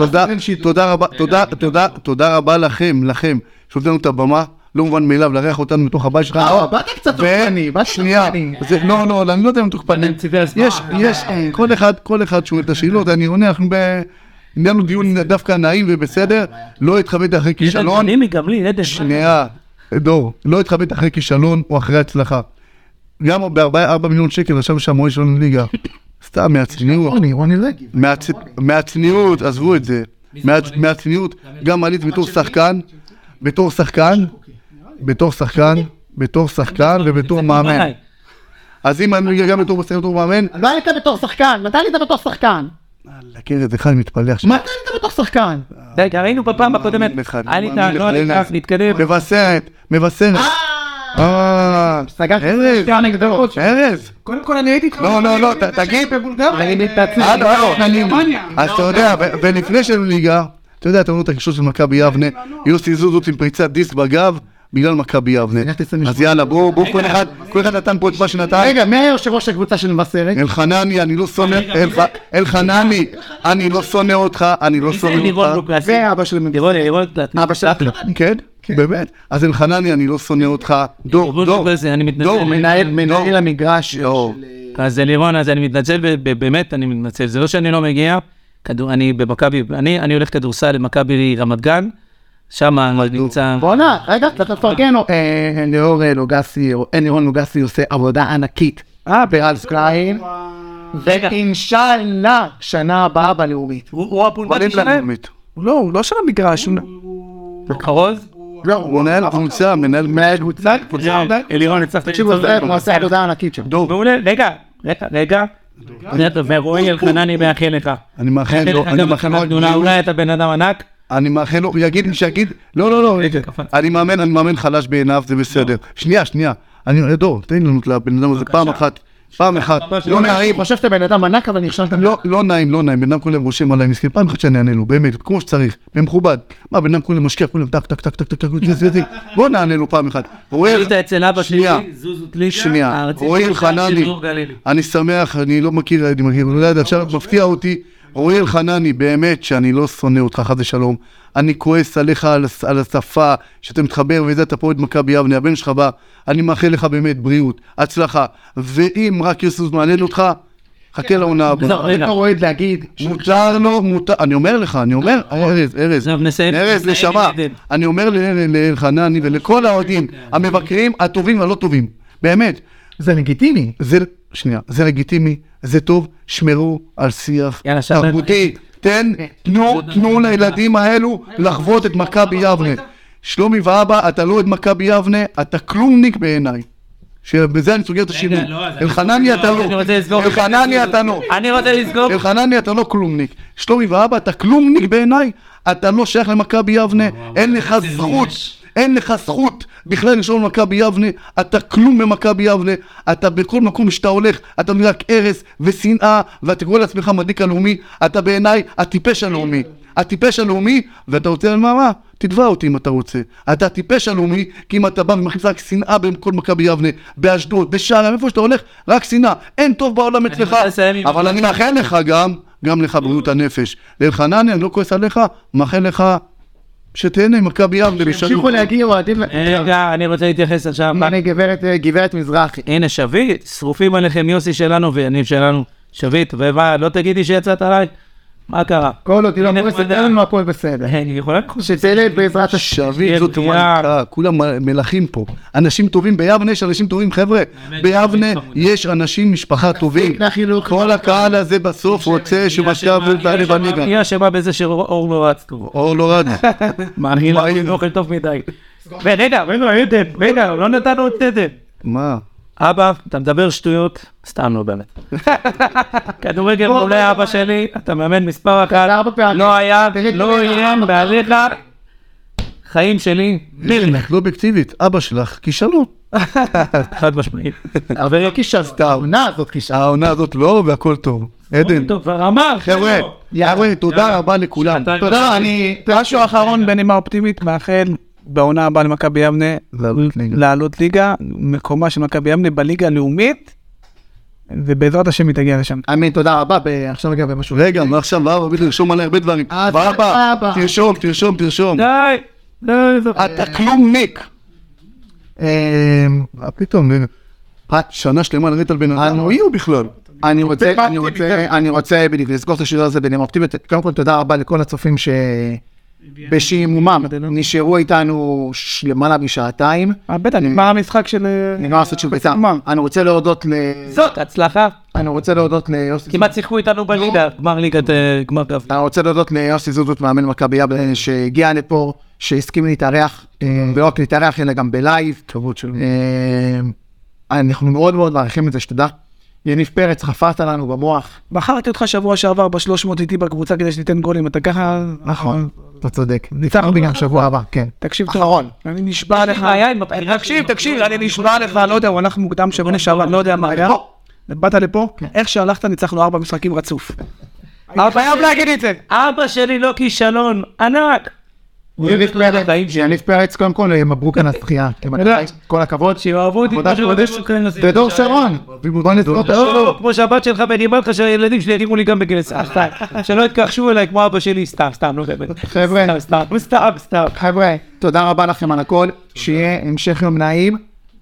תודה רבה לכם, שנותנו את הבמה, לא מובן מאליו, להריח אותנו מתוך הבית שלך. באת קצת תוקפני, שנייה, לא, אני לא יודע אם תוקפני, יש, כל אחד שואל את השאלות, אני עונה, אנחנו עניינו דיון דווקא נעים ובסדר, לא התחבט אחרי כישלון. שנייה, דור, לא התחבט אחרי כישלון או אחרי הצלחה. גם ב4 מיליון שקל רשם שהמועד שלנו ליגה. סתם, מהצניעות, עזבו את זה. מהצניעות, גם עלית בתור שחקן ובתור מאמן. אז אם אני גם בתור מאמן... לא היית בתור שחקן, מתי היית בתור שחקן? לקרת אחד מתפלח מתי היית בתור שחקן? רגע, ראינו בפעם הקודמת, עלית, לא עלית, נתקדם. מבשרת. ארז. קודם כל אני הייתי... לא, תגיד. אני מתעצמי. אז אתה יודע, ולפני שלנו ליגה, אתה יודע, אתה רואה את הקישור של מכבי יבנה, יוסי זוזות עם פריצת דיסק בגב, בגלל מכבי יבנה. אז יאללה, בואו כל אחד נתן פה את מה שנתן. רגע, מי היה יושב ראש הקבוצה של מבשרת? אלחנני, אני לא שונא אותך. זה אבא של מבשרת. אבא שלך. כן, באמת. אז אלחנני, אני לא שונא אותך. דור. מנהל המגרש. אז לירון, אז אני מתנצל, באמת אני מתנצל. זה לא שאני לא מגיע, אני במכבי, אני הולך כדורסל למכבי רמת גן, שם נמצא... בוא'נה, רגע, אתה תפרגן, לירון לוגסי עושה עבודה ענקית באלס קליין, ואינשאללה, שנה הבאה בלאומית. הוא הפולבטי שלהם? לא, הוא לא של המגרש. חרוז? לא, הוא מנהל קבוצה, מנהל קבוצה. לירון, הצלחת תקשיבו, הוא עושה עבודה ענקית שם. מעולה, רגע. ורועי אלחנני מאחל לך. אני מאחל לו. אולי אתה בן אדם ענק? אני מאחל לו, שיגיד, לא, אני מאמן חלש בעיניו, זה בסדר. שנייה, דור, תן לנו לבן אדם הזה פעם אחת, לא נעים. חושב שאתה בן אדם ענק, אבל נכשלת. לא נעים, בן אדם כולם רושם עליי מסכים, פעם אחת שאני אענה לו, באמת, כמו שצריך, במכובד. מה, בן אדם כולם משקיע, כולם טק, בוא נענה לו פעם אחת. שנייה, רועי אלחנני, אני שמח, אני לא מכיר, עכשיו מפתיע אותי, רועי אלחנני, באמת שאני לא שונא אותך, חס ושלום. אני כועס עליך על השפה, שאתה מתחבר וזה, אתה פה את מכבי יבנה, הבן שלך בא, אני מאחל לך באמת בריאות, הצלחה. ואם רק יסוס מעניין אותך, חכה לעונה הבאה. אתה רואה להגיד, מותר לו, אני אומר לך, ארז, נשמה, אני אומר לאלחנני ולכל האוהדים, המבקרים, הטובים והלא טובים, באמת. זה לגיטימי. זה לגיטימי, זה טוב, שמרו על שיח תרבותי. תנו לילדים האלו לחוות את מכבי יבנה. שלומי ואבא, אתה לא את מכבי יבנה, אתה כלומניק בעיניי. שבזה אני סוגר את השיווק. אלחנני אתה לא. אלחנני אתה לא כלומניק. שלומי ואבא, אתה כלומניק בעיניי, אתה לא שייך למכבי יבנה, אין לך זכות בכלל לשאול מכבי יבנה, אתה כלום במכבי יבנה, אתה בכל מקום שאתה הולך, אתה רק הרס ושנאה, ואתה קורא לעצמך מדליק הלאומי, אתה בעיניי הטיפש הלאומי, ואתה רוצה על מה? תתבע אותי אם אתה רוצה. אתה הטיפש הלאומי, כי אם אתה בא ומכניס רק שנאה בכל מכבי יבנה, באשדוד, בשער, איפה שאתה הולך, רק שנאה. אין טוב בעולם אצלך, אבל אני מאחל לך גם לך בריאות הנפש. לאלחנני, אני לא כועס עליך, מאחל לך שתהנה עם מכבי יבנה. שימשיכו להגיע אוהדים. רגע, אני רוצה להתייחס עכשיו. הנה גברת מזרחי. הנה שביט, שרופים עליכם יוסי שלנו ויניב שלנו. שביט, לא תגידי שיצאת עליי. מה קרה? כל אותי לא בסדר, אין הכל בסדר. אני יכולה שתלד בעזרת שביט, זאת מלכה, כולם מלכים פה. אנשים טובים ביבנה, יש אנשים טובים, חבר'ה. ביבנה יש אנשים, משפחה טובים. כל הקהל הזה בסוף רוצה שמשאב ובעלי בניגה. היא אשמה בזה שאור לא רץ טוב. אור לא רץ. אני אוכל טוב מדי. רגע, לא נתנו את עדן. מה? אבא, אתה מדבר שטויות, סתם לא באמת. כדורגל מולי אבא שלי, אתה מאמן מספר אחת, לא היה, לא יהיה, בעליך, חיים שלי, לא אובייקטיבית, אבא שלך, כישלון. חד משמעית. אבל כישלון, העונה הזאת לא, והכל טוב. עדן. חבר'ה, תודה רבה לכולם. תודה, משהו אחרון בנימה אופטימית, מאחל בעונה הבאה למכבי יבנה לעלות ליגה, מקומה של מכבי יבנה בליגה הלאומית, ובעזרת השם היא תגיע לשם. אמין, תודה רבה. עכשיו רגע במשהו. רגע, ועכשיו אבא, תרשום עלי הרבה דברים. אבא, תרשום. די. אתה כלומניק. פתאום, שנה שלמה נראית על בן אדם. הוא יהיו בכלל. אני רוצה לסגור את השיר הזה בנימה אופטימית. קודם כל תודה רבה לכל הצופים בשימומם נשארו איתנו למעלה משעתיים. בטח, נגמר המשחק של... נגמר המשחק של ביצה. אני רוצה להודות זאת, הצלחה. אני רוצה להודות ליוסי... כמעט שיחקו איתנו בליגה, גמר גב. אני רוצה להודות ליוסי זוזות, מאמן מכבי יבנה, שהגיע לפה, שהסכים להתארח, ולא רק להתארח, אלא גם בלייב. כבוד שלו. אנחנו מאוד מאוד מעריכים את זה, שתדע. יניב פרץ, חפרת לנו במוח. בחרתי אותך שבוע שעבר ב-300 איתי בקבוצה כדי שניתן גולים, אתה ככה... נכון, אתה צודק. ניצחנו בגלל שבוע הבא, כן. תקשיב, אחרון. אני נשבע לך... תקשיב, אני נשבע לך, לא יודע, הוא הלך מוקדם שבוע שעבר, לא יודע מה היה. באת לפה, איך שהלכת ניצחנו 4 משחקים רצוף. אבל חייב להגיד את זה. אבא שלי לא כישלון, ענק. יניב פרץ, קודם כל, מברוק על הזכייה. כל הכבוד. שאוהבו אותי כמו שאוהבו אותי. ודור שרון. כמו שהבת שלך בנימה לך שהילדים שלי הרימו לי גם בגיל 10. שלא התכחשו אליי כמו אבא שלי, סתם, לא באמת. חבר'ה, תודה רבה לכם על הכל. שיהיה המשך יום נעים.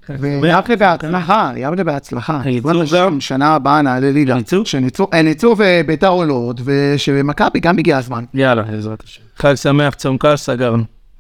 ויבנה בהצלחה. שנה הבאה נעלה ליגה. ניצור וביתר עולות, ושמכבי גם הגיע הזמן. יאללה, בעזרת השם. חג שמח, צום קל, סגרנו.